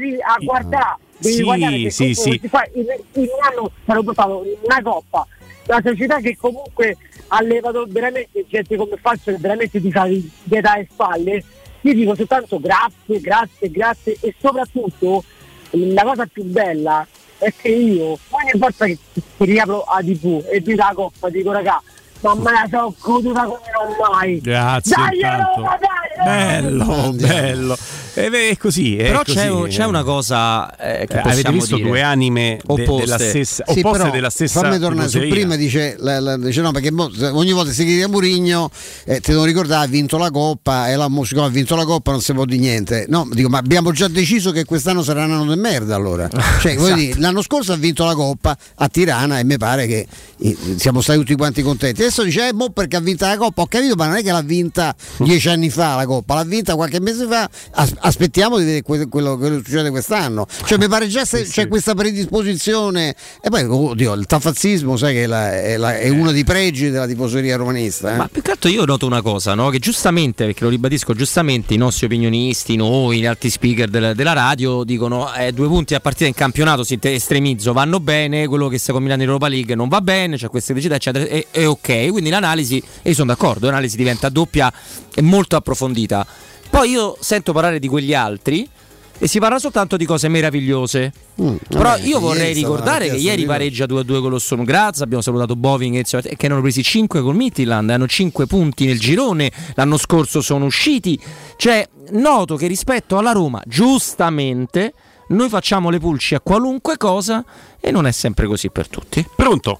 a guardare, devi sì, guardare che sì, sì. Fa, in, in un anno hanno portato una coppa, una società che comunque ha levato veramente gente come Falso, che veramente ti fa dietro alle spalle. Io dico soltanto grazie, grazie, grazie, e soprattutto la cosa più bella è che io ogni volta che ti riapro a tivù e vedo la coppa dico, raga, mamma la so goduta come non mai. Grazie, dai, intanto. Roma, dai, bello, bello. È così, è però così. C'è, c'è una cosa eh, che eh, avete visto dire. due anime de, opposte. della stessa, sì, opposte però, della stessa. Fammi tornare su prima, dice, la, la, dice no, perché mo, ogni volta si critica Mourinho, eh, ti devo ricordare, ha vinto la Coppa, e la musica ha vinto la Coppa, non si può dire niente. No, dico, ma abbiamo già deciso che quest'anno sarà un anno di merda, allora. Cioè, esatto. dire, l'anno scorso ha vinto la Coppa a Tirana e mi pare che eh, siamo stati tutti quanti contenti. Adesso dice, eh, mo perché ha vinto la Coppa, ho capito, ma non è che l'ha vinta dieci anni fa la Coppa, l'ha vinta qualche mese fa, As- aspettiamo di vedere quello, quello che succede quest'anno. Cioè mi pare già se sì, c'è sì. questa predisposizione, e poi oddio, il tafazzismo sai che è, la, è, la, è uno dei pregi della tifoseria romanista, eh? Ma più che altro io noto una cosa, no? Che giustamente, perché lo ribadisco, giustamente i nostri opinionisti, noi, gli altri speaker del, della radio dicono eh, due punti a partita in campionato, si estremizzo, vanno bene, quello che sta combinando in Europa League non va bene, c'è questa criticità eccetera, è, è ok, quindi l'analisi, e io sono d'accordo, l'analisi diventa doppia e molto approfondita. Poi io sento parlare di quegli altri e si parla soltanto di cose meravigliose. Mm, però vabbè, io vorrei ricordare che ieri pareggia due a due con lo Sturm Graz, abbiamo salutato Boving e che hanno presi cinque col Midtjylland, hanno cinque punti nel girone, l'anno scorso sono usciti. Cioè, noto che rispetto alla Roma, giustamente, noi facciamo le pulci a qualunque cosa e non è sempre così per tutti. Pronto?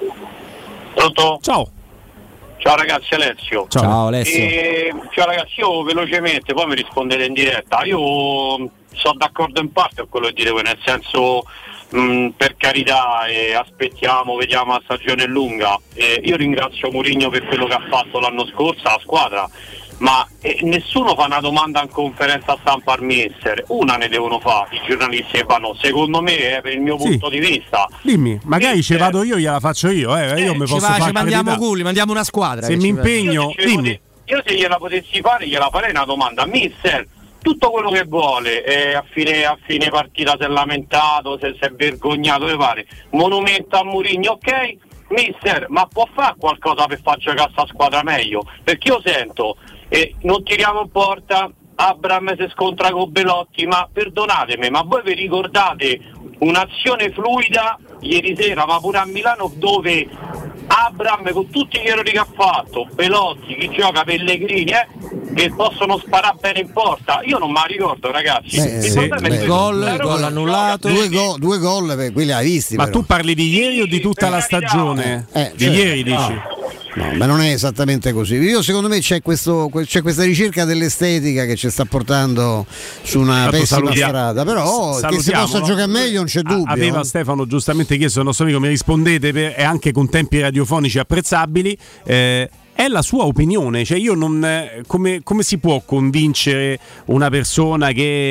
Pronto? Ciao. Ciao ragazzi, Alessio. Ciao, Ciao Alessio. E, ciao ragazzi, io velocemente, poi mi rispondete in diretta. Io sono d'accordo in parte con quello che dite voi, nel senso, mh, per carità, eh, aspettiamo, vediamo, la stagione è lunga. Eh, io ringrazio Mourinho per quello che ha fatto l'anno scorso, la squadra, ma eh, nessuno fa una domanda in conferenza stampa al mister, una ne devono fare i giornalisti che vanno, secondo me, eh, per il mio Sì. punto di vista. Dimmi, magari ci vado io, gliela faccio io, eh, io mi Ci, posso va, far ci mandiamo creditare. Gulli, mandiamo una squadra. Se che mi ci impegno, Io se dimmi. Io se gliela potessi fare, gliela farei una domanda. Mister, tutto quello che vuole, eh, a, fine, a fine partita si è lamentato, se si è vergognato, le pare. Monumento a Mourinho, ok? Mister, ma può fare qualcosa per far giocare sta squadra meglio? Perché io sento, eh, non tiriamo in porta, Abram si scontra con Belotti, ma perdonatemi, ma voi vi ricordate un'azione fluida ieri sera, ma pure a Milano, dove Abram con tutti gli errori che ha fatto, Belotti, chi gioca, Pellegrini, eh, che possono sparare bene in porta, io non me la ricordo, ragazzi. Beh, Il sì, problema è beh, che gol, la Roma gol annullato. Due gol, due gol per quelli hai visti. Ma però. tu parli di ieri o di tutta la stagione? Eh, di cioè, ieri dici? no. No, ma non è esattamente così. Io secondo me c'è, questo, c'è questa ricerca dell'estetica che ci sta portando su una Tanto pessima salutia- strada, però che si possa no? giocare meglio non c'è dubbio. Aveva Stefano giustamente chiesto al nostro amico, mi rispondete per, e anche con tempi radiofonici apprezzabili. Eh, è la sua opinione, cioè io non eh, come, come si può convincere una persona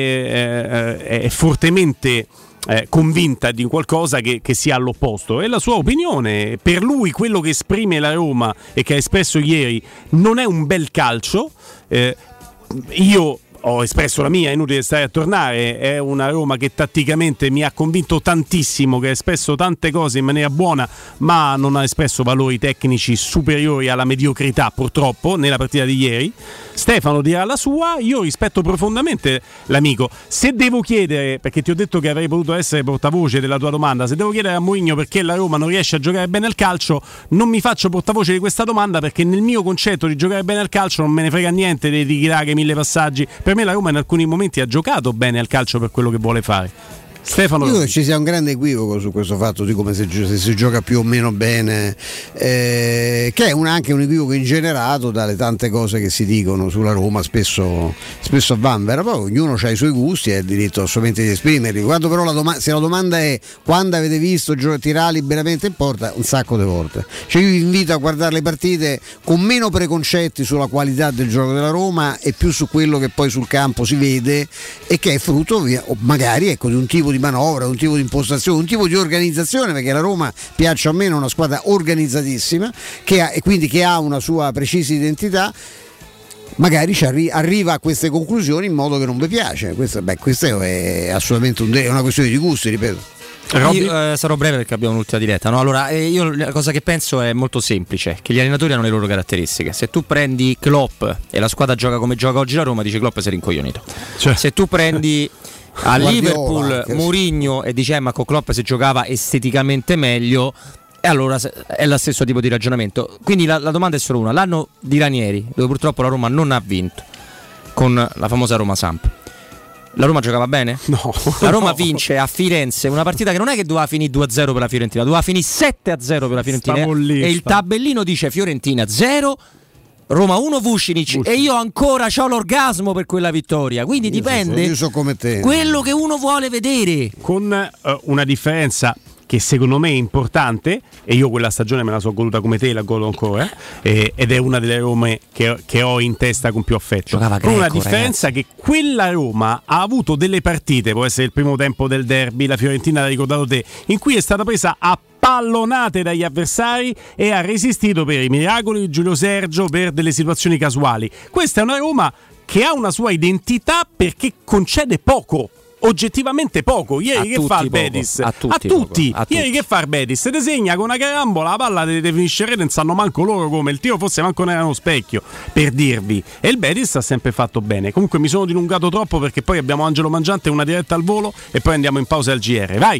che eh, è fortemente Eh, convinta di qualcosa che, che sia all'opposto? È la sua opinione. Per lui quello che esprime la Roma e che ha espresso ieri non è un bel calcio. eh, io ho espresso la mia, è inutile stare a tornare, è una Roma che tatticamente mi ha convinto tantissimo, che ha espresso tante cose in maniera buona, ma non ha espresso valori tecnici superiori alla mediocrità, purtroppo, nella partita di ieri. Stefano dirà la sua, io rispetto profondamente l'amico. Se devo chiedere, perché ti ho detto che avrei potuto essere portavoce della tua domanda, se devo chiedere a Mourinho perché la Roma non riesce a giocare bene al calcio, non mi faccio portavoce di questa domanda, perché nel mio concetto di giocare bene al calcio non me ne frega niente di tirare mille passaggi. Per me la Roma in alcuni momenti ha giocato bene al calcio per quello che vuole fare. Stefano, io credo che ci sia un grande equivoco su questo fatto di come si, se si gioca più o meno bene, eh, che è un, anche un equivoco ingenerato dalle tante cose che si dicono sulla Roma, spesso, spesso a vanvera. Poi ognuno ha i suoi gusti e ha il diritto assolutamente di esprimerli. Quando però la doma- se la domanda è quando avete visto gio- tirare liberamente in porta, un sacco di volte. Cioè io vi invito a guardare le partite con meno preconcetti sulla qualità del gioco della Roma e più su quello che poi sul campo si vede e che è frutto via, o magari ecco, di un tipo di manovra, un tipo di impostazione, un tipo di organizzazione, perché la Roma, piaccia o meno, è una squadra organizzatissima che ha, e quindi che ha una sua precisa identità. Magari ci arri- arriva a queste conclusioni in modo che non vi piace. Questo, beh, questo è assolutamente un de- è una questione di gusti, ripeto. Io eh, sarò breve perché abbiamo un'ultima diretta, no? Allora, eh, io la cosa che penso è molto semplice, che gli allenatori hanno le loro caratteristiche. Se tu prendi Klopp e la squadra gioca come gioca oggi la Roma, dici Klopp si è rincoglionito. Cioè. Se tu prendi a Guardiola, Liverpool che- Mourinho e dice eh, ma con Klopp si giocava esteticamente meglio, e allora se- è lo stesso tipo di ragionamento. Quindi la, la domanda è solo una: l'anno di Ranieri, dove purtroppo la Roma non ha vinto, con la famosa Roma Samp, la Roma giocava bene? No. La Roma No. vince a Firenze una partita che non è che doveva finire due a zero per la Fiorentina, doveva finire sette a zero per la Fiorentina. Stavo lì, e il stavo. tabellino dice Fiorentina zero, Roma uno, Vucinic, e io ancora ho l'orgasmo per quella vittoria. Quindi Io dipende so- io so come te. quello che uno vuole vedere. Con eh, una differenza che secondo me è importante, e io quella stagione me la so goduta come te, la godo ancora, eh, ed è una delle Rome che, che ho in testa con più affetto. Giocava con una greco, differenza ragazzi. che quella Roma ha avuto delle partite, può essere il primo tempo del derby, la Fiorentina l'hai ricordato te, in cui è stata presa a pallonate dagli avversari e ha resistito per i miracoli di Giulio Sergio, per delle situazioni casuali. Questa è una Roma che ha una sua identità perché concede poco, oggettivamente poco. Ieri A che tutti fa il poco, Betis? a tutti a tutti. poco, a Ieri tutti. che fa il Betis? Te segna con una carambola, la palla te, te finisce in rete, non sanno manco loro come, il tiro forse manco ne era uno specchio, per dirvi. E il Betis ha sempre fatto bene. Comunque mi sono dilungato troppo perché poi abbiamo Angelo Mangiante, una diretta al volo e poi andiamo in pausa al G R. Vai!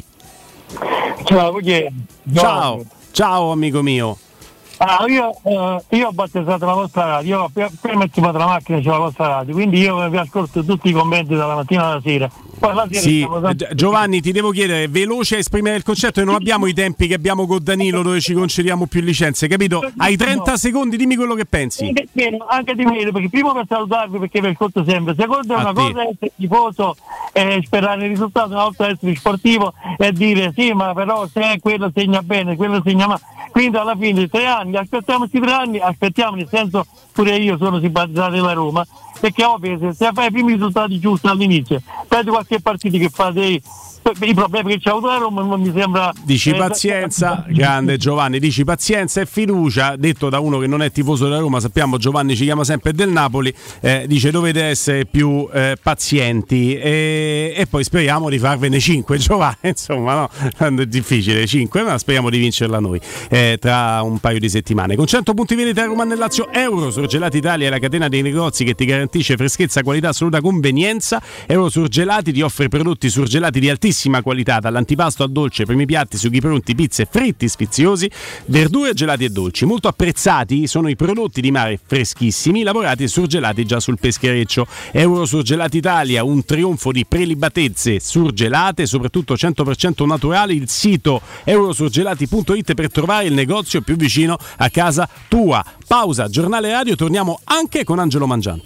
Ciao, chi è? Ciao, ciao amico mio. Ah, io, eh, io ho battezzato la vostra radio, io appena metto la macchina c'è la vostra radio, quindi io vi ascolto tutti i commenti dalla mattina alla sera poi la sera Sì, siamo sempre- Giovanni, ti devo chiedere, veloce a esprimere il concetto, e non abbiamo i tempi che abbiamo con Danilo dove ci concediamo più licenze, capito? Hai trenta secondi, dimmi quello che pensi. Anche, meno, anche di meno, perché primo per salutarvi, perché vi ascolto sempre, secondo è A una te. cosa è essere tifoso e sperare il risultato, una volta essere sportivo e dire sì, ma però se quello segna bene, quello segna male, quindi alla fine di tre anni aspettiamo questi tre anni, aspettiamo, nel senso pure io sono simpatizzato della Roma, perché ovvio se, se fai i primi risultati giusti all'inizio, prendi qualche partita che fa dei i problemi che c'è avuto la Roma, non mi sembra. Dici eh, pazienza, grande Giovanni, dici pazienza e fiducia, detto da uno che non è tifoso della Roma, sappiamo Giovanni ci chiama sempre del Napoli, eh, dice dovete essere più eh, pazienti e, e poi speriamo di farvene cinque, Giovanni, insomma no, è difficile cinque, ma speriamo di vincerla noi eh, tra un paio di settimane. Con cento punti vendita a Roma nel Lazio, Eurosurgelati Italia è la catena dei negozi che ti garantisce freschezza, qualità, assoluta convenienza. Eurosurgelati ti offre prodotti surgelati di altissima qualità, dall'antipasto al dolce, primi piatti, sughi pronti, pizze, fritti sfiziosi, verdure, gelati e dolci. Molto apprezzati sono i prodotti di mare freschissimi, lavorati e surgelati già sul peschereccio. Eurosurgelati Italia, un trionfo di prelibatezze surgelate, soprattutto cento per cento naturali. Il sito eurosurgelati punto it per trovare il negozio più vicino a casa tua. Pausa, giornale radio, torniamo anche con Angelo Mangiante.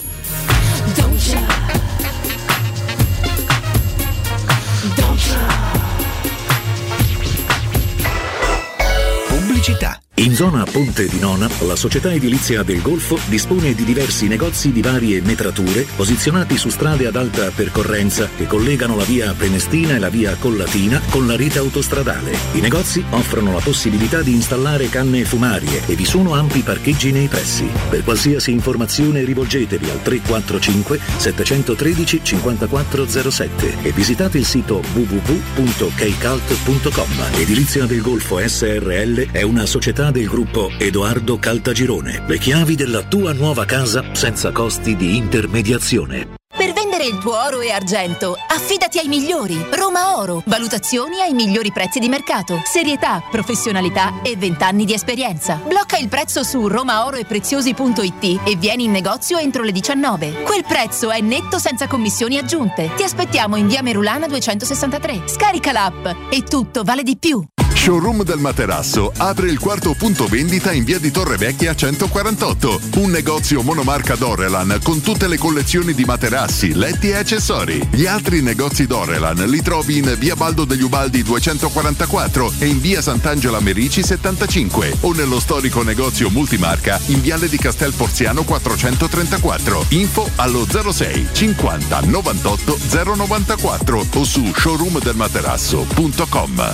Pubblicità. In zona Ponte di Nona, la società edilizia del Golfo dispone di diversi negozi di varie metrature posizionati su strade ad alta percorrenza che collegano la via Prenestina e la via Collatina con la rete autostradale. I negozi offrono la possibilità di installare canne fumarie e vi sono ampi parcheggi nei pressi. Per qualsiasi informazione rivolgetevi al tre quattro cinque sette uno tre cinque quattro zero sette e visitate il sito w w w punto keicalt punto com. Edilizia del Golfo S R L è una società del gruppo Edoardo Caltagirone. Le chiavi della tua nuova casa senza costi di intermediazione. Per vendere il tuo oro e argento, affidati ai migliori. Roma Oro. Valutazioni ai migliori prezzi di mercato. Serietà, professionalità e vent'anni di esperienza. Blocca il prezzo su romaoroepreziosi punto it e vieni in negozio entro le diciannove. Quel prezzo è netto senza commissioni aggiunte. Ti aspettiamo in via Merulana duecentosessantatré. Scarica l'app e tutto vale di più. Showroom del Materasso apre il quarto punto vendita in via di Torrevecchia centoquarantotto. Un negozio monomarca Dorelan con tutte le collezioni di materassi, letti e accessori. Gli altri negozi Dorelan li trovi in via Baldo degli Ubaldi duecentoquarantaquattro e in via Sant'Angela Merici settantacinque o nello storico negozio multimarca in viale di Castel Porziano quattrocentotrentaquattro. Info allo zero sei cinquanta novantotto zero novantaquattro o su showroom del materasso punto com.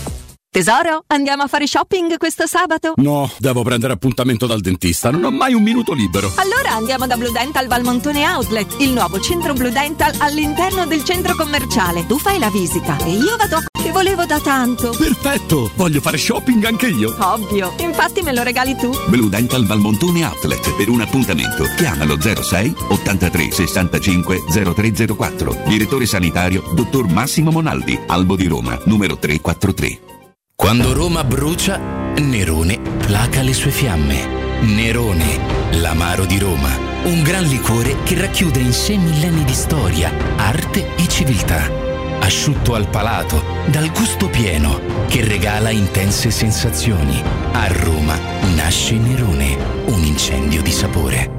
Tesoro, andiamo a fare shopping questo sabato? No, devo prendere appuntamento dal dentista, non ho mai un minuto libero. Allora andiamo da Blue Dental Valmontone Outlet, il nuovo centro Blue Dental all'interno del centro commerciale. Tu fai la visita e io vado a... che volevo da tanto. Perfetto, voglio fare shopping anche io. Ovvio, infatti me lo regali tu. Blue Dental Valmontone Outlet. Per un appuntamento chiamalo zero sei ottantatré sessantacinque zero tre zero quattro. Direttore sanitario dottor Massimo Monaldi, Albo di Roma, numero trecentoquarantatré. Quando Roma brucia, Nerone placa le sue fiamme. Nerone, l'amaro di Roma. Un gran liquore che racchiude in sé millenni di storia, arte e civiltà. Asciutto al palato, dal gusto pieno, che regala intense sensazioni. A Roma nasce Nerone, un incendio di sapore.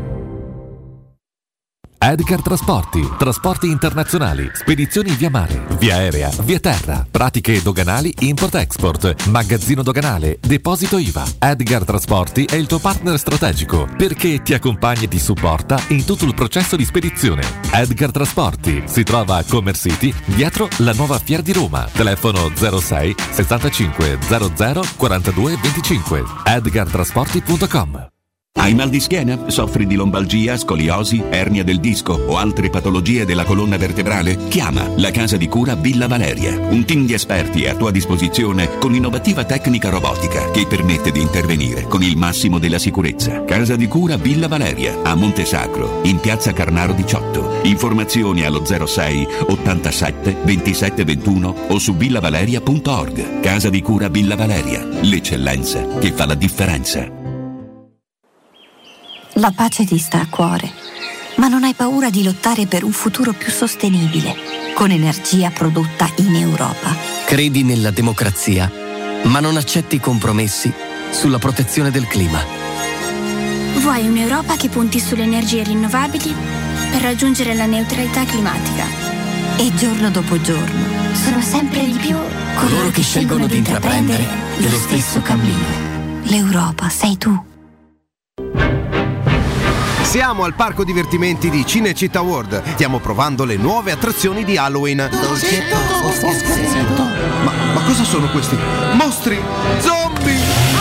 Edgar Trasporti, trasporti internazionali, spedizioni via mare, via aerea, via terra, pratiche doganali import-export, magazzino doganale, deposito I V A. Edgar Trasporti è il tuo partner strategico perché ti accompagna e ti supporta in tutto il processo di spedizione. Edgar Trasporti si trova a Commerce City, dietro la nuova Fiera di Roma. Telefono zero sei sessantacinque zero zero quarantadue venticinque. edgar trasporti punto com. Hai mal di schiena? Soffri di lombalgia, scoliosi, ernia del disco o altre patologie della colonna vertebrale? Chiama la Casa di Cura Villa Valeria. Un team di esperti è a tua disposizione con innovativa tecnica robotica che permette di intervenire con il massimo della sicurezza. Casa di Cura Villa Valeria a Montesacro, in piazza Carnaro diciotto. Informazioni allo zero sei ottantasette ventisette ventuno o su villavaleria punto org. Casa di Cura Villa Valeria, l'eccellenza che fa la differenza. La pace ti sta a cuore, ma non hai paura di lottare per un futuro più sostenibile. con energia prodotta in Europa. Credi nella democrazia, ma non accetti compromessi sulla protezione del clima. Vuoi un'Europa che punti sulle energie rinnovabili per raggiungere la neutralità climatica. E giorno dopo giorno sono sempre di più coloro che scelgono di intraprendere lo stesso cammino. L'Europa sei tu. Siamo al parco divertimenti di Cinecittà World. Stiamo provando le nuove attrazioni di Halloween. Dolcetto o scherzetto? Ma, ma cosa sono questi? Mostri! Zombie!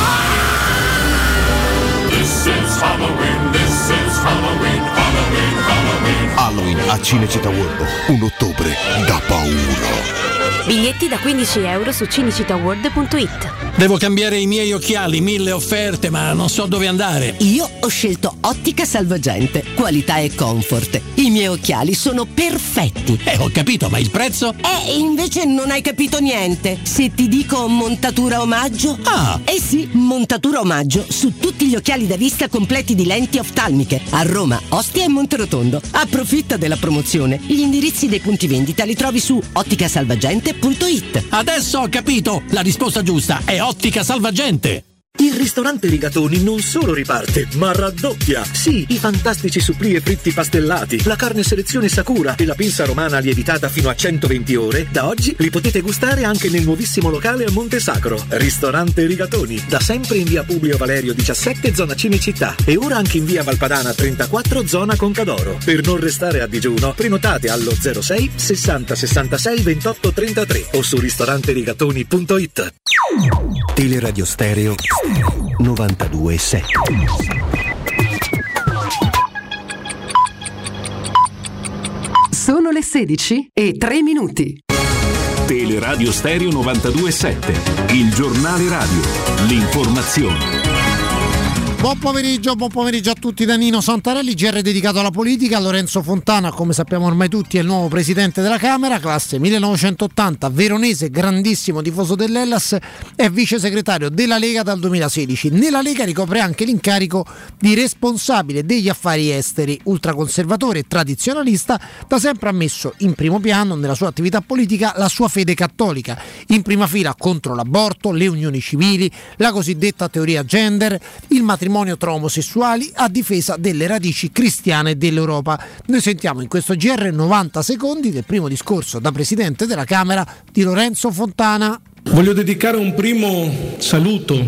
This is Halloween, this is Halloween, Halloween, Halloween. Halloween a Cinecittà World. Un ottobre da paura. Biglietti da quindici euro su cinecittàworld punto it. Devo cambiare i miei occhiali, mille offerte, ma non so dove andare. Io ho scelto Ottica Salvagente, qualità e comfort. I miei occhiali sono perfetti. Eh, ho capito, ma il prezzo? Eh, invece non hai capito niente. Se ti dico montatura omaggio? Ah! Eh sì, montatura omaggio su tutti gli occhiali da vista completi di lenti oftalmiche a Roma, Ostia e Monterotondo. Approfitta della promozione. Gli indirizzi dei punti vendita li trovi su ottica salvagente punto it. Adesso ho capito! La risposta giusta è Ottica Salvagente. Il ristorante Rigatoni non solo riparte, ma raddoppia. Sì, i fantastici supplì e fritti pastellati, la carne selezione Sakura e la pinza romana lievitata fino a centoventi ore, da oggi li potete gustare anche nel nuovissimo locale a Monte Sacro. Ristorante Rigatoni, da sempre in via Publio Valerio diciassette, zona Cinecittà, e ora anche in via Valpadana trentaquattro, zona Concadoro. Per non restare a digiuno, prenotate allo zero sei sessanta sessantasei ventotto trentatré o su ristoranterigatoni punto it. Teleradio Stereo novantadue sette. Sono le sedici e tre minuti. Teleradio Stereo novantadue sette, il giornale radio, l'informazione. Buon pomeriggio, buon pomeriggio a tutti da Nino Santarelli, G R dedicato alla politica. Lorenzo Fontana, come sappiamo ormai tutti, è il nuovo presidente della Camera, classe millenovecentottanta, veronese, grandissimo tifoso dell'Hellas, è vice segretario della Lega dal duemilasedici. Nella Lega ricopre anche l'incarico di responsabile degli affari esteri, ultraconservatore e tradizionalista, da sempre ha messo in primo piano nella sua attività politica la sua fede cattolica, in prima fila contro l'aborto, le unioni civili, la cosiddetta teoria gender, il matrimonio tra omosessuali, a difesa delle radici cristiane dell'Europa. Noi sentiamo in questo G R novanta secondi del primo discorso da presidente della Camera di Lorenzo Fontana. Voglio dedicare un primo saluto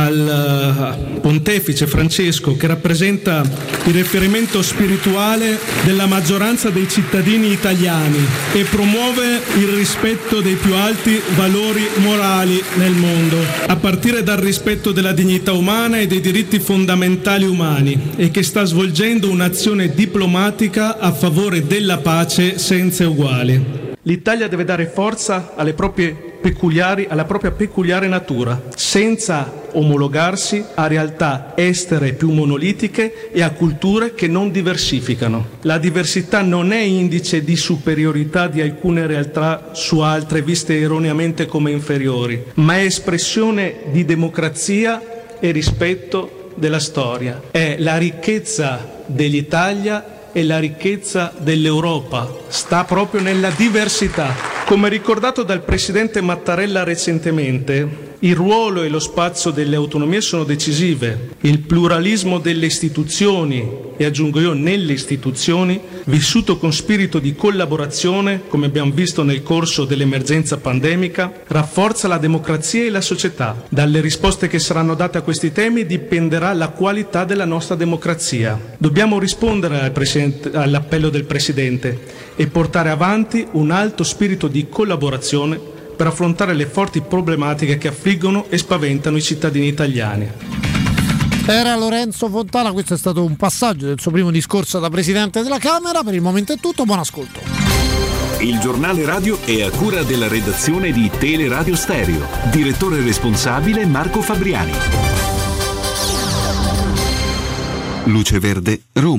al pontefice Francesco, che rappresenta il riferimento spirituale della maggioranza dei cittadini italiani e promuove il rispetto dei più alti valori morali nel mondo, a partire dal rispetto della dignità umana e dei diritti fondamentali umani, e che sta svolgendo un'azione diplomatica a favore della pace senza uguali. L'Italia deve dare forza alle proprie peculiari, alla propria peculiare natura, senza omologarsi a realtà estere più monolitiche e a culture che non diversificano. La diversità non è indice di superiorità di alcune realtà su altre viste erroneamente come inferiori, ma è espressione di democrazia e rispetto della storia. È la ricchezza dell'Italia e la ricchezza dell'Europa sta proprio nella diversità. Come ricordato dal presidente Mattarella recentemente, il ruolo e lo spazio delle autonomie sono decisive. Il pluralismo delle istituzioni, e aggiungo io nelle istituzioni, vissuto con spirito di collaborazione, come abbiamo visto nel corso dell'emergenza pandemica, rafforza la democrazia e la società. Dalle risposte che saranno date a questi temi dipenderà la qualità della nostra democrazia. Dobbiamo rispondere al presidente, all'appello del Presidente e portare avanti un alto spirito di collaborazione per affrontare le forti problematiche che affliggono e spaventano i cittadini italiani. Era Lorenzo Fontana, questo è stato un passaggio del suo primo discorso da Presidente della Camera. Per il momento è tutto, buon ascolto. Il giornale radio è a cura della redazione di Teleradio Stereo. Direttore responsabile Marco Fabriani. Luce Verde, Roma.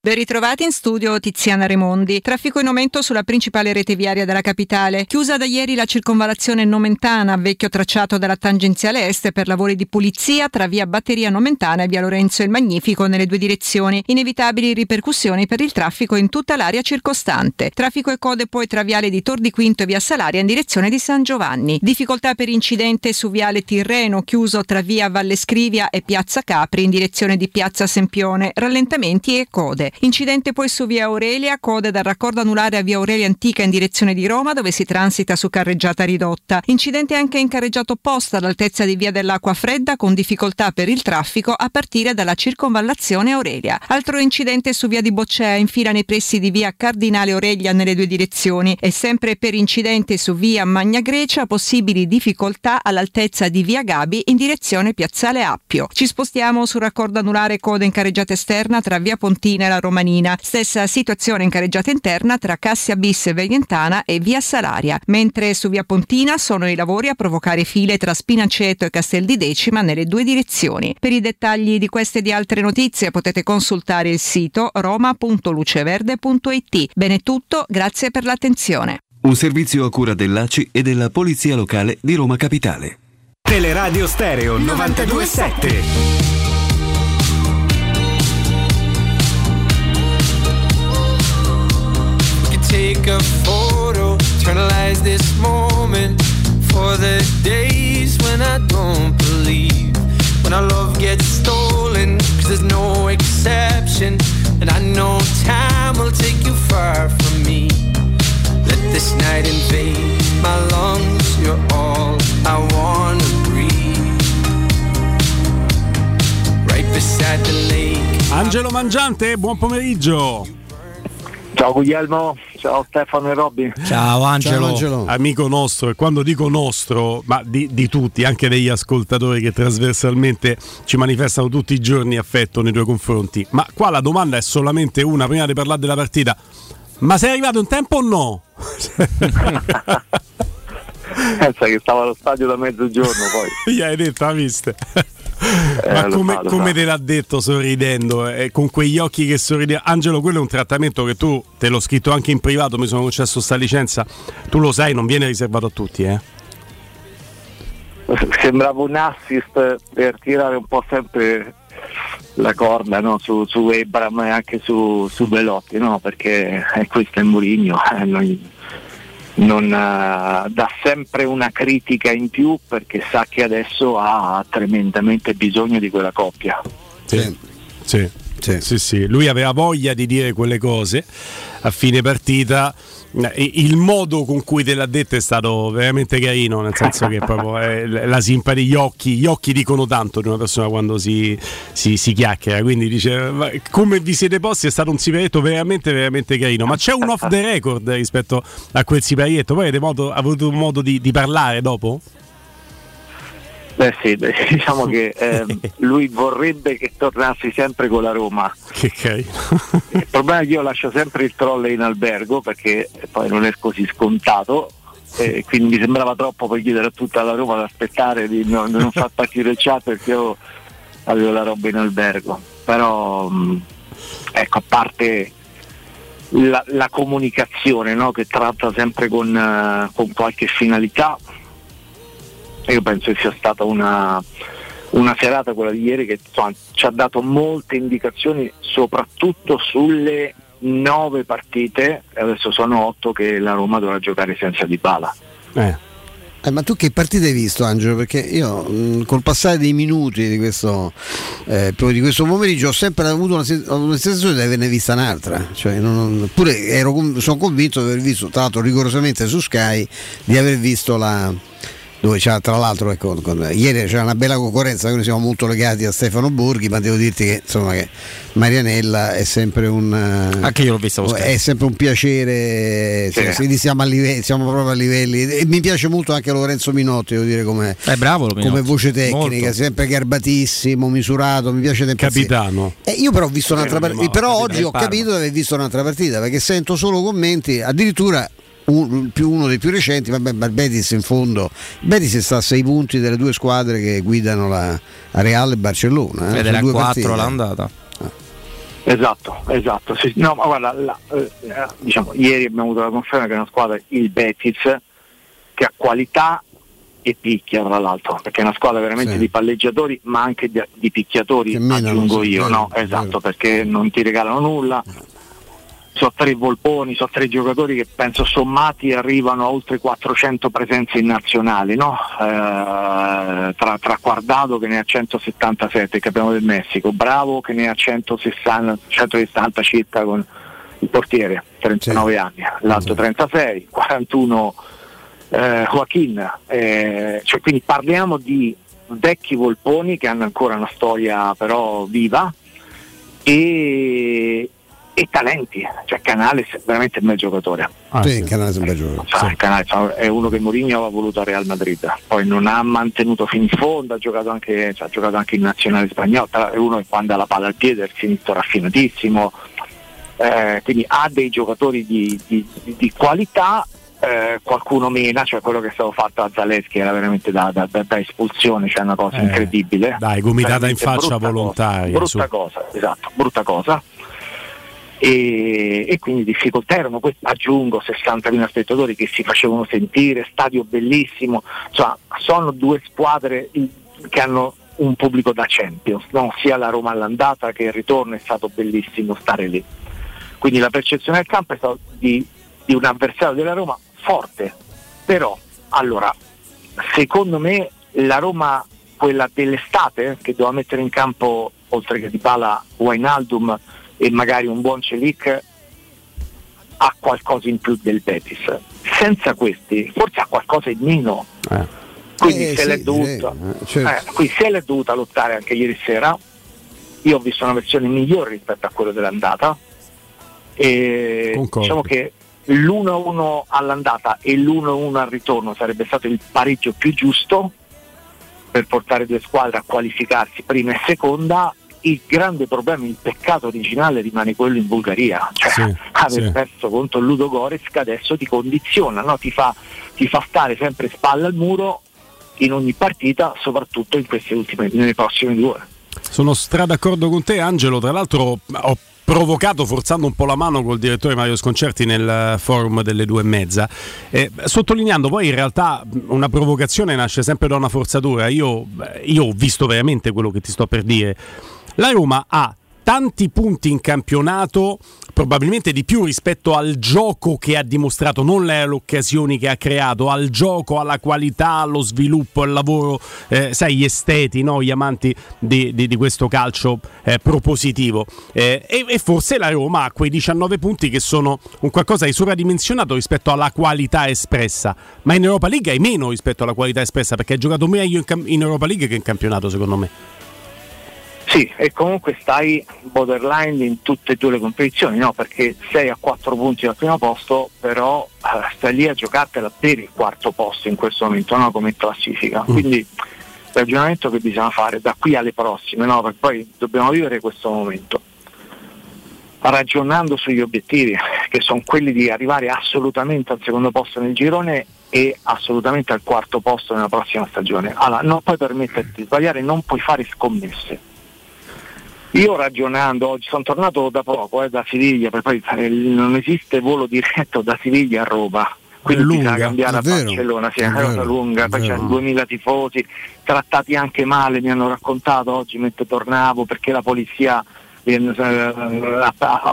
Ben ritrovati in studio Tiziana Remondi. Traffico in aumento sulla principale rete viaria della capitale. Chiusa da ieri la circonvallazione Nomentana, vecchio tracciato dalla tangenziale est per lavori di pulizia tra via Batteria Nomentana e via Lorenzo il Magnifico nelle due direzioni. Inevitabili ripercussioni per il traffico in tutta l'area circostante. Traffico e code poi tra viale di Tor di Quinto e via Salaria in direzione di San Giovanni. Difficoltà per incidente su viale Tirreno, chiuso tra via Valle Scrivia e piazza Capri in direzione di piazza Sempione. Rallentamenti e code. Incidente poi su via Aurelia, code dal raccordo anulare a via Aurelia Antica in direzione di Roma dove si transita su carreggiata ridotta. Incidente anche in carreggiata opposta all'altezza di via dell'Acqua Fredda con difficoltà per il traffico a partire dalla circonvallazione Aurelia. Altro incidente su via di Boccea in fila nei pressi di via Cardinale Aurelia nelle due direzioni e sempre per incidente su via Magna Grecia possibili difficoltà all'altezza di via Gabi in direzione piazzale Appio. Ci spostiamo sul raccordo anulare code in carreggiata esterna tra via Pontina e la Romanina. Stessa situazione in carreggiata interna tra Cassia Bis e Veientana e via Salaria, mentre su via Pontina sono i lavori a provocare file tra Spinaceto e Castel di Decima nelle due direzioni. Per i dettagli di queste e di altre notizie potete consultare il sito roma punto luceverde punto it. Bene tutto, grazie per l'attenzione. Un servizio a cura dell'A C I e della Polizia Locale di Roma Capitale. Teleradio Stereo novantadue sette. Take a photo, eternalize this moment for the days when I don't believe, when our love gets stolen, cause there's no exception, and I know time will take you far from me. Let this night invade my lungs, you're all I wanna breathe, right beside the lake. Angelo Mangiante, buon pomeriggio. Ciao Guglielmo, ciao Stefano e Robby. Ciao Angelo. Ciao Angelo, amico nostro, e quando dico nostro, ma di, di tutti, anche degli ascoltatori che trasversalmente ci manifestano tutti i giorni affetto nei tuoi confronti. Ma qua la domanda è solamente una, prima di parlare della partita: ma sei arrivato in tempo o no? Pensa che stavo allo stadio da mezzogiorno poi. Gli hai detto, ha viste? Eh, Ma come, so, come so. te l'ha detto sorridendo, eh, con quegli occhi che sorride. Angelo, quello è un trattamento che tu, te l'ho scritto anche in privato, mi sono concesso sta licenza, tu lo sai, non viene riservato a tutti, eh? Sembrava un assist per tirare un po' sempre la corda, no? su, su Ebram e anche su, su Belotti, no? Perché eh, questo è Mourinho, eh, non, non uh, dà sempre una critica in più perché sa che adesso ha tremendamente bisogno di quella coppia. Sì, sì, sì, sì, sì. Lui aveva voglia di dire quelle cose a fine partita. Il modo con cui te l'ha detto è stato veramente carino, nel senso che proprio è la simpatia, gli occhi, gli occhi dicono tanto di una persona quando si, si, si chiacchiera, quindi dice come vi siete posti, è stato un siparietto veramente veramente carino. Ma c'è un off the record rispetto a quel siparietto, poi avete modo, avuto modo di, di parlare dopo? Beh sì, beh, diciamo che eh, lui vorrebbe che tornassi sempre con la Roma. Che carino. Il problema è che io lascio sempre il trolley in albergo perché poi non è così scontato, e quindi mi sembrava troppo per chiedere a tutta la Roma di aspettare di non, di non far partire il chat perché io avevo la roba in albergo. Però mh, ecco, a parte la, la comunicazione, no, che tratta sempre con, uh, con qualche finalità, io penso che sia stata una, una serata, quella di ieri, che insomma, ci ha dato molte indicazioni, soprattutto sulle nove partite, e adesso sono otto, che la Roma dovrà giocare senza Dybala. Eh. Eh, ma tu che partita hai visto, Angelo? Perché io mh, col passare dei minuti di questo, eh, di questo pomeriggio ho sempre avuto una, una sensazione di averne vista un'altra, cioè, non, pure ero, sono convinto di aver visto, tra l'altro rigorosamente su Sky, di aver visto la... dove c'era, tra l'altro, ecco, con, ieri c'era una bella concorrenza, noi siamo molto legati a Stefano Borghi, ma devo dirti che insomma che Marianella è sempre un anche io l'ho vista, è sempre un piacere, sì. Cioè, siamo, a livelli, siamo proprio a livelli, e mi piace molto anche Lorenzo Minotti, devo dire, come, è bravo, come voce tecnica, molto. Sempre garbatissimo, misurato, mi piace tempo. Capitano. Eh, io però ho visto un'altra partita, però oggi ho capito di aver visto un'altra partita, perché sento solo commenti, addirittura Un, più uno dei più recenti, vabbè, ma il Betis in fondo, il Betis sta a sei punti delle due squadre che guidano la Real e Barcellona, eh, ed era quattro l'andata. Esatto, esatto. Sì, no, ma guarda, la, eh, diciamo, ieri abbiamo avuto la conferma che è una squadra, il Betis, che ha qualità e picchia, tra l'altro, perché è una squadra veramente sì. di palleggiatori, ma anche di, di picchiatori, aggiungo io, no? Esatto, perché non ti regalano nulla. Sono tre volponi, sono tre giocatori che penso sommati arrivano a oltre quattrocento presenze in nazionali, no? Eh, tra, tra Guardado che ne ha centosettantasette, il campione del Messico, Bravo che ne ha centosessanta, centosessanta circa con il portiere, trentanove sì. anni, l'altro trentasei, quarantuno eh, Joaquin, eh, cioè, quindi parliamo di vecchi volponi che hanno ancora una storia però viva e e talenti, cioè Canales è veramente un bel giocatore. Ah, sì, sì. Canales è un bel giocatore. Cioè, sì. Canales è uno che Mourinho aveva voluto a Real Madrid, poi non ha mantenuto fino in fondo, ha giocato anche, cioè, ha giocato anche in nazionale spagnolo, è uno che quando ha la palla al piede è il sinistro raffinatissimo, eh, quindi ha dei giocatori di, di, di, di qualità. Eh, qualcuno mena, cioè quello che è stato fatto a Zaleschi era veramente da, da, da, da espulsione, cioè una cosa eh, incredibile. Dai, gomitata in faccia volontaria. Brutta cosa, esatto, brutta cosa. E, e quindi difficoltà erano queste, aggiungo sessantamila spettatori che si facevano sentire, stadio bellissimo, cioè, sono due squadre che hanno un pubblico da Champions, no? Sia la Roma all'andata che il ritorno è stato bellissimo stare lì, quindi la percezione del campo è stata di, di un avversario della Roma forte, però allora secondo me la Roma, quella dell'estate, che doveva mettere in campo oltre che Dybala, Wijnaldum e magari un buon Celic, ha qualcosa in più del Betis. Senza questi forse ha qualcosa in meno. Eh. Quindi eh, se, sì, l'è dovuta, eh, certo. eh, quindi se l'è dovuta lottare anche ieri sera. Io ho visto una versione migliore rispetto a quella dell'andata. E diciamo che l'uno a uno all'andata e l'uno a uno al ritorno sarebbe stato il pareggio più giusto per portare due squadre a qualificarsi prima e seconda. Il grande problema, il peccato originale rimane quello in Bulgaria, cioè sì, aver sì. perso contro il Ludogorets, che adesso ti condiziona, no? ti, fa, ti fa stare sempre spalle al muro in ogni partita, soprattutto in queste ultime, nelle prossime due ore. Sono stra d'accordo con te, Angelo. Tra l'altro ho provocato, forzando un po' la mano col direttore Mario Sconcerti nel forum delle due e mezza, eh, sottolineando poi in realtà una provocazione nasce sempre da una forzatura. Io, io ho visto veramente quello che ti sto per dire. La Roma ha tanti punti in campionato, probabilmente di più rispetto al gioco che ha dimostrato, non le occasioni che ha creato, al gioco, alla qualità, allo sviluppo, al lavoro, eh, sai, gli esteti, no? Gli amanti di, di, di questo calcio eh, propositivo. Eh, e, e forse la Roma ha quei diciannove punti che sono un qualcosa di sovradimensionato rispetto alla qualità espressa, ma in Europa League hai meno rispetto alla qualità espressa, perché hai giocato meglio in, cam- in Europa League che in campionato, secondo me. Sì, e comunque stai borderline in tutte e due le competizioni, no? Perché sei a quattro punti dal primo posto, però eh, stai lì a giocartela per il quarto posto in questo momento, no? Come classifica. Mm. Quindi il ragionamento che bisogna fare da qui alle prossime, no? Perché poi dobbiamo vivere questo momento ragionando sugli obiettivi, che sono quelli di arrivare assolutamente al secondo posto nel girone e assolutamente al quarto posto nella prossima stagione. Allora, non puoi permetterti di sbagliare, non puoi fare scommesse. Io ragionando, oggi sono tornato da poco, eh, da Siviglia, perché poi eh, non esiste volo diretto da Siviglia a Roma, quindi bisogna cambiare a Barcellona, sì, è una cosa lunga, poi c'erano duemila tifosi, trattati anche male, mi hanno raccontato oggi mentre tornavo, perché la polizia li, eh,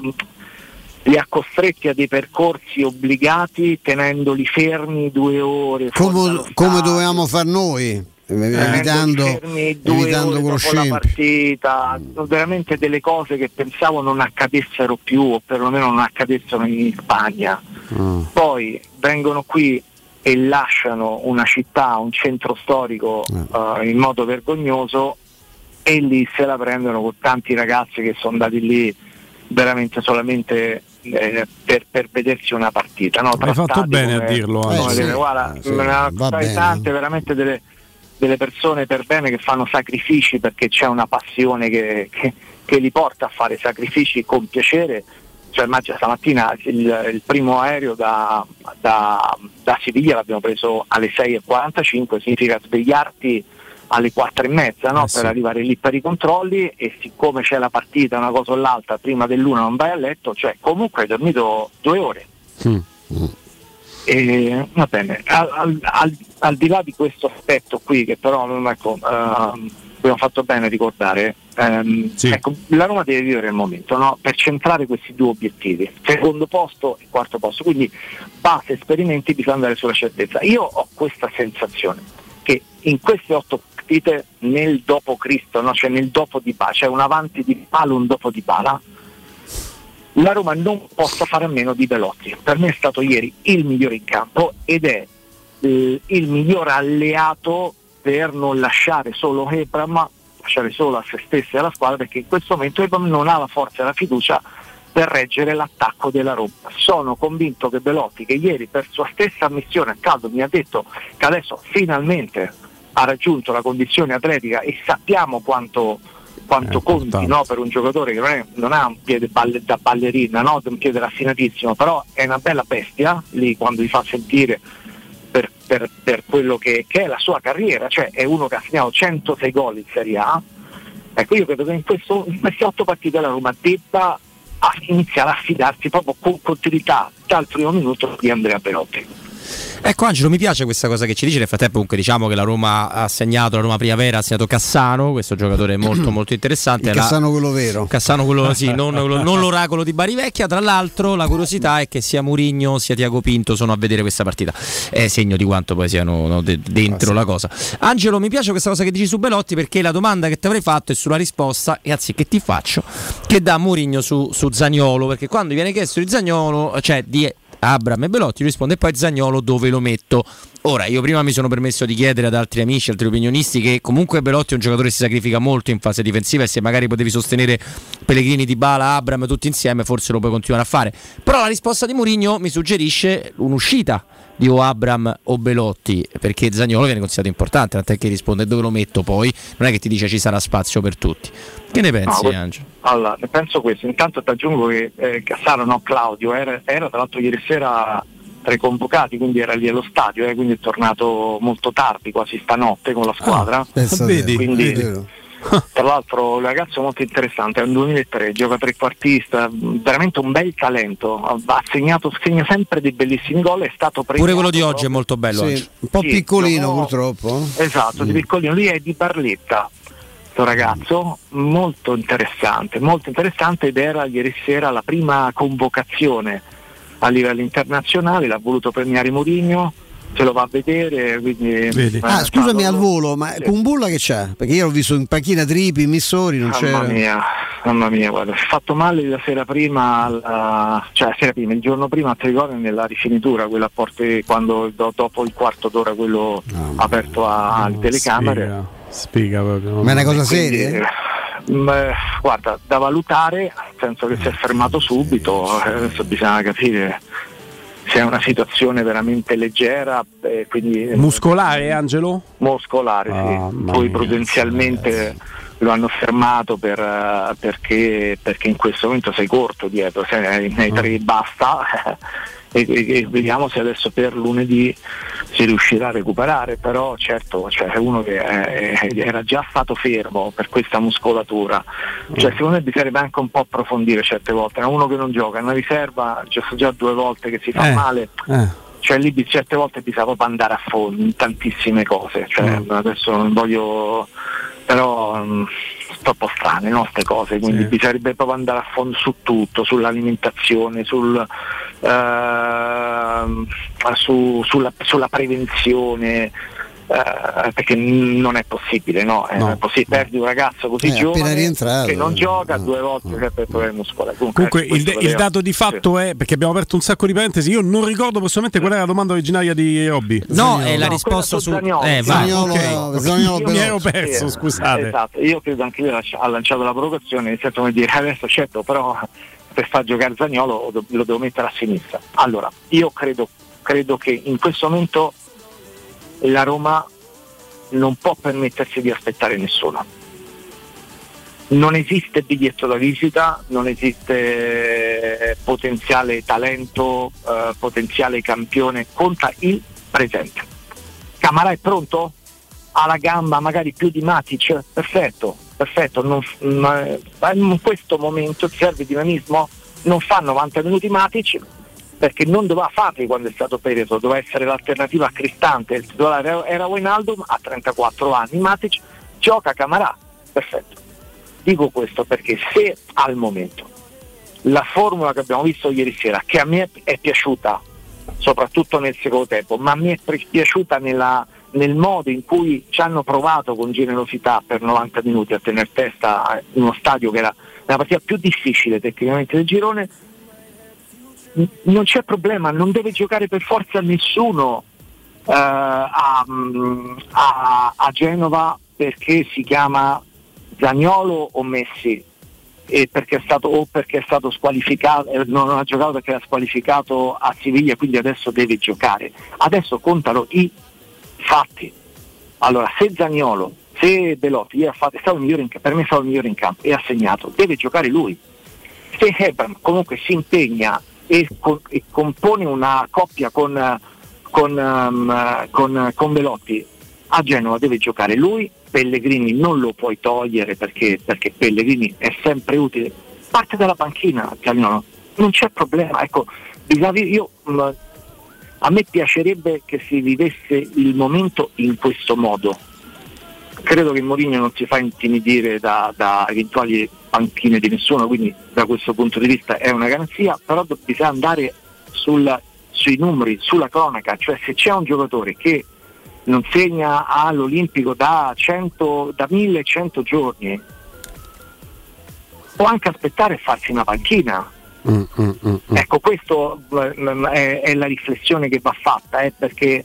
li ha costretti a dei percorsi obbligati, tenendoli fermi due ore. Come, come dovevamo far noi? evitando, evitando quello la partita, veramente delle cose che pensavo non accadessero più, o perlomeno non accadessero in Spagna. Mm. Poi vengono qui e lasciano una città, un centro storico mm. uh, in modo vergognoso, e lì se la prendono con tanti ragazzi che sono andati lì veramente solamente eh, per, per vedersi una partita, no? Hai fatto bene come, a dirlo, eh, sì, guarda, eh, sì, me tante veramente delle delle persone per bene che fanno sacrifici perché c'è una passione che, che, che li porta a fare sacrifici con piacere. Cioè, immagina stamattina il, il primo aereo da, da, da Siviglia l'abbiamo preso alle sei e quarantacinque, significa svegliarti alle quattro e mezza, no? Eh, per sì. arrivare lì per i controlli, e siccome c'è la partita una cosa o l'altra, prima dell'una non vai a letto, cioè comunque hai dormito due ore. Mm. E, va bene, al, al, al, al di là di questo aspetto qui, che però ecco, uh, abbiamo fatto bene a ricordare, um, sì. ecco, la Roma deve vivere il momento, no? Per centrare questi due obiettivi, secondo posto e quarto posto, quindi base esperimenti, bisogna andare sulla certezza. Io ho questa sensazione che in queste otto partite, nel dopo Cristo, no? Cioè nel dopo di Bala, cioè un avanti di Bala, un dopo di Bala, la Roma non possa fare a meno di Belotti. Per me è stato ieri il migliore in campo ed è eh, il miglior alleato per non lasciare solo Abraham, lasciare solo a se stesso e alla squadra, perché in questo momento Abraham non ha la forza e la fiducia per reggere l'attacco della Roma. Sono convinto che Belotti, che ieri per sua stessa ammissione a caldo mi ha detto che adesso finalmente ha raggiunto la condizione atletica, e sappiamo quanto quanto conti, no, per un giocatore che non, è, non ha un piede balle, da ballerina, no, un piede raffinatissimo, però è una bella bestia lì quando li fa sentire per, per, per quello che, che è la sua carriera, cioè è uno che ha segnato centosei gol in Serie A. Ecco, io credo che in, questo, in queste otto partite la Roma debba a iniziare a fidarsi proprio con continuità dal primo minuto di Andrea Belotti. Ecco Angelo, mi piace questa cosa che ci dice. Nel frattempo comunque diciamo che la Roma ha segnato, la Roma Primavera ha segnato Cassano, questo giocatore molto molto interessante. Il Cassano quello vero. Cassano quello sì, non, non l'oracolo di Bari Vecchia. Tra l'altro la curiosità è che sia Mourinho sia Tiago Pinto sono a vedere questa partita, è segno di quanto poi siano no, de- dentro ah, sì. la cosa. Angelo, mi piace questa cosa che dici su Belotti, perché la domanda che ti avrei fatto è sulla risposta, e anzi che ti faccio, che dà Mourinho su, su Zaniolo, perché quando viene chiesto di Zaniolo, cioè di Abraham e Belotti, risponde poi Zaniolo dove lo metto. Ora io prima mi sono permesso di chiedere ad altri amici, altri opinionisti, che comunque Belotti è un giocatore che si sacrifica molto in fase difensiva, e se magari potevi sostenere Pellegrini, Dybala, Abraham tutti insieme forse lo puoi continuare a fare. Però la risposta di Mourinho mi suggerisce un'uscita di o Abraham o Belotti, perché Zaniolo viene considerato importante, tant'è che risponde dove lo metto, poi non è che ti dice ci sarà spazio per tutti. Che ne pensi, no, Angelo? Allora, ne penso questo. Intanto ti aggiungo che eh, Cassano, no, Claudio era, era tra l'altro ieri sera tra i convocati, quindi era lì allo stadio, eh, quindi è tornato molto tardi, quasi stanotte con la squadra. Ah, vedi, quindi vedi. Tra l'altro un ragazzo molto interessante, è un duemilatré, gioca trequartista, veramente un bel talento, ha segnato, segna sempre dei bellissimi gol, è stato premiato. Pure quello di oggi è molto bello, sì, un po' sì, piccolino no, purtroppo. Esatto, mm. di piccolino, lui è di Barletta, questo ragazzo, molto interessante, molto interessante, ed era ieri sera la prima convocazione a livello internazionale, l'ha voluto premiare Mourinho, se lo va a vedere, quindi ah, scusami al volo, ma sì. Kumbulla che c'ha? Perché io l'ho visto in panchina Tripi, Missori, non mamma c'era. Mamma mia, mamma mia, guarda, si è fatto male la sera prima, alla, cioè la sera prima, il giorno prima a Trigoria nella rifinitura, quella a porte, quando do, dopo il quarto d'ora, quello no, aperto a, alle no, telecamere. Spiega, spiega proprio. Ma è una cosa seria? Quindi, mh, guarda, da valutare, nel senso che si è fermato subito, adesso bisogna capire se è una situazione veramente leggera, eh, quindi muscolare, Angelo? Muscolare, ah, sì. Poi prudenzialmente lo hanno fermato per, uh, perché, perché in questo momento sei corto dietro, sei nei tre basta e, e, e vediamo se adesso per lunedì si riuscirà a recuperare, però certo, cioè, è uno che è, era già stato fermo per questa muscolatura, cioè secondo me bisognerebbe anche un po' approfondire certe volte, è uno che non gioca, è una riserva, già, già due volte che si fa eh, male, eh. cioè lì certe volte bisogna proprio andare a fondo in tantissime cose, cioè mm. adesso non voglio, però mh, troppo strane, no, queste cose, quindi sì. bisognerebbe proprio andare a fondo su tutto, sull'alimentazione, sul Uh, su, sulla, sulla prevenzione, uh, perché non è possibile, no? È no, possibile, no. Perdi un ragazzo così eh, giovane che non gioca no, due volte no. per problemi muscolari. Comunque, Comunque il, il dato di fatto sì. è, perché abbiamo aperto un sacco di parentesi, io non ricordo personalmente qual era la domanda originaria di Robby. No, Zaniolo. è la no, risposta su Zaniolo. Eh, Zaniolo, okay. no, Zaniolo mi ero perso, sì, scusate. Esatto, io credo anche lui ha lanciato la provocazione, nel senso di dire adesso certo, però per far giocare Zaniolo lo devo mettere a sinistra. Allora, io credo, credo che in questo momento la Roma non può permettersi di aspettare nessuno. Non esiste biglietto da visita, non esiste potenziale talento, eh, potenziale campione, conta il presente. Camarà è pronto? ha la gamba magari più di Matic, perfetto, perfetto, non, ma in questo momento serve dinamismo, non fa novanta minuti Matic perché non doveva farli quando è stato preso, doveva essere l'alternativa a Cristante, il titolare era Wijnaldum, ha trentaquattro anni, Matic gioca Camarà, perfetto. Dico questo perché se al momento la formula che abbiamo visto ieri sera, che a me è piaciuta soprattutto nel secondo tempo, ma mi è piaciuta nella, nel modo in cui ci hanno provato con generosità per novanta minuti a tenere testa in uno stadio che era la partita più difficile tecnicamente del girone, non c'è problema, non deve giocare per forza nessuno eh, a, a, a Genova perché si chiama Zaniolo o Messi, e perché è stato, o perché è stato squalificato, eh, non ha giocato perché era squalificato a Siviglia, quindi adesso deve giocare. Adesso contano i fatti. Allora, se Zaniolo, se Belotti è stato il migliore in, per me è stato il migliore in campo e ha segnato, deve giocare lui. Se Abraham comunque si impegna e, con, e compone una coppia con, con, um, con, con Belotti, a Genova deve giocare lui. Pellegrini non lo puoi togliere perché, perché Pellegrini è sempre utile, parte dalla panchina, Zaniolo, non c'è problema. Ecco, io, a me piacerebbe che si vivesse il momento in questo modo. Credo che Mourinho non si fa intimidire da, da eventuali panchine di nessuno, quindi da questo punto di vista è una garanzia, però bisogna andare sul, sui numeri, sulla cronaca, cioè se c'è un giocatore che non segna all'Olimpico da cento, da millecento giorni, può anche aspettare e farsi una panchina. Mm, mm, mm, ecco, questo è, è la riflessione che va fatta, eh, perché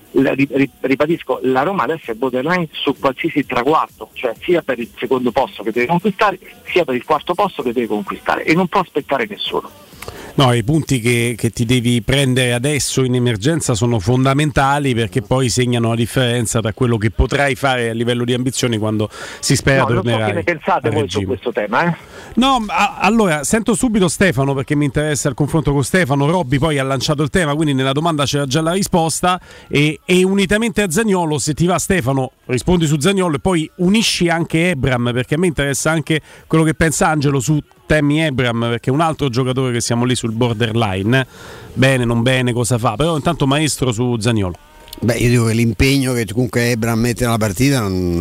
ribadisco, la Roma adesso è borderline su qualsiasi traguardo, cioè sia per il secondo posto che deve conquistare, sia per il quarto posto che deve conquistare, e non può aspettare nessuno. No, i punti che, che ti devi prendere adesso in emergenza sono fondamentali, perché poi segnano la differenza tra quello che potrai fare a livello di ambizioni quando si spera no, tornerai. Non so che ne pensate voi su questo tema, eh? No, a, allora sento subito Stefano, perché mi interessa il confronto con Stefano. Robby poi ha lanciato il tema, quindi nella domanda c'era già la risposta, e, e unitamente a Zaniolo, se ti va Stefano, rispondi su Zaniolo e poi unisci anche Ebram, perché a me interessa anche quello che pensa Angelo su Tammy Abraham, perché è un altro giocatore che siamo lì sul borderline, bene, non bene, cosa fa, però intanto maestro su Zaniolo. Beh, io dico che l'impegno che comunque Abraham mette nella partita,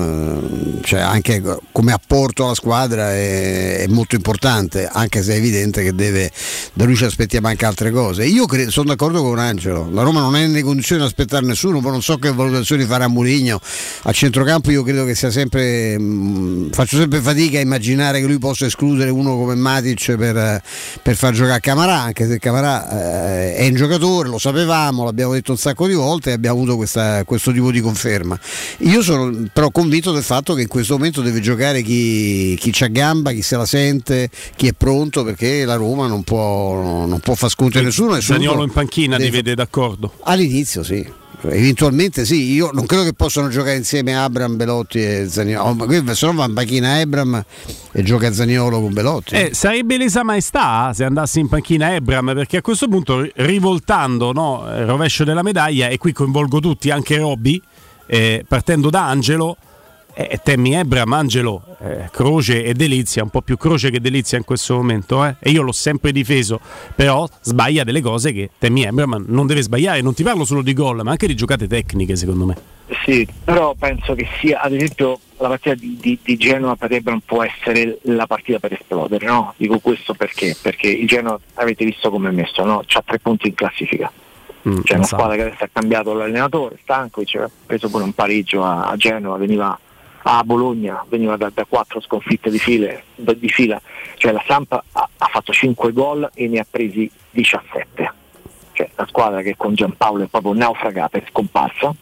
non, cioè anche come apporto alla squadra, è, è molto importante, anche se è evidente che deve, da lui ci aspettiamo anche altre cose. Io credo, sono d'accordo con Angelo, la Roma non è nelle condizioni di aspettare nessuno, poi non so che valutazioni farà Mourinho a centrocampo. Io credo che sia sempre, mh, faccio sempre fatica a immaginare che lui possa escludere uno come Matic per, per far giocare Camarà, anche se Camarà eh, è un giocatore, lo sapevamo, l'abbiamo detto un sacco di volte e abbiamo avuto Questa, questo tipo di conferma. Io sono però convinto del fatto che in questo momento deve giocare chi, chi c'ha gamba, chi se la sente, chi è pronto, perché la Roma non può, non può far scontro nessuno. Zaniolo in panchina ti vede d'accordo? All'inizio sì, eventualmente sì. Io non credo che possano giocare insieme Abraham, Belotti e Zaniolo, se no va in panchina Abraham e gioca Zaniolo con Belotti. Eh, sarebbe lesa maestà se andassi in panchina Abraham, perché a questo punto, rivoltando, no, il rovescio della medaglia, e qui coinvolgo tutti, anche Robby, eh, partendo da Angelo, eh, Tammy Abraham, Angelo, eh, croce e delizia, un po' più croce che delizia in questo momento, eh? E io l'ho sempre difeso, però sbaglia delle cose che Tammy Abraham non deve sbagliare. Non ti parlo solo di gol, ma anche di giocate tecniche, secondo me. Sì, però penso che sia, ad esempio, la partita di, di, di Genoa per Abraham può essere la partita per esplodere, no? Dico questo perché? Perché il Genoa, avete visto come è messo, no? C'ha tre punti in classifica. Mm, c'è una squadra che adesso ha cambiato l'allenatore, Stankovic, ha preso pure un pareggio a, a Genova, veniva a Bologna, veniva da, da quattro sconfitte di, file, di fila, cioè la Samp ha, ha fatto cinque gol e ne ha presi diciassette, cioè la squadra che con Giampaolo è proprio naufragata, è scomparsa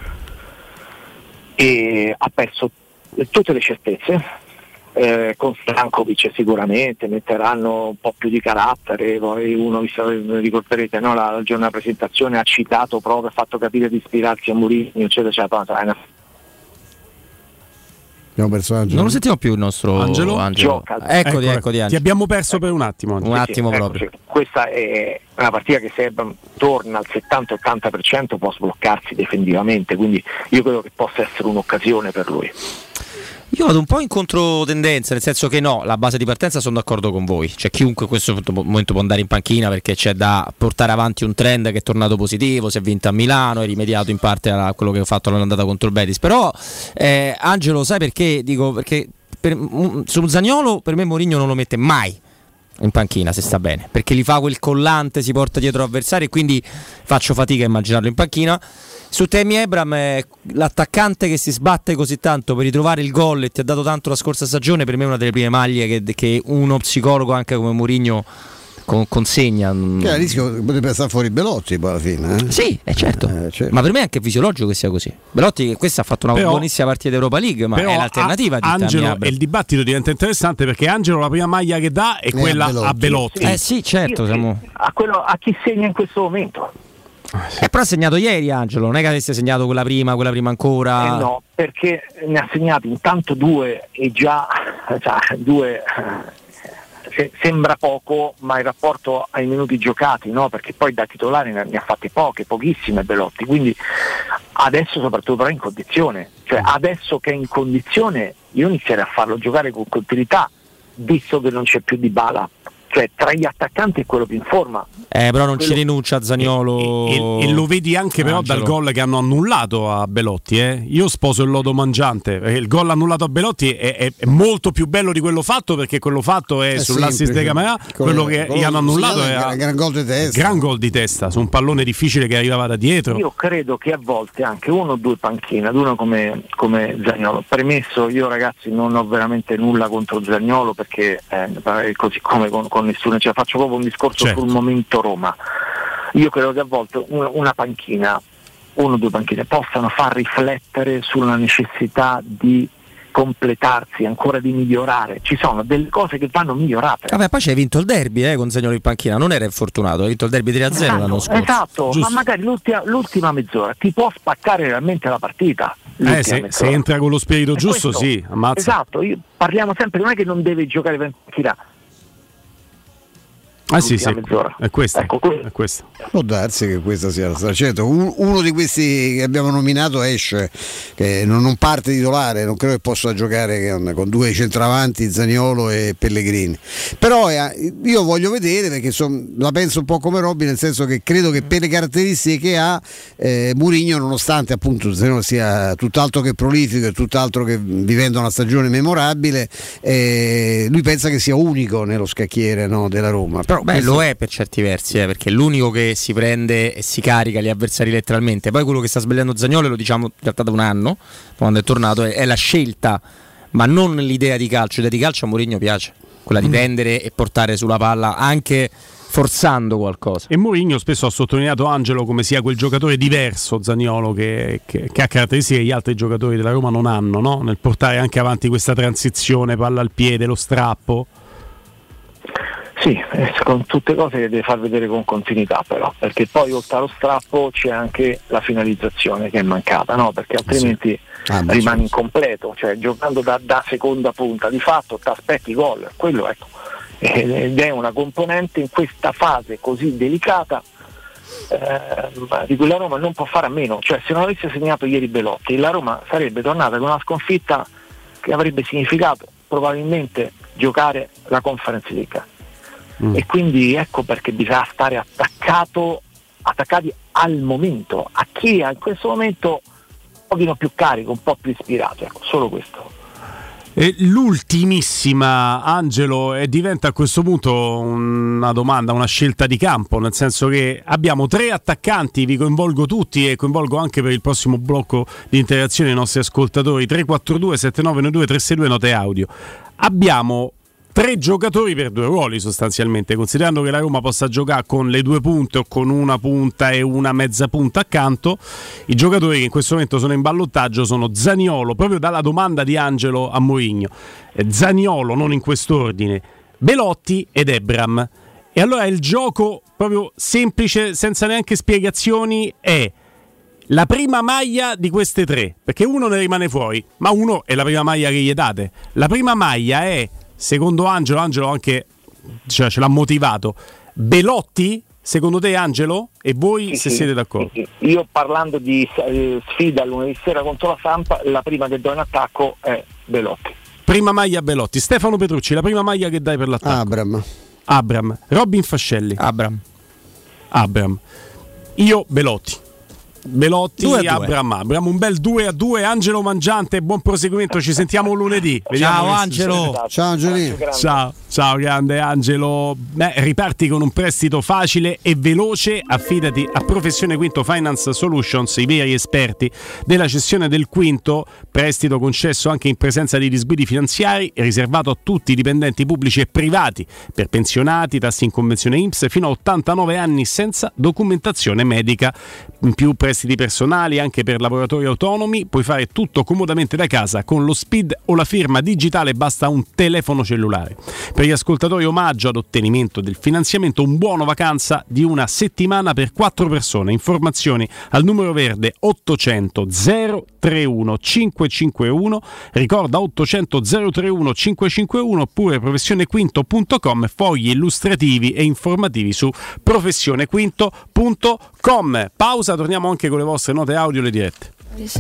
e ha perso tutte le certezze. Eh, con Stankovic sicuramente metteranno un po' più di carattere, poi uno, vi ricorderete, no, la, la giorno della presentazione ha citato proprio, ha fatto capire di ispirarsi a Mourinho, eccetera, eccetera. Abbiamo perso Angelo. Non lo sentiamo più il nostro Angelo. Angelo. Eccoti, Ecco, eccoti, ti Angelo. abbiamo perso per un attimo. Un attimo Sì, sì, proprio. eccoci. Questa è una partita che se torna al settanta ottanta per cento può sbloccarsi definitivamente, quindi io credo che possa essere un'occasione per lui. Io vado un po' in controtendenza, nel senso che no, la base di partenza sono d'accordo con voi. Cioè chiunque in questo momento può andare in panchina perché c'è da portare avanti un trend che è tornato positivo, si è vinto a Milano, è rimediato in parte a quello che ha fatto l'andata contro il Betis. Però eh, Angelo, sai perché? Dico perché per, su Zaniolo per me Mourinho non lo mette mai in panchina se sta bene, perché gli fa quel collante, si porta dietro l'avversario e quindi faccio fatica a immaginarlo in panchina. Su Tammy Abraham è l'attaccante che si sbatte così tanto per ritrovare il gol e ti ha dato tanto la scorsa stagione, per me è una delle prime maglie che, che uno psicologo anche come Mourinho con, consegna. Che ha il rischio che potrebbe stare fuori Belotti poi alla fine. Eh? Sì, è certo. Eh, certo. Ma per me è anche fisiologico che sia così. Belotti questa ha fatto una Però, buonissima partita d'Europa League, ma è l'alternativa a, di Tammy Angelo, Abraham. e il dibattito diventa interessante perché Angelo la prima maglia che dà è Eh, quella a Belotti. a Belotti. Eh sì, certo, Io, siamo... a, quello, a chi segna in questo momento. Eh, però ha segnato ieri Angelo, non è che avesse segnato quella prima, quella prima ancora. Eh no, perché ne ha segnati intanto due e già cioè, due eh, se, sembra poco, ma in rapporto ai minuti giocati, no? Perché poi da titolare ne, ne ha fatte poche, pochissime Belotti, quindi adesso soprattutto però in condizione, cioè adesso che è in condizione io inizierei a farlo giocare con continuità, visto che non c'è più Dybala. Cioè tra gli attaccanti è quello più in forma. Eh, però non quello... ci rinuncia Zaniolo. E, e, e lo vedi anche però Angelo. dal gol che hanno annullato a Belotti. Eh? Io sposo il lodo mangiante. Il gol annullato a Belotti è, è, è molto più bello di quello fatto, perché quello fatto è, È sull'assist di Camara. Quello che gli hanno annullato è un gran gol di testa. Gran gol di testa su un pallone difficile che arrivava da dietro. Io credo che a volte anche uno o due panchine, ad uno come, come Zaniolo. Premesso, io ragazzi non ho veramente nulla contro Zaniolo, perché eh, così come con, con nessuno, cioè faccio proprio un discorso certo. sul momento Roma. Io credo che a volte una, una panchina, uno o due panchine possano far riflettere sulla necessità di completarsi, ancora di migliorare. Ci sono delle cose che vanno migliorate. Vabbè, poi c'hai vinto il derby eh, con Zaniolo in panchina, non era infortunato, hai vinto il derby tre a zero Esatto, l'anno scorso. esatto, Giusto. ma magari l'ultima, l'ultima mezz'ora ti può spaccare realmente la partita. Eh, se, se entra con lo spirito E giusto, questo, sì, ammazza. Esatto, io, parliamo sempre, non è che non deve giocare per panchina. Ah sì, sì, mezz'ora. è questo, Ecco, è questo. Può darsi che questa sia la strada. Certo, un- uno di questi che abbiamo nominato esce, che non, non parte titolare, non credo che possa giocare con, con due centravanti, Zaniolo e Pellegrini. Però eh, io voglio vedere, perché son, la penso un po' come Robby, nel senso che credo che per le caratteristiche che ha eh, Mourinho, nonostante appunto Zaniolo sia tutt'altro che prolifico e tutt'altro che vivendo una stagione memorabile, eh, lui pensa che sia unico nello scacchiere, no, della Roma. Però Beh, questo- lo è per certi versi, eh, perché è l'unico che si prende e si carica gli avversari letteralmente. Poi quello che sta sbagliando Zaniolo, lo diciamo in realtà da un anno, quando è tornato, è, è la scelta, ma non l'idea di calcio. L'idea di calcio a Mourinho piace, quella di Mm. prendere e portare sulla palla anche forzando qualcosa. E Mourinho spesso ha sottolineato Angelo come sia quel giocatore diverso, Zaniolo, che, che, che ha caratteristiche che gli altri giocatori della Roma non hanno, no? Nel portare anche avanti questa transizione, palla al piede, lo strappo. Sì, eh, con tutte cose che deve far vedere con continuità, però, perché poi oltre allo strappo c'è anche la finalizzazione che è mancata, no? Perché altrimenti sì. ah, rimane sì. incompleto, cioè giocando da, da seconda punta di fatto ti aspetti gol, quello ecco, ed è una componente in questa fase così delicata eh, di cui la Roma non può fare a meno. Cioè, se non avesse segnato ieri Belotti, la Roma sarebbe tornata con una sconfitta che avrebbe significato probabilmente giocare la Conference League. Mm. E quindi ecco perché bisogna stare attaccato, attaccati al momento, a chi è in questo momento un pochino più carico, un po' più ispirato, ecco, solo questo. E l'ultimissima, Angelo, e diventa a questo punto una domanda, una scelta di campo, nel senso che abbiamo tre attaccanti, vi coinvolgo tutti e coinvolgo anche per il prossimo blocco di interazione i nostri ascoltatori. Tre quattro due sette nove nove due tre sei due, note audio. Abbiamo tre giocatori per due ruoli sostanzialmente, considerando che la Roma possa giocare con le due punte o con una punta e una mezza punta accanto. I giocatori che in questo momento sono in ballottaggio sono Zaniolo, proprio dalla domanda di Angelo a Mourinho, Zaniolo non in quest'ordine, Belotti ed Abraham. E allora il gioco proprio semplice, senza neanche spiegazioni, è: la prima maglia di queste tre, perché uno ne rimane fuori, ma uno è la prima maglia che gli date. La prima maglia è, secondo Angelo, Angelo anche cioè, ce l'ha motivato, Belotti, secondo te Angelo? E voi sì, se sì, siete d'accordo? Sì, sì. Io parlando di eh, sfida lunedì sera contro la Samp, la prima che do in attacco è Belotti. Prima maglia Belotti. Stefano Petrucci, la prima maglia che dai per l'attacco? Abram. Abram. Robin Fascelli. Abram. Abram. Io Belotti. Belotti, due a due. Abram, Abram, un bel due a due. Angelo Mangiante, buon proseguimento, ci sentiamo lunedì. Vediamo ciao Angelo. Ciao Angelino. Ciao, ciao grande Angelo. Beh, riparti con un prestito facile e veloce, affidati a Professione Quinto Finance Solutions, i veri esperti della cessione del quinto, prestito concesso anche in presenza di disguidi finanziari, riservato a tutti i dipendenti pubblici e privati, per pensionati, tassi in convenzione I N P S fino a ottantanove anni senza documentazione medica. In più prestiti personali anche per lavoratori autonomi, puoi fare tutto comodamente da casa con lo S P I D o la firma digitale, basta un telefono cellulare. Per gli ascoltatori omaggio ad ottenimento del finanziamento un buono vacanza di una settimana per quattro persone. Informazioni al numero verde ottocento zero trentuno cinquecentocinquantuno, ricorda ottocento zero trentuno cinquecentocinquantuno, oppure professionequinto punto com, fogli illustrativi e informativi su professionequinto punto com. Pausa, torniamo anche con le vostre note audio, le dirette.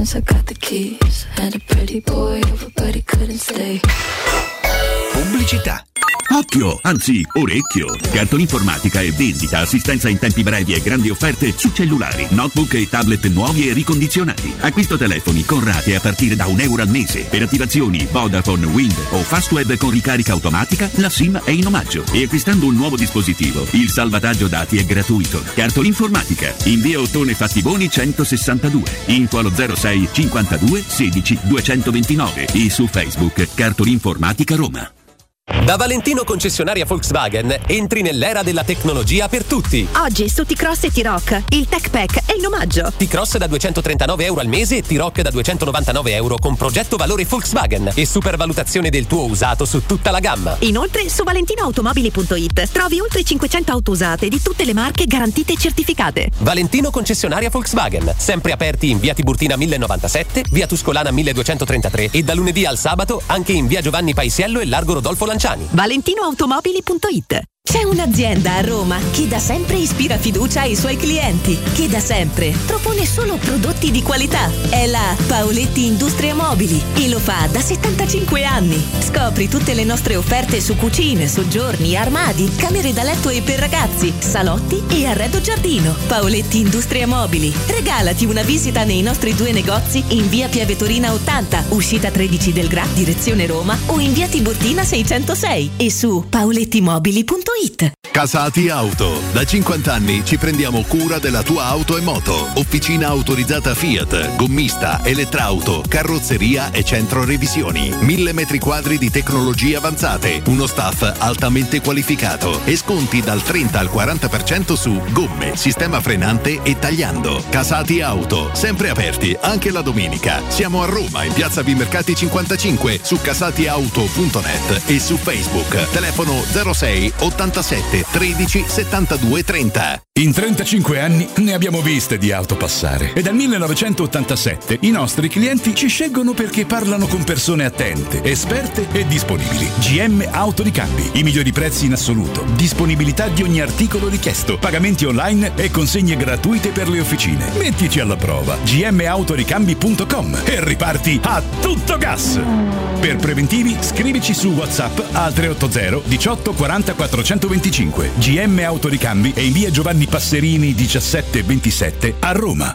Pubblicità. Occhio, anzi orecchio. Cartolinformatica e vendita, assistenza in tempi brevi e grandi offerte su cellulari, notebook e tablet nuovi e ricondizionati. Acquisto telefoni con rate a partire da un euro al mese. Per attivazioni Vodafone, Wind o Fastweb con ricarica automatica, la SIM è in omaggio. E acquistando un nuovo dispositivo, il salvataggio dati è gratuito. Cartolinformatica, in via Ottone Fattiboni centosessantadue, info allo zero sei cinquantadue sedici duecentoventinove e su Facebook Cartolinformatica Roma. Da Valentino concessionaria Volkswagen entri nell'era della tecnologia per tutti. Oggi su T-Cross e T-Rock il Tech Pack è in omaggio. T-Cross da duecentotrentanove euro al mese e T-Rock da duecentonovantanove euro con progetto valore Volkswagen e supervalutazione del tuo usato su tutta la gamma. Inoltre su valentinoautomobili punto it trovi oltre cinquecento auto usate di tutte le marche garantite e certificate. Valentino concessionaria Volkswagen, sempre aperti in via Tiburtina mille novantasette, via Tuscolana milleduecentotrentatré e da lunedì al sabato anche in via Giovanni Paisiello e largo Rodolfo Lanciani. valentinoautomobili punto it. C'è un'azienda a Roma che da sempre ispira fiducia ai suoi clienti, che da sempre propone solo prodotti di qualità. È la Paoletti Industrie Mobili e lo fa da settantacinque anni. Scopri tutte le nostre offerte su cucine, soggiorni, armadi, camere da letto e per ragazzi, salotti e arredo giardino. Paoletti Industrie Mobili. Regalati una visita nei nostri due negozi in via Pieve Torina ottanta, uscita tredici del Gra, direzione Roma, o in via Tiburtina seicentosei e su paolettimobili punto it. Casati Auto. Da cinquanta anni ci prendiamo cura della tua auto e moto. Officina autorizzata Fiat, gommista, elettrauto, carrozzeria e centro revisioni. Mille metri quadri di tecnologie avanzate. Uno staff altamente qualificato. E sconti dal trenta al quaranta per cento su gomme, sistema frenante e tagliando. Casati Auto. Sempre aperti anche la domenica. Siamo a Roma in piazza Vimercati cinquantacinque, su casatiauto punto net e su Facebook. Telefono zero sei ottantasette tredici settantadue trenta. In trentacinque anni ne abbiamo viste di auto passare e dal millenovecentottantasette i nostri clienti ci scelgono perché parlano con persone attente, esperte e disponibili. G M Autoricambi, i migliori prezzi in assoluto, disponibilità di ogni articolo richiesto, pagamenti online e consegne gratuite per le officine. Mettici alla prova. g m autoricambi punto com e riparti a tutto gas. Per preventivi scrivici su WhatsApp al tre otto zero diciotto quaranta quattrocentoventicinque. G M Autoricambi è in via Giovanni Passerini diciassette ventisette a Roma.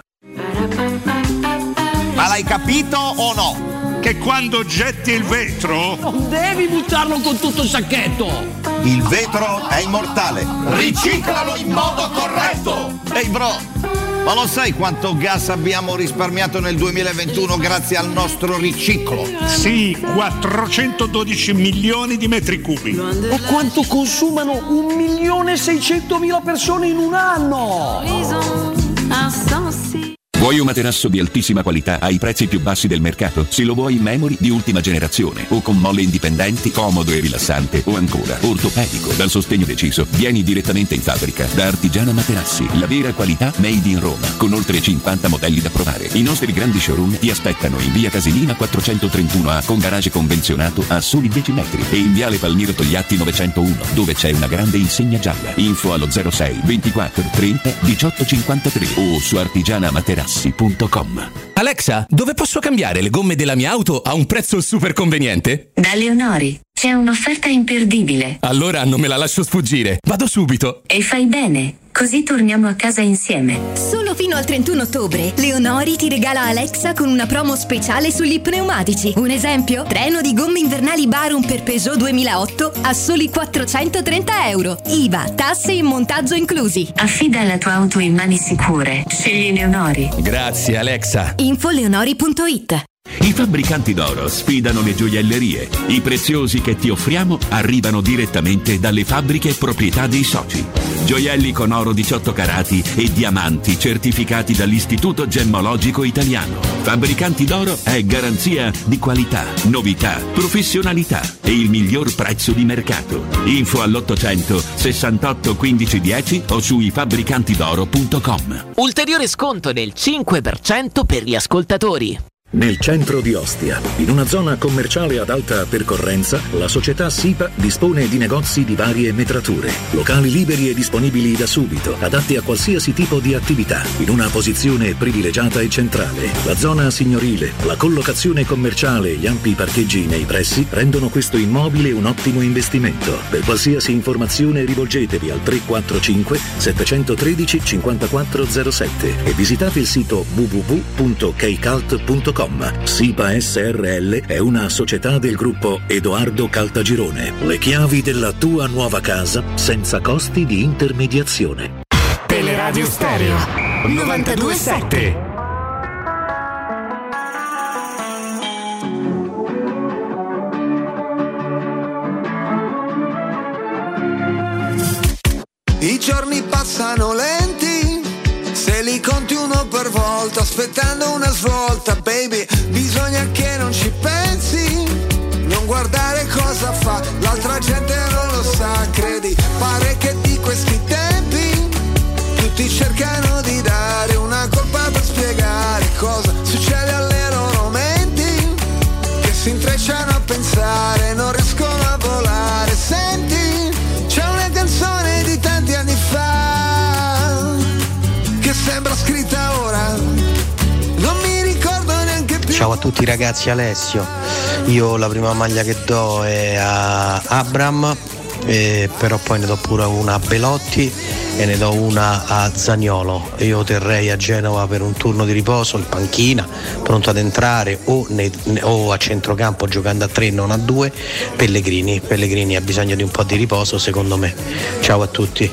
Ma l'hai capito o no? Che quando getti il vetro non devi buttarlo con tutto il sacchetto. Il vetro è immortale. Riciclalo in modo corretto. Ehi bro, ma lo sai quanto gas abbiamo risparmiato nel duemilaventuno grazie al nostro riciclo? Sì, quattrocentododici milioni di metri cubi. E quanto consumano un milione e seicentomila persone in un anno? Vuoi un materasso di altissima qualità ai prezzi più bassi del mercato? Se lo vuoi in memory di ultima generazione o con molle indipendenti, comodo e rilassante, o ancora ortopedico dal sostegno deciso, vieni direttamente in fabbrica da Artigiana Materassi, la vera qualità made in Roma, con oltre cinquanta modelli da provare. I nostri grandi showroom ti aspettano in via Casilina quattrocentotrentuno A con garage convenzionato a soli dieci metri e in viale Palmiro Togliatti novecentouno, dove c'è una grande insegna gialla. Info allo zero sei ventiquattro trenta diciotto cinquantatré o su artigiana materassi punto com. Alexa, dove posso cambiare le gomme della mia auto a un prezzo super conveniente? Da Leonori c'è un'offerta imperdibile. Allora non me la lascio sfuggire, vado subito. E fai bene, così torniamo a casa insieme. Solo fino al trentuno ottobre, Leonori ti regala Alexa con una promo speciale sugli pneumatici. Un esempio? Treno di gomme invernali Barum per Peugeot duemilaotto a soli quattrocentotrenta euro. I V A, tasse e montaggio inclusi. Affida la tua auto in mani sicure. Scegli Leonori. Grazie Alexa. Info leonori punto it. I fabbricanti d'oro sfidano le gioiellerie. I preziosi che ti offriamo arrivano direttamente dalle fabbriche proprietà dei soci. Gioielli con oro diciotto carati e diamanti certificati dall'Istituto Gemmologico Italiano. Fabbricanti d'oro è garanzia di qualità, novità, professionalità e il miglior prezzo di mercato. Info all'ottocento sessantotto quindici dieci o su i fabbricanti d'oro punto com. Ulteriore sconto del cinque per cento per gli ascoltatori. Nel centro di Ostia, in una zona commerciale ad alta percorrenza, la società SIPA dispone di negozi di varie metrature, locali liberi e disponibili da subito, adatti a qualsiasi tipo di attività, in una posizione privilegiata e centrale. La zona signorile, la collocazione commerciale e gli ampi parcheggi nei pressi rendono questo immobile un ottimo investimento. Per qualsiasi informazione rivolgetevi al tre quattro cinque sette uno tre cinque zero sette e visitate il sito w w w punto keicalt punto com. SIPA S R L è una società del gruppo Edoardo Caltagirone. Le chiavi della tua nuova casa senza costi di intermediazione. Teleradio Stereo novantadue sette. I giorni passano lenti, se li conti uno per volta, aspettando una svolta, baby, bisogna che non ci pensi, non guardare cosa fa, l'altra gente non lo sa, credi, pare che di questi tempi tutti cercano di dare una colpa per spiegare cosa succede alle loro menti, che si intrecciano a pensare, non riescono a volare, senti, c'è una canzone di tanti anni fa che sembra scritta ora, non mi ricordo neanche più. Ciao a tutti ragazzi, Alessio. Io la prima maglia che do è a Abram, eh, però poi ne do pure una a Belotti e ne do una a Zaniolo. Io terrei a Genova per un turno di riposo, in panchina, pronto ad entrare o, ne, o a centrocampo giocando a tre non a due, Pellegrini. Pellegrini ha bisogno di un po' di riposo secondo me. Ciao a tutti.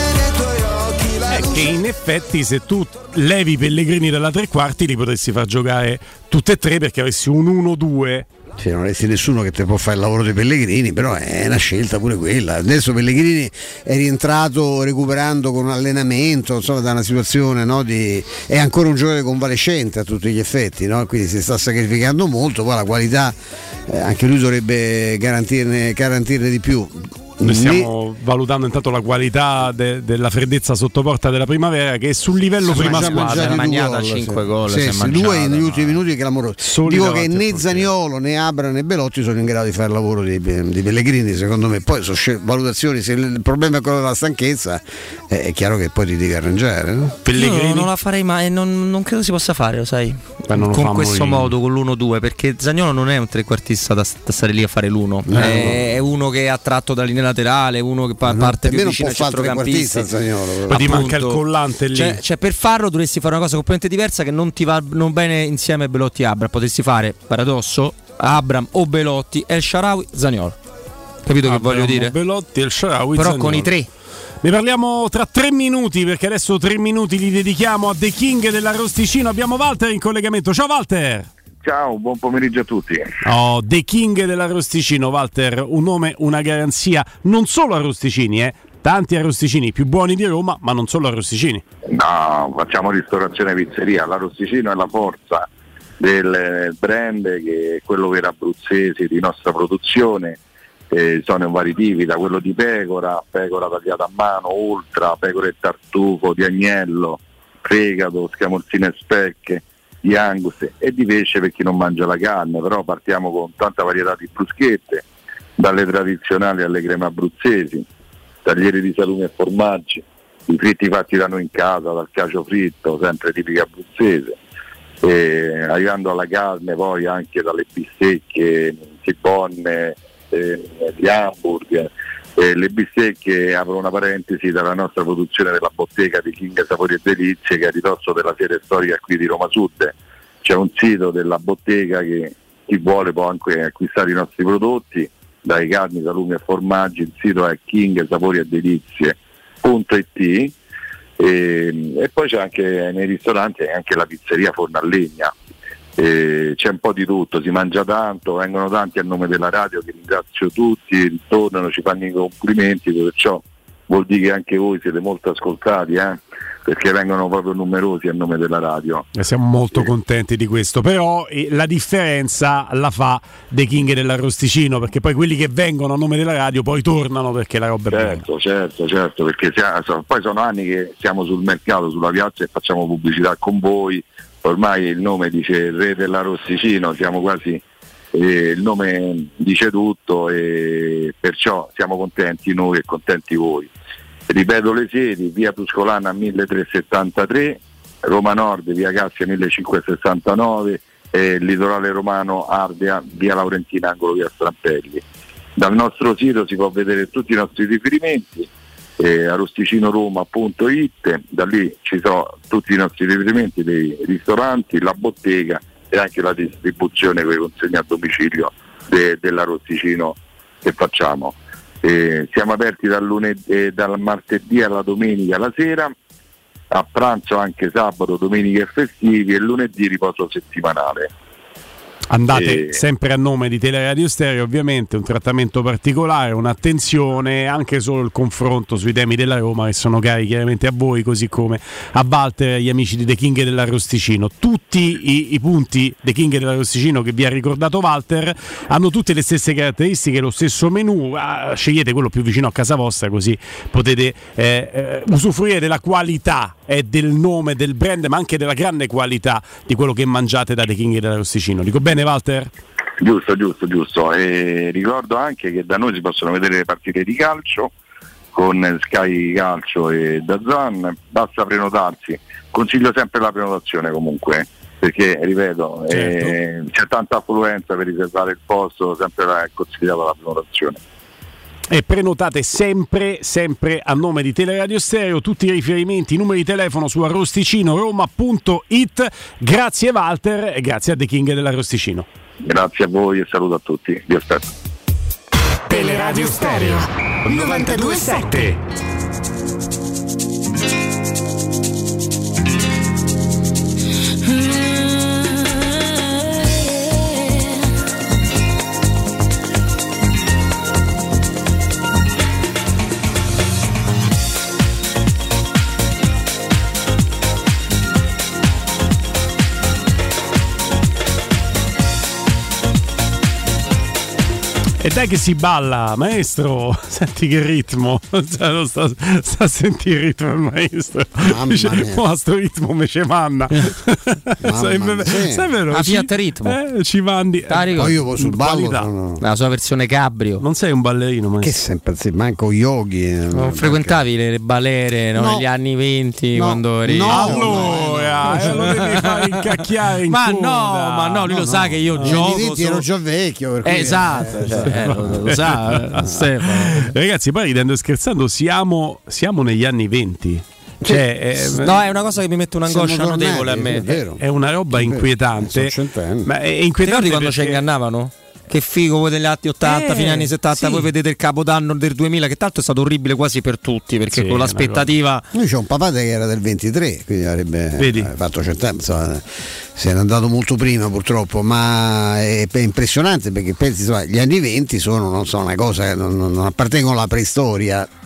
Che in effetti se tu levi Pellegrini dalla tre quarti li potresti far giocare tutte e tre perché avessi un uno due. Sì, non avessi nessuno che te può fare il lavoro dei Pellegrini, però è una scelta pure quella. Adesso Pellegrini è rientrato recuperando con un allenamento, insomma, da una situazione, no, di... è ancora un giocatore convalescente a tutti gli effetti, no? Quindi si sta sacrificando molto, poi la qualità eh, anche lui dovrebbe garantirne, garantirne di più. Noi stiamo ne... valutando intanto la qualità de- della freddezza sotto porta della primavera, che è sul livello si prima squadra. Si è mangiata cinque gol. Sì, sì, due negli ultimi minuti è clamoroso. Soli Dico che né Zaniolo né Abra né Belotti sono in grado di fare il lavoro di, di Pellegrini, secondo me. Poi sono scel- valutazioni, se il problema è quello della stanchezza, eh, è chiaro che poi ti devi arrangiare, no? Pellegrini? Io non la farei mai, non, non credo si possa fare, lo sai, con questo in... modo, con l'uno due, perché Zaniolo non è un trequartista da, da stare lì a fare l'uno, no, è, no. è uno che è attratto dalla linea laterale, uno che pa- parte più vicino al centrocampista. Poi ti manca il collante lì. Cioè, cioè, per farlo dovresti fare una cosa completamente diversa che non ti va non bene insieme a Belotti e Abram. Potresti fare, paradosso, Abram o Belotti, El Shaarawy, Zaniolo. Capito Abram, che voglio dire? Belotti, El Shaarawy, però Zaniolo. Con i tre. Ne parliamo tra tre minuti, perché adesso tre minuti li dedichiamo a The King dell'Arrosticino. Abbiamo Walter in collegamento. Ciao Walter. Ciao, buon pomeriggio a tutti. Oh, The King dell'Arrosticino, Walter, un nome, una garanzia non solo arrosticini, eh, tanti arrosticini più buoni di Roma, ma non solo arrosticini. No, facciamo ristorazione e pizzeria, l'arrosticino è la forza del brand, che è quello vero abruzzese di nostra produzione. Eh, sono vari tipi, da quello di pecora, pecora tagliata a mano, ultra, pecora e tartufo, di agnello, fegato, scamorzine e specche, di angus e di pesce per chi non mangia la carne, però partiamo con tanta varietà di bruschette, dalle tradizionali alle creme abruzzesi, taglieri di salumi e formaggi, i fritti fatti da noi in casa, dal cacio fritto, sempre tipica abruzzese, e arrivando alla carne poi anche dalle bistecche, cibonne, eh, gli hamburger. Eh, le bistecche, apro una parentesi, dalla nostra produzione della bottega di King Sapori e Delizie, che è a ridosso della sede storica qui di Roma Sud. C'è un sito della bottega che chi vuole può anche acquistare i nostri prodotti, dai carni, salumi e formaggi. Il sito è king sapori e delizie punto it, e, e poi c'è anche nei ristoranti anche la pizzeria Forno a Legna. Eh, c'è un po' di tutto, si mangia tanto, vengono tanti a nome della radio, che ringrazio tutti, ritornano, ci fanno i complimenti, perciò vuol dire che anche voi siete molto ascoltati, eh? Perché vengono proprio numerosi a nome della radio. E siamo molto contenti di questo, però eh, la differenza la fa dei King dell'arrosticino, perché poi quelli che vengono a nome della radio poi tornano perché la roba è buona. Certo, certo, certo, perché siamo, poi sono anni che siamo sul mercato, sulla piazza, e facciamo pubblicità con voi. Ormai il nome dice Re dell'arrosticino, siamo quasi, eh, il nome dice tutto, e perciò siamo contenti noi e contenti voi. Ripeto le sedi: via Tuscolana milletrecentosettantatré, Roma Nord via Cassia millecinquecentosessantanove e Litorale Romano Ardea via Laurentina angolo via Strampelli. Dal nostro sito si può vedere tutti i nostri riferimenti, Eh, arrosticinoroma punto it, da lì ci sono tutti i nostri riferimenti dei ristoranti, la bottega e anche la distribuzione con le consegne a domicilio de- dell'arrosticino che facciamo. Eh, siamo aperti dal, lunedì, eh, dal martedì alla domenica la sera, a pranzo anche sabato, domenica e festivi, e lunedì riposo settimanale. Andate e... sempre a nome di Teleradio Stereo, ovviamente un trattamento particolare, un'attenzione, anche solo il confronto sui temi della Roma che sono cari chiaramente a voi, così come a Walter e agli amici di The King dell'Arrosticino. Tutti i, i punti The King dell'Arrosticino che vi ha ricordato Walter hanno tutte le stesse caratteristiche, lo stesso menù, ah, scegliete quello più vicino a casa vostra, così potete eh, eh, usufruire della qualità e del nome del brand, ma anche della grande qualità di quello che mangiate da The King dell'Arrosticino. Dico bene, Walter? Giusto, giusto, giusto. E ricordo anche che da noi si possono vedere le partite di calcio con Sky Calcio e DAZN, basta prenotarsi. Consiglio sempre la prenotazione comunque, perché ripeto, certo. eh, c'è tanta affluenza, per riservare il posto sempre è consigliata la prenotazione. E prenotate sempre, sempre a nome di Teleradio Stereo, tutti i riferimenti, i numeri di telefono su arrosticinoroma punto it. Grazie Walter e grazie a The King dell'Arrosticino. Grazie a voi e saluto a tutti, vi aspetto. Teleradio Stereo novantadue sette. E dai che si balla, maestro, senti che ritmo, sta, sta, sta a sentire il ritmo il maestro, dice, ma sto ritmo me ce manna, sai, sì. sai vero, a Fiat Ritmo, eh, ci mandi, eh, poi io sul ballo sono... la sua versione cabrio. Non sei un ballerino, maestro? Che sempre, sì, manco yogi, eh, non frequentavi le, le balere no, no. negli anni venti no. quando eri no, allora no, eh, lo devi fare incacchiare in ma coda. no, ma no, lui no, lo no. sa che io no. gioco negli venti ero già vecchio, per cui esatto, eh, cioè, Eh, lo, lo sa Stefano. Ragazzi, poi ridendo e scherzando siamo, siamo negli anni venti. Cioè, eh, no, è una cosa che mi mette un'angoscia notevole a me. È, è una roba è inquietante. Ma è inquietante quando perché... ci ingannavano? Che figo voi degli anni ottanta, eh, fine anni settanta, sì. Voi vedete il capodanno del duemila, che tanto è stato orribile quasi per tutti, perché sì, con l'aspettativa. Noi c'è un papà che era del ventitré, quindi avrebbe Vedi? fatto cent'anni, insomma, se n'è andato molto prima purtroppo, ma è, è impressionante perché pensi, insomma, gli anni venti sono, non so, una cosa che non, non appartengono alla preistoria,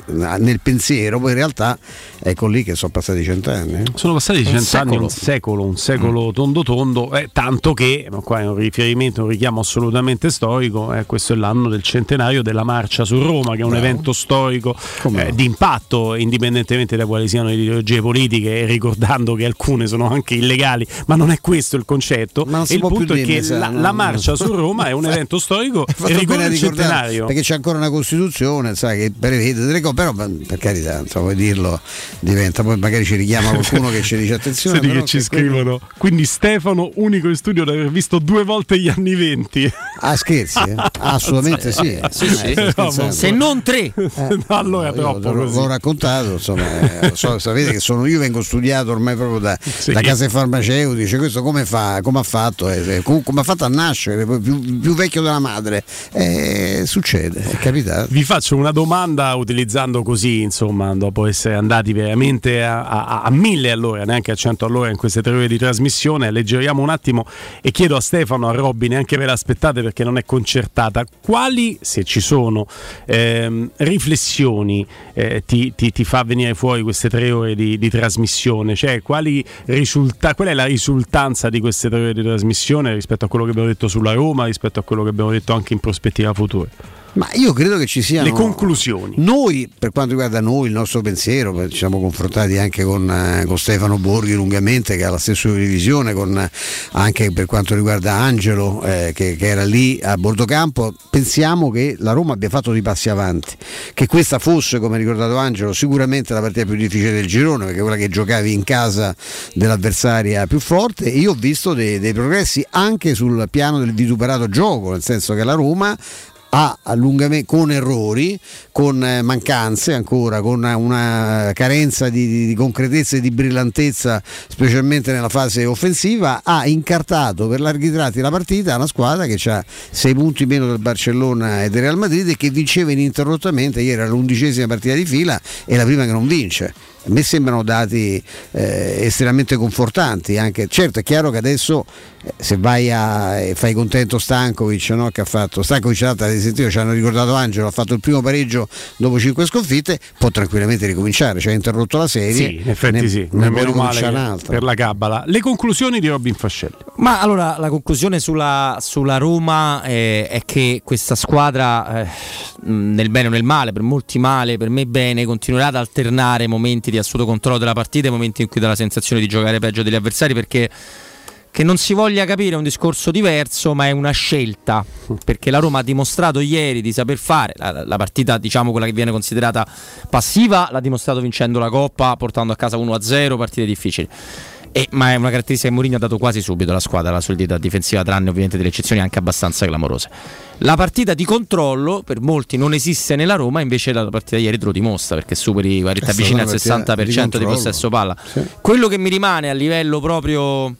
nel pensiero, poi in realtà ecco lì che sono passati cent'anni. Sono passati cent'anni, un secolo, un secolo mm. tondo tondo, eh, tanto che, ma qua è un riferimento, un richiamo assolutamente storico, eh, questo è l'anno del centenario della marcia su Roma, che è un Bravo. evento storico eh, di impatto, indipendentemente da quali siano le ideologie politiche, ricordando che alcune sono anche illegali, ma non è questo il concetto. E il punto è che la, la marcia su Roma è un evento storico e ricorda il centenario. Perché c'è ancora una Costituzione, sai, che prevede delle cose, però per carità, insomma, vuoi dirlo, diventa, poi magari ci richiama qualcuno che ci dice attenzione. Senti che che ci scrivono, quello... quindi Stefano, unico in studio ad aver visto due volte gli anni venti. Ah, scherzi? Eh? Assolutamente sì. sì, sì. Eh, no, se non tre. Eh, no, allora no, troppo l'ho, così. l'ho raccontato, insomma, eh, so, sapete che sono io vengo studiato ormai proprio da, sì. da case farmaceutiche, questo come fa, come ha fatto, eh, come, come ha fatto a nascere, più, più vecchio della madre. Eh, succede, è capitato. Vi faccio una domanda utilizzando così, insomma, dopo essere andati veramente a, a, a mille all'ora, neanche a cento all'ora in queste tre ore di trasmissione, alleggeriamo un attimo e chiedo a Stefano, a Robby, neanche ve l'aspettate perché non è concertata, quali, se ci sono, ehm, riflessioni eh, ti, ti, ti fa venire fuori queste tre ore di, di trasmissione, cioè quali risulta, qual è la risultanza di queste tre ore di trasmissione rispetto a quello che abbiamo detto sulla Roma, rispetto a quello che abbiamo detto anche in prospettiva futura? Ma io credo che ci siano le conclusioni. Noi, per quanto riguarda noi, il nostro pensiero, ci siamo confrontati anche con, eh, con Stefano Borghi lungamente, che ha la stessa revisione, con, eh, anche per quanto riguarda Angelo, eh, che, che era lì a bordo campo. Pensiamo che la Roma abbia fatto dei passi avanti, che questa fosse, come ha ricordato Angelo, sicuramente la partita più difficile del girone, perché quella che giocavi in casa dell'avversaria più forte, e io ho visto dei, dei progressi anche sul piano del vituperato gioco, nel senso che la Roma ha allungamente, con errori, con mancanze ancora, con una carenza di, di concretezza e di brillantezza, specialmente nella fase offensiva, ha incartato per larghi tratti la partita a una squadra che ha sei punti meno del Barcellona e del Real Madrid e che vinceva ininterrottamente. Ieri era l'undicesima partita di fila e la prima che non vince. A me sembrano dati eh, estremamente confortanti. Anche, certo è chiaro che adesso eh, se vai a eh, fai contento Stankovic, no, che ha fatto Stankovic, l'altra sentito, ci hanno ricordato Angelo, ha fatto il primo pareggio dopo cinque sconfitte, può tranquillamente ricominciare, cioè ha interrotto la serie. Sì, in effetti ne, sì, ne meno male per la cabala. Le conclusioni di Robin Fascelli. Ma allora la conclusione sulla, sulla Roma eh, è che questa squadra eh, nel bene o nel male, per molti male, per me bene, continuerà ad alternare momenti di assoluto controllo della partita e momenti in cui dà la sensazione di giocare peggio degli avversari, perché che non si voglia capire è un discorso diverso, ma è una scelta, perché la Roma ha dimostrato ieri di saper fare la, la partita, diciamo quella che viene considerata passiva, l'ha dimostrato vincendo la Coppa, portando a casa uno a zero, partite difficili. E, ma è una caratteristica che Mourinho ha dato quasi subito alla squadra, la solidità difensiva, tranne ovviamente delle eccezioni anche abbastanza clamorose. La partita di controllo per molti non esiste nella Roma, invece la partita di ieri te lo dimostra, perché superi, guarda, ti avvicini al sessanta per cento di, di possesso palla. Sì. Quello che mi rimane a livello proprio, non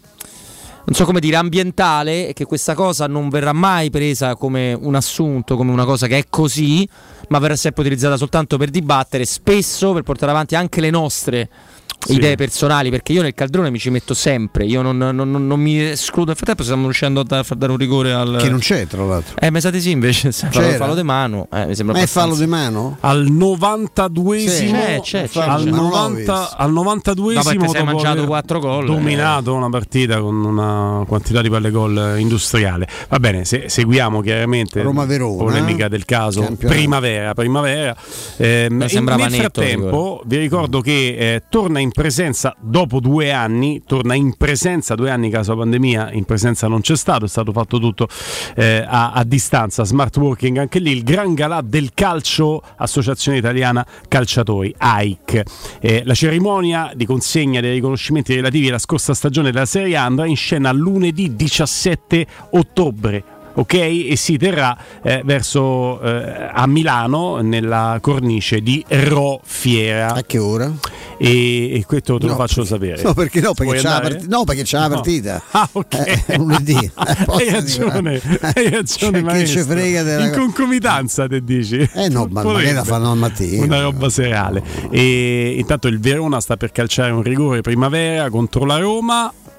so come dire, ambientale, è che questa cosa non verrà mai presa come un assunto, come una cosa che è così, ma verrà sempre utilizzata soltanto per dibattere, spesso per portare avanti anche le nostre sì. idee personali, perché io nel caldrone mi ci metto sempre, io non, non, non, non mi escludo. Nel frattempo stiamo riuscendo a far dare un rigore al che non c'è, tra l'altro. Eh, ma sa di sì, invece fallo, fallo di mano, eh, mi sembra. Ma è fallo di mano? Al novantaduesimo, c'è, c'è, c'è, al, novanta, al novantaduesimo no, sei mangiato quattro gol, dominato eh. una partita con una quantità di palle gol industriale. Va bene, se, seguiamo chiaramente Roma-Verona, polemica del caso, campionato. primavera, primavera. Eh, nel frattempo vi ricordo che eh, torna in presenza dopo due anni, torna in presenza due anni caso pandemia, in presenza non c'è stato, è stato fatto tutto eh, a, a distanza, smart working anche lì, il Gran Galà del Calcio, Associazione Italiana Calciatori, A I C. Eh, la cerimonia di consegna dei riconoscimenti relativi alla scorsa stagione della Serie A andrà in scena lunedì diciassette ottobre. Ok, e si terrà eh, verso eh, a Milano nella cornice di Ro Fiera. A che ora? E, e questo te no, lo faccio sapere. No, perché no, perché c'è la, part- no, perché c'è la partita. No. Ah, ok. Eh, lunedì. Eh, hai ragione, hai ragione, cioè, che ci frega della... In concomitanza te dici? Eh no, ma magari la fanno al mattino. Una roba serale. E intanto il Verona sta per calciare un rigore primavera contro la Roma.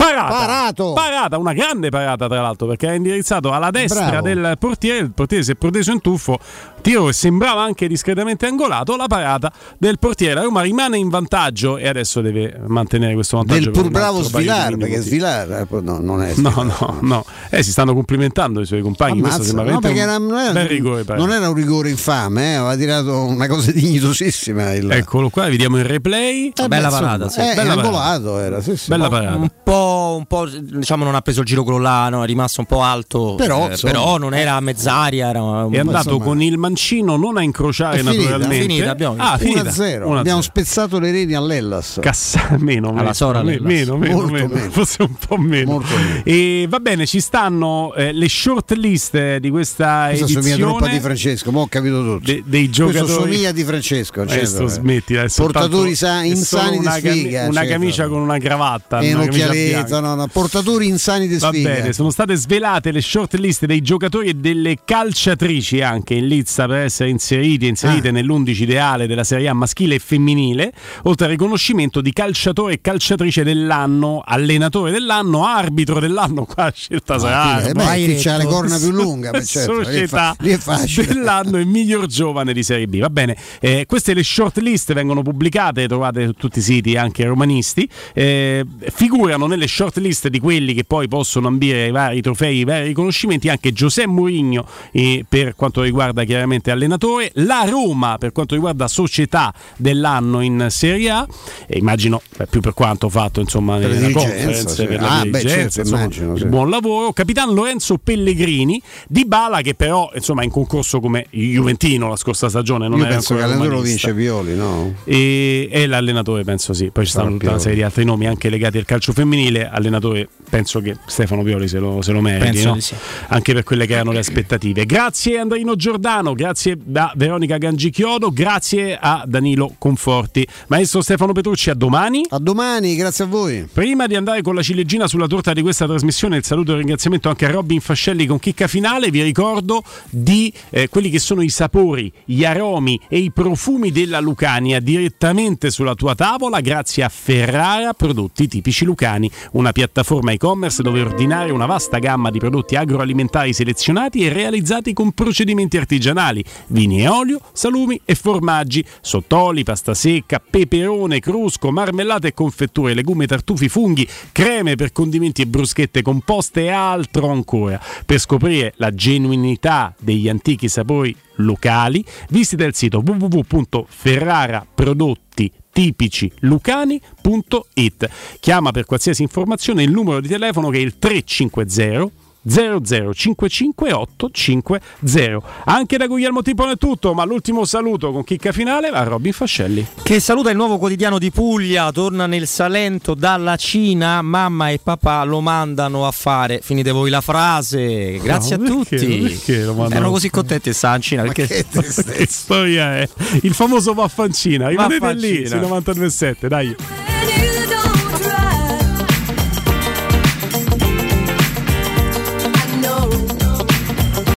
Parata, Parato. parata, una grande parata tra l'altro, perché è indirizzato alla destra Bravo. del portiere, il portiere si è proteso in tuffo, tiro che sembrava anche discretamente angolato, la parata del portiere, la Roma rimane in vantaggio e adesso deve mantenere questo vantaggio. Del pur bravo Svilar, perché Svilar no, non è no, no, no, eh, si stanno complimentando i suoi compagni. Ammazza, questo sembra no, perché era, un non, era, bel rigore, non era un rigore infame, eh, aveva tirato una cosa dignitosissima. Il... Eccolo qua, vediamo il replay. Eh, bella beh, parata, insomma, sì. eh, Bella angolato era, sì, sì. Bella un, parata. un po', un po', diciamo, non ha preso il giro quello là, no? È rimasto un po' alto, Però, eh, insomma, però non era a mezz'aria, era un, È andato insomma, con il mancino non a incrociare è finita, naturalmente. è finita, abbiamo ah, visto. finita. uno a zero. uno a Abbiamo zero. spezzato le reni all'Ellas. Cassa, meno, alla meno, Sora meno, meno, meno, Molto meno, meno. forse un po' meno. Molto meno. E va bene, ci stanno eh, le short list eh, di questa Questo edizione. somiglia troppo a Di Francesco, ma ho capito tutto. De- dei giocatori. Questo somiglia a Di Francesco. Adesso certo, smetti, è soltanto- portatori sa- è solo insani di una cami- sfiga. una certo. camicia con una cravatta, e una un camicia occhialetto, bianca. no, no, portatori insani di Va sfiga. bene, sono state svelate le short list dei giocatori e delle calciatrici anche in lizza per essere inseriti e inserite Ah. nell'undici ideale della Serie A maschile e femminile, oltre al riconoscimento di calciatore e calciatrice dell'anno, allenatore dell'anno, arbitro dell'anno. Qua la scelta sarà Eh, beh, chi c'ha le corna più lunghe, beh, certo, lì è società fa- lì è facile. dell'anno e miglior giovane di Serie B. Va bene, eh, queste le short list vengono pubblicate, trovate su tutti i siti anche romanisti, eh, figurano nelle short list di quelli che poi possono ambire ai vari trofei, ai vari riconoscimenti anche José Mourinho eh, per quanto riguarda chiaramente allenatore, la Roma per quanto riguarda società dell'anno in Serie A, e immagino eh, più per quanto fatto insomma Per la nella dirigenza, conference, sì. per la Ah, beh, dirigenza, certo, insomma, immagino, sì. buon lavoro. Capitan Lorenzo Pellegrini, Dybala che però insomma è in concorso come Juventino la scorsa stagione, non Io è penso che ancora l'allenatore lo romanista. vince Pioli, no? E è l'allenatore, penso sì. Poi ci stanno tutta una serie di altri nomi anche legati al calcio femminile. Allenatore, penso che Stefano Pioli se lo, se lo meriti, Penso no? di sì. Anche per quelle che erano le aspettative. Grazie Andrino Giordano, grazie a Veronica Gangichiodo, grazie a Danilo Conforti. Maestro Stefano Petrucci, a domani. A domani, grazie a voi. Prima di andare con la ciliegina sulla torta di questa trasmissione, il saluto e il ringraziamento anche a Robin Fascelli con chicca finale. Vi ricordo di eh, quelli che sono i sapori, gli aromi e i profumi della Lucania direttamente sulla tua tavola grazie a Ferrara Prodotti Tipici Lucani, una piattaforma e-commerce dove ordinare una vasta gamma di prodotti agroalimentari selezionati e realizzati con procedimenti artigianali, vini e olio, salumi e formaggi, sottoli, pasta secca, peperone, crusco, marmellate e confetture, legumi, tartufi, funghi, creme per condimenti e bruschette composte e altro ancora. Per scoprire la genuinità degli antichi sapori locali, visita il sito w w w punto ferrara prodotti tipici lucani punto it. Chiama per qualsiasi informazione il numero di telefono che è il tre cinque zero zero zero cinque cinque otto cinque zero. Anche da Guglielmo Tipone è tutto, ma l'ultimo saluto con chicca finale va a Robin Fascelli, che saluta il nuovo quotidiano di Puglia. Torna nel Salento dalla Cina, mamma e papà lo mandano a fare, finite voi la frase, grazie No, a perché? tutti. Perché lo mandano erano a così contenti di stare in Cina, perché che che storia è? Il famoso vaffancina, rimanete lì Vaffancina. sui novantadue sette, dai.